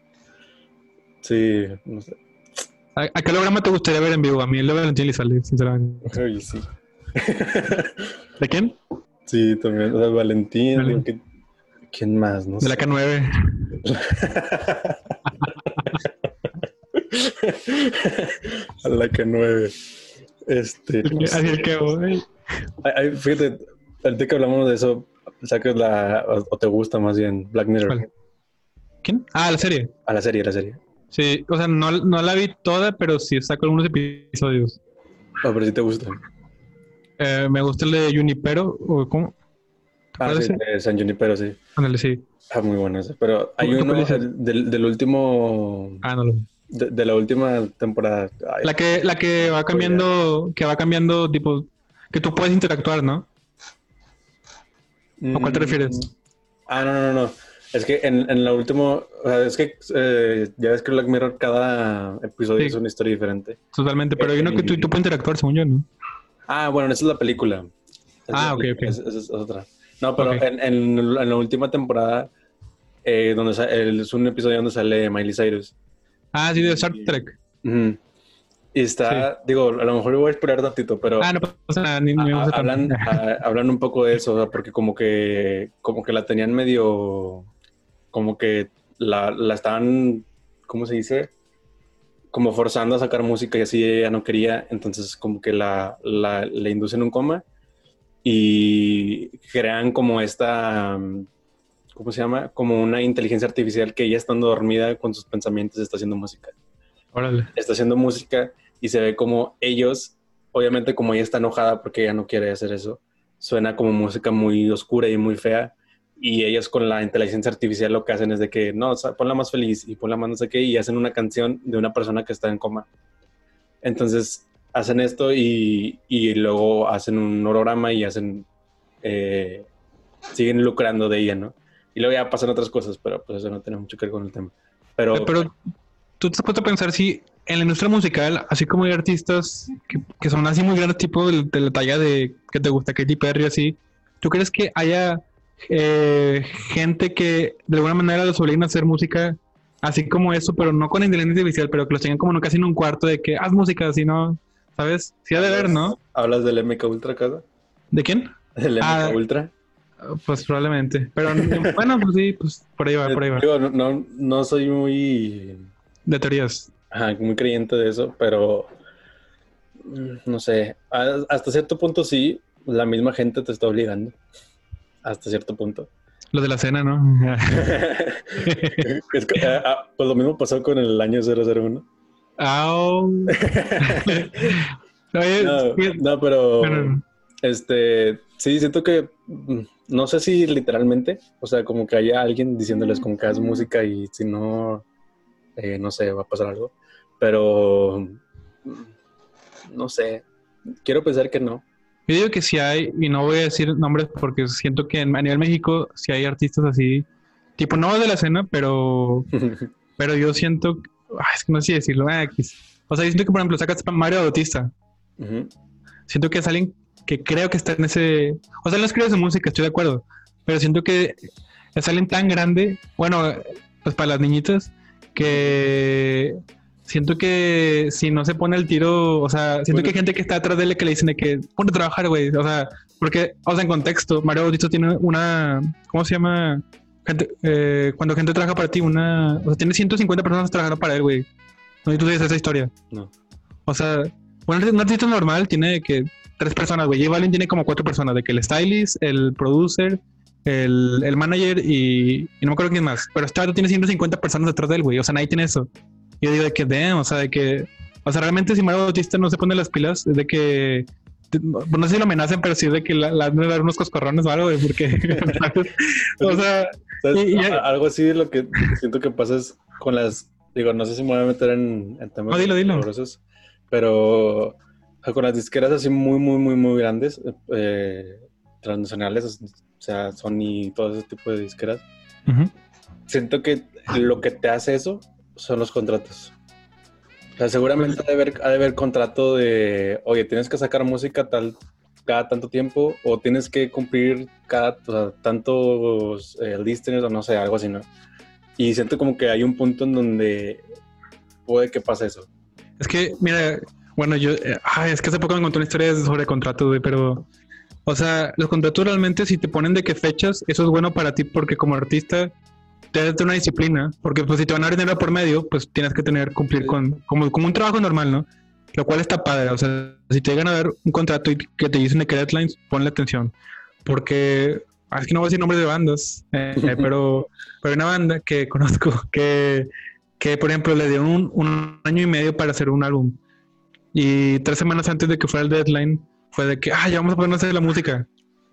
Sí, no sé. ¿A qué holograma te gustaría ver en vivo? A mí el de Valentín Elizalde, sinceramente. Oye, sí. ¿De quién? Sí, también. O sea, Valentín. Vale. ¿Quién más? No De la sé. K9. A la K9. No Así el sé. que voy. Fíjate, ahorita que hablamos de eso, sacas o te gusta más bien Black Mirror. ¿Cuál? ¿Quién? Ah, la serie. A la serie. Sí, o sea, no la vi toda, pero sí saco algunos episodios. Ah, pero sí te gusta. Me gusta el de Junipero, o ¿cómo? ¿Te acuerdas Sí, ese? de San Junipero, sí. Ándale, sí. Muy bueno ese. Pero hay ¿Tú uno cuál dices? del último, Ah, no lo vi. de la última temporada. Ay, La que va cambiando, tipo, que tú puedes interactuar, ¿no? ¿A cuál te refieres? No. Es que en la última, o sea, es que ya ves que Black Mirror cada episodio Sí. es una historia diferente. Totalmente, pero hay uno que tú puedes interactuar, según yo, ¿no? Bueno, esa es la película. Ok. Esa es otra. No, pero Ok. en la última temporada, es un episodio donde sale Miley Cyrus. Ah, sí, de Star Trek. Ujú. Y está, digo, a lo mejor voy a esperar tantito, pero Ah, no pasa nada, ni me gusta tanto. hablan un poco de eso, o sea, porque como que la tenían medio, como que la estaban, ¿cómo se dice? Como forzando a sacar música y así ella no quería, entonces como que le inducen un coma y crean como esta, ¿cómo se llama? Como una inteligencia artificial que ella estando dormida con sus pensamientos está haciendo música. Órale. Está haciendo música y se ve como ellos, obviamente como ella está enojada porque ella no quiere hacer eso, suena como música muy oscura y muy fea y ellos con la inteligencia artificial lo que hacen es de que no, o sea, ponla más feliz y ponla más no sé qué y hacen una canción de una persona que está en coma. Entonces hacen esto y luego hacen un holograma y siguen lucrando de ella, ¿no? Y luego ya pasan otras cosas, pero pues eso no tiene mucho que ver con el tema. Pero tú te has puesto a pensar si en la industria musical, así como hay artistas que son así muy grandes, tipo de la talla de que te gusta Katy Perry, así, ¿tú crees que haya gente que de alguna manera los obliguen a hacer música así como eso, pero no con inteligencia artificial, pero que los tengan como casi en un cuarto de que haz música así, ¿no? ¿Sabes? Sí ha de ver, ¿no? ¿Hablas del MK Ultra, casa? ¿De quién? ¿Del MK Ultra? Pues probablemente. Pero bueno, pues sí, pues por ahí va. Digo, no soy muy... De teorías. muy creyente de eso, pero no sé. Hasta cierto punto sí, la misma gente te está obligando. Hasta cierto punto. Lo de la cena, ¿no? Pues lo mismo pasó con el año 001. No, pero bueno. sí, siento que no sé si literalmente, o sea, como que haya alguien diciéndoles como que haz música y si no, no sé, va a pasar algo. Pero no sé, quiero pensar que no. Yo digo que sí hay, y no voy a decir nombres porque siento que a nivel México sí hay artistas así, tipo no de la escena, pero yo siento, es que no sé si decirlo, o sea, yo siento que por ejemplo sacas a Mario Bautista, siento que es alguien que creo que está en ese, o sea, no escribe su música, estoy de acuerdo, pero siento que es alguien tan grande, bueno, pues para las niñitas, que siento que si no se pone el tiro, o sea, siento que hay gente que está atrás de él que le dicen de que ponte a trabajar, güey, o sea, porque, o sea, en contexto, Mario Bautista tiene una, ¿cómo se llama? Gente, cuando gente trabaja para ti, o sea, tiene 150 personas trabajando para él, güey. ¿No? ¿Y tú sabes esa historia? No. O sea, un artista normal tiene que 3 personas, güey. J Balvin tiene como 4 personas, de que el stylist, el producer, el manager y no me acuerdo quién más. Pero este vato tiene 150 personas detrás de él, güey. O sea, nadie tiene eso. Y yo digo de que, damn, o sea, realmente si Mario Bautista no se pone las pilas, es de que, no sé si lo amenacen, pero sí de que le van a dar unos coscorrones o algo, güey, porque, o sea... algo así de lo que siento que pasa es con las, digo, no sé si me voy a meter en temas dolorosos, pero con las disqueras así muy, muy, muy, muy grandes, transnacionales, o sea, Sony y todo ese tipo de disqueras, siento que lo que te hace eso son los contratos. O sea, seguramente ha de haber contrato de, oye, tienes que sacar música cada tanto tiempo o tienes que cumplir tantos listeners o no sé, algo así, ¿no? Y siento como que hay un punto en donde puede que pase eso. Es que, mira, Bueno, es que hace poco me contó una historia sobre contratos, güey, pero, o sea, los contratos realmente si te ponen de qué fechas, eso es bueno para ti porque como artista te debes de una disciplina, porque pues si te van a dar dinero por medio, pues tienes que cumplir como un trabajo normal, ¿no? Lo cual está padre, o sea, si te llegan a dar un contrato y que te dicen de qué deadlines, ponle atención, porque, es que no voy a decir nombres de bandas, pero hay una banda que conozco que por ejemplo le dio un año y medio para hacer un álbum. Y 3 semanas antes de que fuera el deadline, fue de que, ya vamos a ponernos a hacer la música.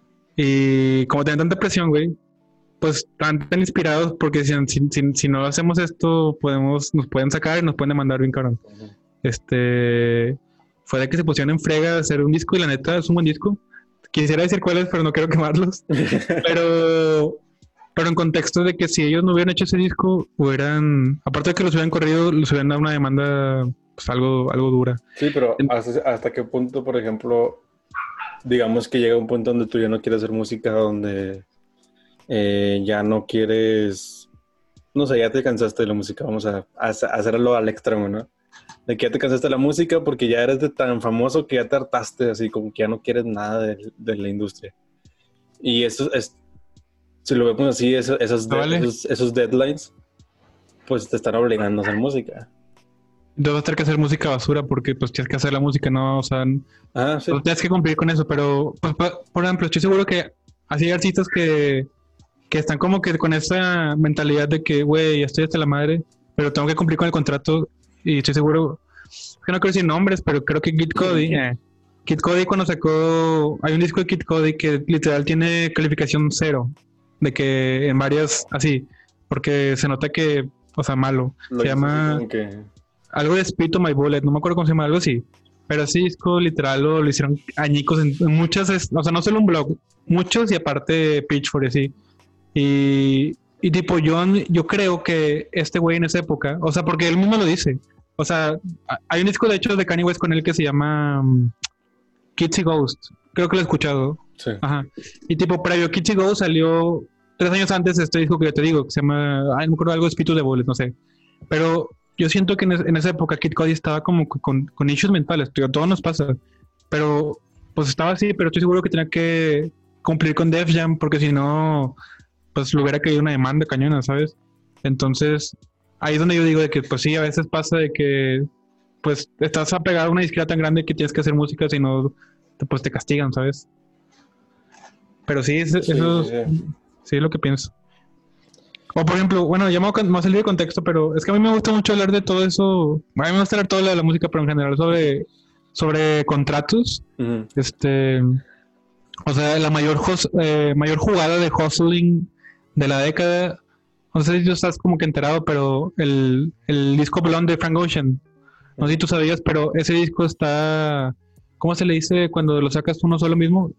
Y como tenían tanta presión, güey, pues están tan inspirados porque decían, si no hacemos esto, nos pueden sacar y nos pueden demandar bien cabrón. Uh-huh. Fue de que se pusieron en frega a hacer un disco y la neta es un buen disco. Quisiera decir cuáles, pero no quiero quemarlos. pero en contexto de que si ellos no hubieran hecho ese disco, aparte de que los hubieran corrido, los hubieran dado una demanda pues algo dura. Sí, pero ¿hasta qué punto, por ejemplo, digamos que llega un punto donde tú ya no quieres hacer música, donde ya no quieres, no sé, ya te cansaste de la música, vamos a hacerlo al extremo, ¿no? De que ya te cansaste de la música porque ya eres tan famoso que ya te hartaste, así como que ya no quieres nada de la industria. Y eso es, si lo vemos así, esos deadlines, pues te están obligando a hacer música. Entonces vas a tener que hacer música basura porque pues tienes que hacer la música, ¿no? O sea, sí. Pues, tienes que cumplir con eso, pero pues, por ejemplo, estoy seguro que así hay artistas que están como que con esa mentalidad de que, güey, estoy hasta la madre, pero tengo que cumplir con el contrato y estoy seguro, que no quiero decir nombres, pero creo que Kid Cudi cuando sacó, hay un disco de Kid Cudi que literal tiene calificación 0, de que en varias, así, porque se nota que, o sea, malo, se llama algo de Speed to My Bullet, no me acuerdo cómo se llama, algo así, pero ese disco literal lo hicieron añicos en muchas, o sea, no solo un blog, muchos y aparte Pitchfork, así. Y tipo, yo creo que este güey en esa época, o sea, porque él mismo lo dice, o sea, hay un disco de hecho de Kanye West con él que se llama Kids y Ghost, creo que lo he escuchado. Sí. Ajá. Y tipo, previo Kids y Ghost salió 3 años antes de este disco que yo te digo, que se llama, no me acuerdo, algo de Espíritu de Bullet, no sé. Pero yo siento que en esa época Kid Cudi estaba como con issues mentales, todo nos pasa, pero pues estaba así, pero estoy seguro que tenía que cumplir con Def Jam porque si no pues le hubiera caído una demanda cañona, ¿sabes? Entonces, ahí es donde yo digo de que, pues sí, a veces pasa de que, pues, estás apegado a una disquera tan grande que tienes que hacer música, si no, pues te castigan, ¿sabes? Pero sí, eso sí es lo que pienso. O, por ejemplo, bueno, ya me voy a salir de contexto, pero es que a mí me gusta mucho hablar de todo eso. A mí me gusta hablar todo de la música, pero en general sobre contratos. Uh-huh. O sea, la mayor jugada de hustling de la década, no sé si tú estás como que enterado, pero el disco Blonde de Frank Ocean, no sé si tú sabías, pero ese disco está, ¿cómo se le dice cuando lo sacas uno solo mismo?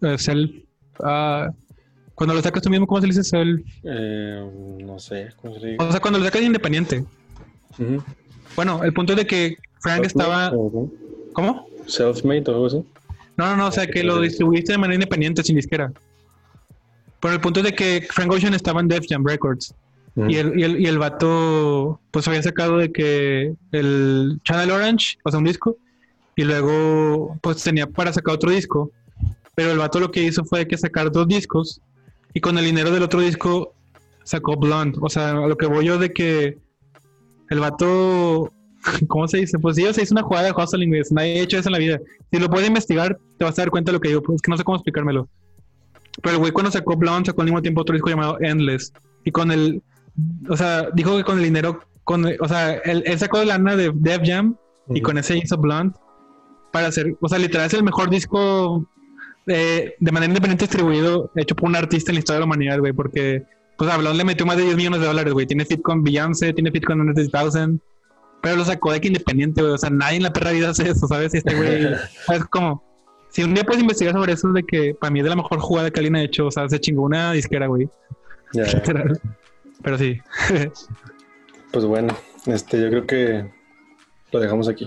Cuando lo sacas tú mismo, ¿cómo se le dice self? No sé, ¿cómo se le dice? O sea, cuando lo sacas independiente. Uh-huh. Bueno, el punto es de que Frank estaba... ¿Cómo? Self-made o algo así. No, o sea, que lo distribuiste de manera independiente, sin disquera. Pero el punto es de que Frank Ocean estaba en Def Jam Records. Uh-huh. Y el vato, pues había sacado de que el Channel Orange, o sea, un disco, y luego, pues tenía para sacar otro disco. Pero el vato lo que hizo fue que sacar 2 discos, y con el dinero del otro disco sacó Blonde. O sea, a lo que voy yo de que el vato... ¿Cómo se dice? Pues sí, se hizo una jugada de hustling, nadie ha hecho eso en la vida. Si lo puedes investigar, te vas a dar cuenta de lo que digo, pues es que no sé cómo explicármelo. Pero el güey cuando sacó Blonde, sacó al mismo tiempo otro disco llamado Endless. Y con el... O sea, dijo que con el dinero... o sea, él sacó lana de Def Jam y con ese hizo Blonde para hacer... O sea, literal es el mejor disco de manera independiente distribuido hecho por un artista en la historia de la humanidad, güey, porque... Pues a Blonde le metió más de $10 millones, güey. Tiene feat con Beyoncé, tiene feat con Andre 3000... Pero lo sacó de que independiente, güey. O sea, nadie en la perra vida hace eso, ¿sabes? Y este güey... Es como... Si un día puedes investigar sobre eso, de que para mí es de la mejor jugada que alguien ha hecho. O sea, se chingó una disquera, güey. Ya. Pero sí. Pues bueno, yo creo que lo dejamos aquí.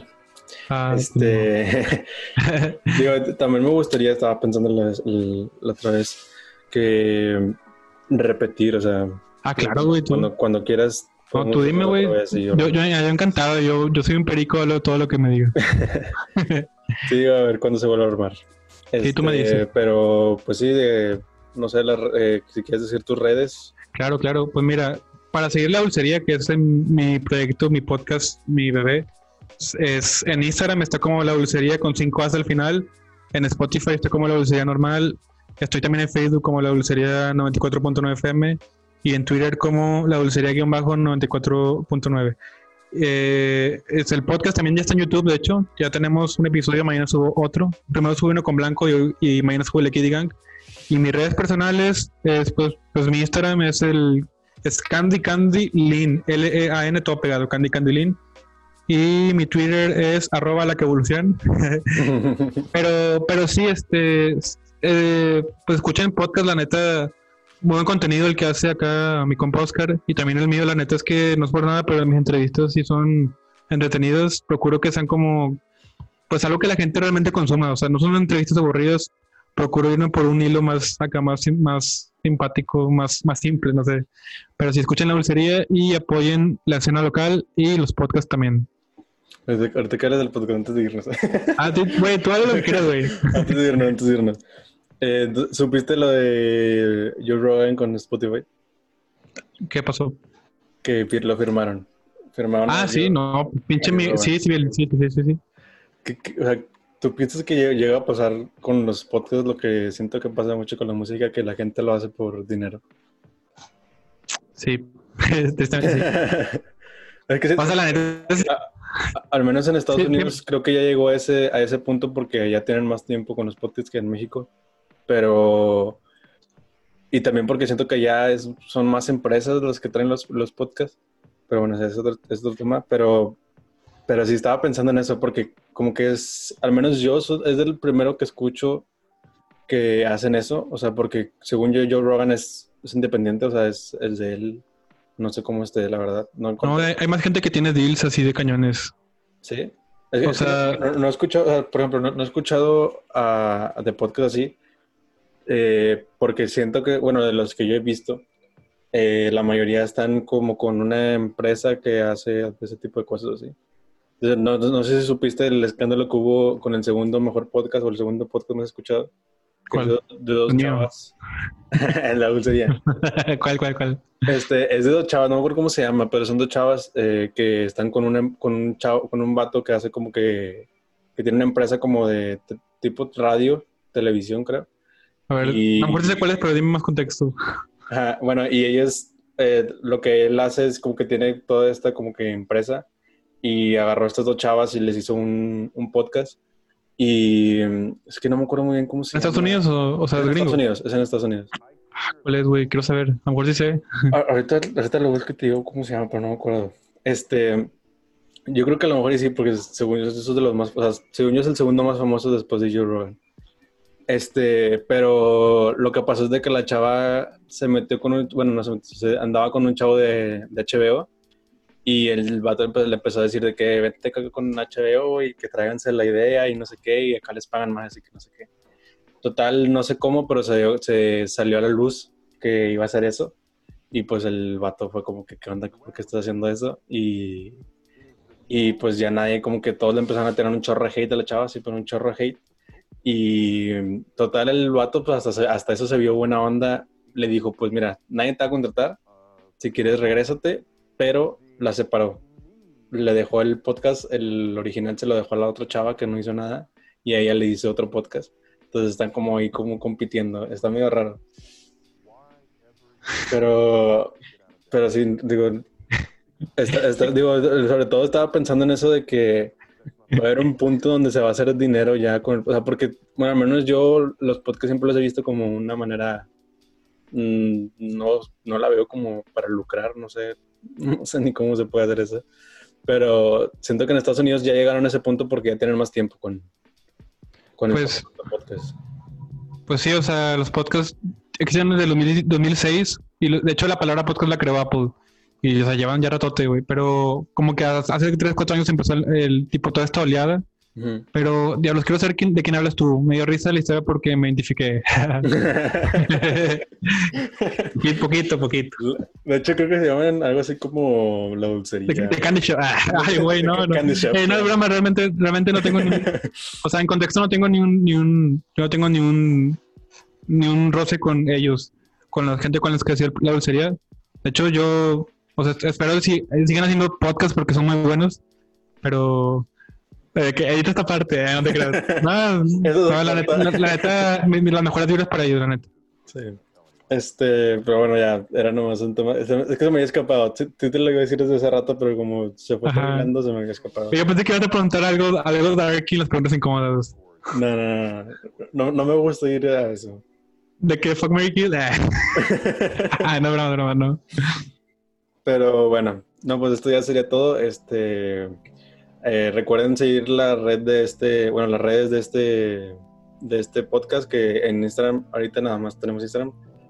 Digo, también me gustaría, estaba pensando la otra vez, que repetir, o sea... claro, güey. Cuando quieras No, tú dime, güey. Yo encantado. Yo soy un perico, hablo de todo lo que me digas. Sí, a ver cuándo se vuelve a armar. Sí, tú me dices. Pero, pues sí, no sé, si quieres decir tus redes. Claro. Pues mira, para seguir La Dulcería, que es mi proyecto, mi podcast, mi bebé, es en Instagram está como La Dulcería con 5 A's al final. En Spotify está como La Dulcería normal. Estoy también en Facebook como La Dulcería 94.9 FM. Y en Twitter como La Dulcería-94.9. Es el podcast también ya está en YouTube, de hecho. Ya tenemos un episodio, mañana subo otro. Primero subo uno con Blanco y mañana subo el Kitty Gang. Y mis redes personales, pues mi Instagram es Candy Lean, Lean, todo pegado, Candy Lean. Y mi Twitter es @laquevolución. pero sí, pues escuchen podcast, la neta. Muy buen contenido el que hace acá mi compa Oscar, y también el mío. La neta es que no es por nada, pero mis entrevistas sí son entretenidas. Procuro que sean como, pues algo que la gente realmente consuma. O sea, no son entrevistas aburridas. Procuro irme por un hilo más acá, más simpático, más simple, no sé. Pero sí, escuchen La Dulcería y apoyen la escena local y los podcasts también. Ahorita que hablas del podcast antes de irnos. Güey, tú hagas lo que quieras, güey. Antes de irnos. ¿Supiste lo de Joe Rogan con Spotify? ¿Qué pasó? Que lo firmaron. Sí, no, pinche sí. O sea, ¿tú piensas que llega a pasar con los podcasts lo que siento que pasa mucho con la música, que la gente lo hace por dinero? Sí. Es que pasa la neta. Al menos en Estados Unidos creo que ya llegó a ese punto, porque ya tienen más tiempo con los podcasts que en México. Pero... Y también porque siento que ya son más empresas las que traen los podcasts. Pero bueno, es otro tema. Pero sí estaba pensando en eso, porque como que al menos yo, es el primero que escucho que hacen eso. O sea, porque según yo, Joe Rogan es independiente, o sea, es de él. No sé cómo esté, la verdad. No, hay más gente que tiene deals así de cañones. ¿Sí? O sea, no he escuchado, o sea, por ejemplo, no he escuchado de podcast así, porque siento que, bueno, de los que yo he visto, la mayoría están como con una empresa que hace ese tipo de cosas así. Entonces, no sé si supiste el escándalo que hubo con el segundo mejor podcast o el segundo podcast más escuchado. ¿Cuál? De dos chavas en La Dulcería. ¿Cuál? Es de dos chavas, no me acuerdo cómo se llama, pero son dos chavas que están con un vato que hace como que tiene una empresa como de tipo radio, televisión, creo. A ver, no me acuerdo cuál es, pero dime más contexto. Bueno, y ellos, lo que él hace es como que tiene toda esta como que empresa, y agarró a estas dos chavas y les hizo un podcast. Y es que no me acuerdo muy bien cómo se llama. ¿En Estados Unidos o sea, gringo? Es en Estados Unidos. ¿Cuál es, güey? Quiero saber. A lo mejor sí sé. Ahorita lo busco y te digo cómo se llama, pero no me acuerdo. Yo creo que a lo mejor sí, porque según yo es de los más, o sea, según yo es el segundo más famoso después de Joe Rogan. Pero lo que pasó es de que la chava se metió se andaba con un chavo de HBO, y el vato le empezó a decir de que vete con HBO y que tráiganse la idea y no sé qué, y acá les pagan más, así que no sé qué. Total, no sé cómo, pero se salió a la luz que iba a hacer eso. Y pues el vato fue como que, ¿qué onda? ¿Por qué estás haciendo eso? Y pues ya nadie, como que todos le empezaron a tener un chorro de hate a la chava, sí, pero un chorro de hate. Y total, el vato, pues hasta eso se vio buena onda. Le dijo, pues mira, nadie te va a contratar. Si quieres, regrésate. Pero la separó. Le dejó el podcast, el original se lo dejó a la otra chava que no hizo nada. Y a ella le hizo otro podcast. Entonces están como ahí como compitiendo. Está medio raro. Pero sí, digo, sobre todo estaba pensando en eso de que va a haber un punto donde se va a hacer dinero ya o sea, porque, bueno, al menos yo los podcasts siempre los he visto como una manera, no la veo como para lucrar, no sé ni cómo se puede hacer eso, pero siento que en Estados Unidos ya llegaron a ese punto porque ya tienen más tiempo con pues, el podcast. Pues sí, o sea, los podcasts existen desde el 2006 y de hecho la palabra podcast la creó Apple. Y o sea, llevan ya ratote, güey. Pero como que hace 3-4 años empezó el tipo toda esta oleada. Uh-huh. Pero, diablos, quiero saber de quién hablas tú. Me dio risa la historia porque me identifiqué. Poquito. De hecho, creo que se llaman algo así como la dulcería. De Candy Shop. Ay, güey, no. No es broma, realmente no tengo o sea, en contexto no tengo yo no tengo ni un roce con ellos, con la gente con la que hacía la dulcería. De hecho, yo, o sea, espero que sigan haciendo podcasts porque son muy buenos, pero que edita esta parte, no te creas. No, la neta, las mejores vibras para ellos, la neta. Sí. Pero bueno, ya, era nomás un tema. Es que se me había escapado. Sí, te lo iba a decir desde hace rato, pero como se fue terminando, se me había escapado. Yo pensé que ibas a preguntar algo dark y las preguntas incómodas. No me gusta ir a eso. ¿De qué fuck, marry, kill? No, broma, no. Pero bueno, no, pues esto ya sería todo. Recuerden seguir la red las redes de este podcast, que en Instagram, ahorita nada más tenemos Instagram.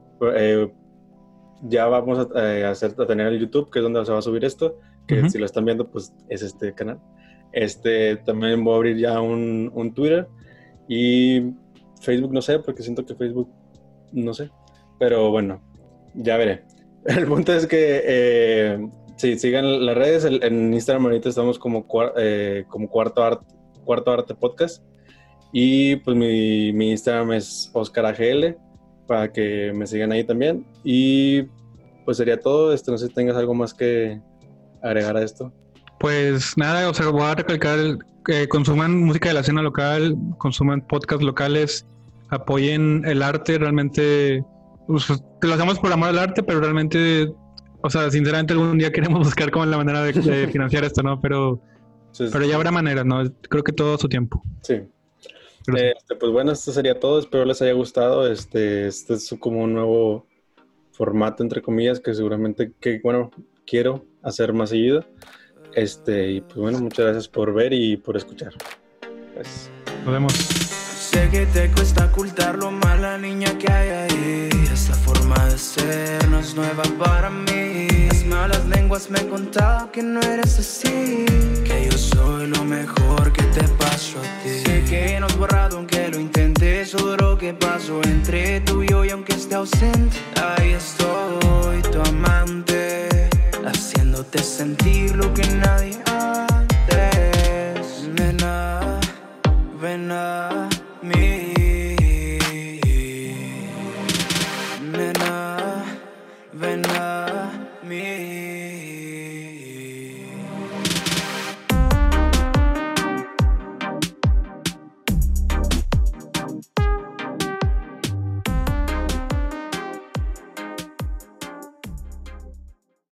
Ya vamos a tener el YouTube, que es donde se va a subir esto, que si lo están viendo, pues es este canal. También voy a abrir ya un Twitter y Facebook, no sé, porque siento que Facebook, no sé, pero bueno, ya veré. El punto es que sí, sigan las redes. En Instagram ahorita estamos como Cuarto Arte Podcast, y pues mi Instagram es OscarAGL, para que me sigan ahí también. Y pues sería todo. No sé si tengas algo más que agregar a esto. Pues nada, o sea, voy a recalcar que consuman música de la escena local, consuman podcasts locales, apoyen el arte. Realmente pues, lo hacemos por amor al arte, pero realmente, o sea, sinceramente algún día queremos buscar como la manera de financiar esto, ¿no? Pero ya habrá maneras, ¿no? Creo que todo a su tiempo. Sí. Pues bueno, esto sería todo. Espero les haya gustado. Este es como un nuevo formato, entre comillas, que seguramente quiero hacer más seguido. Y pues bueno, muchas gracias por ver y por escuchar. Pues nos vemos. Sé que te cuesta ocultar lo mala niña que hay ahí. Esta forma de ser no es nueva para mí. Las malas lenguas me han contado que no eres así.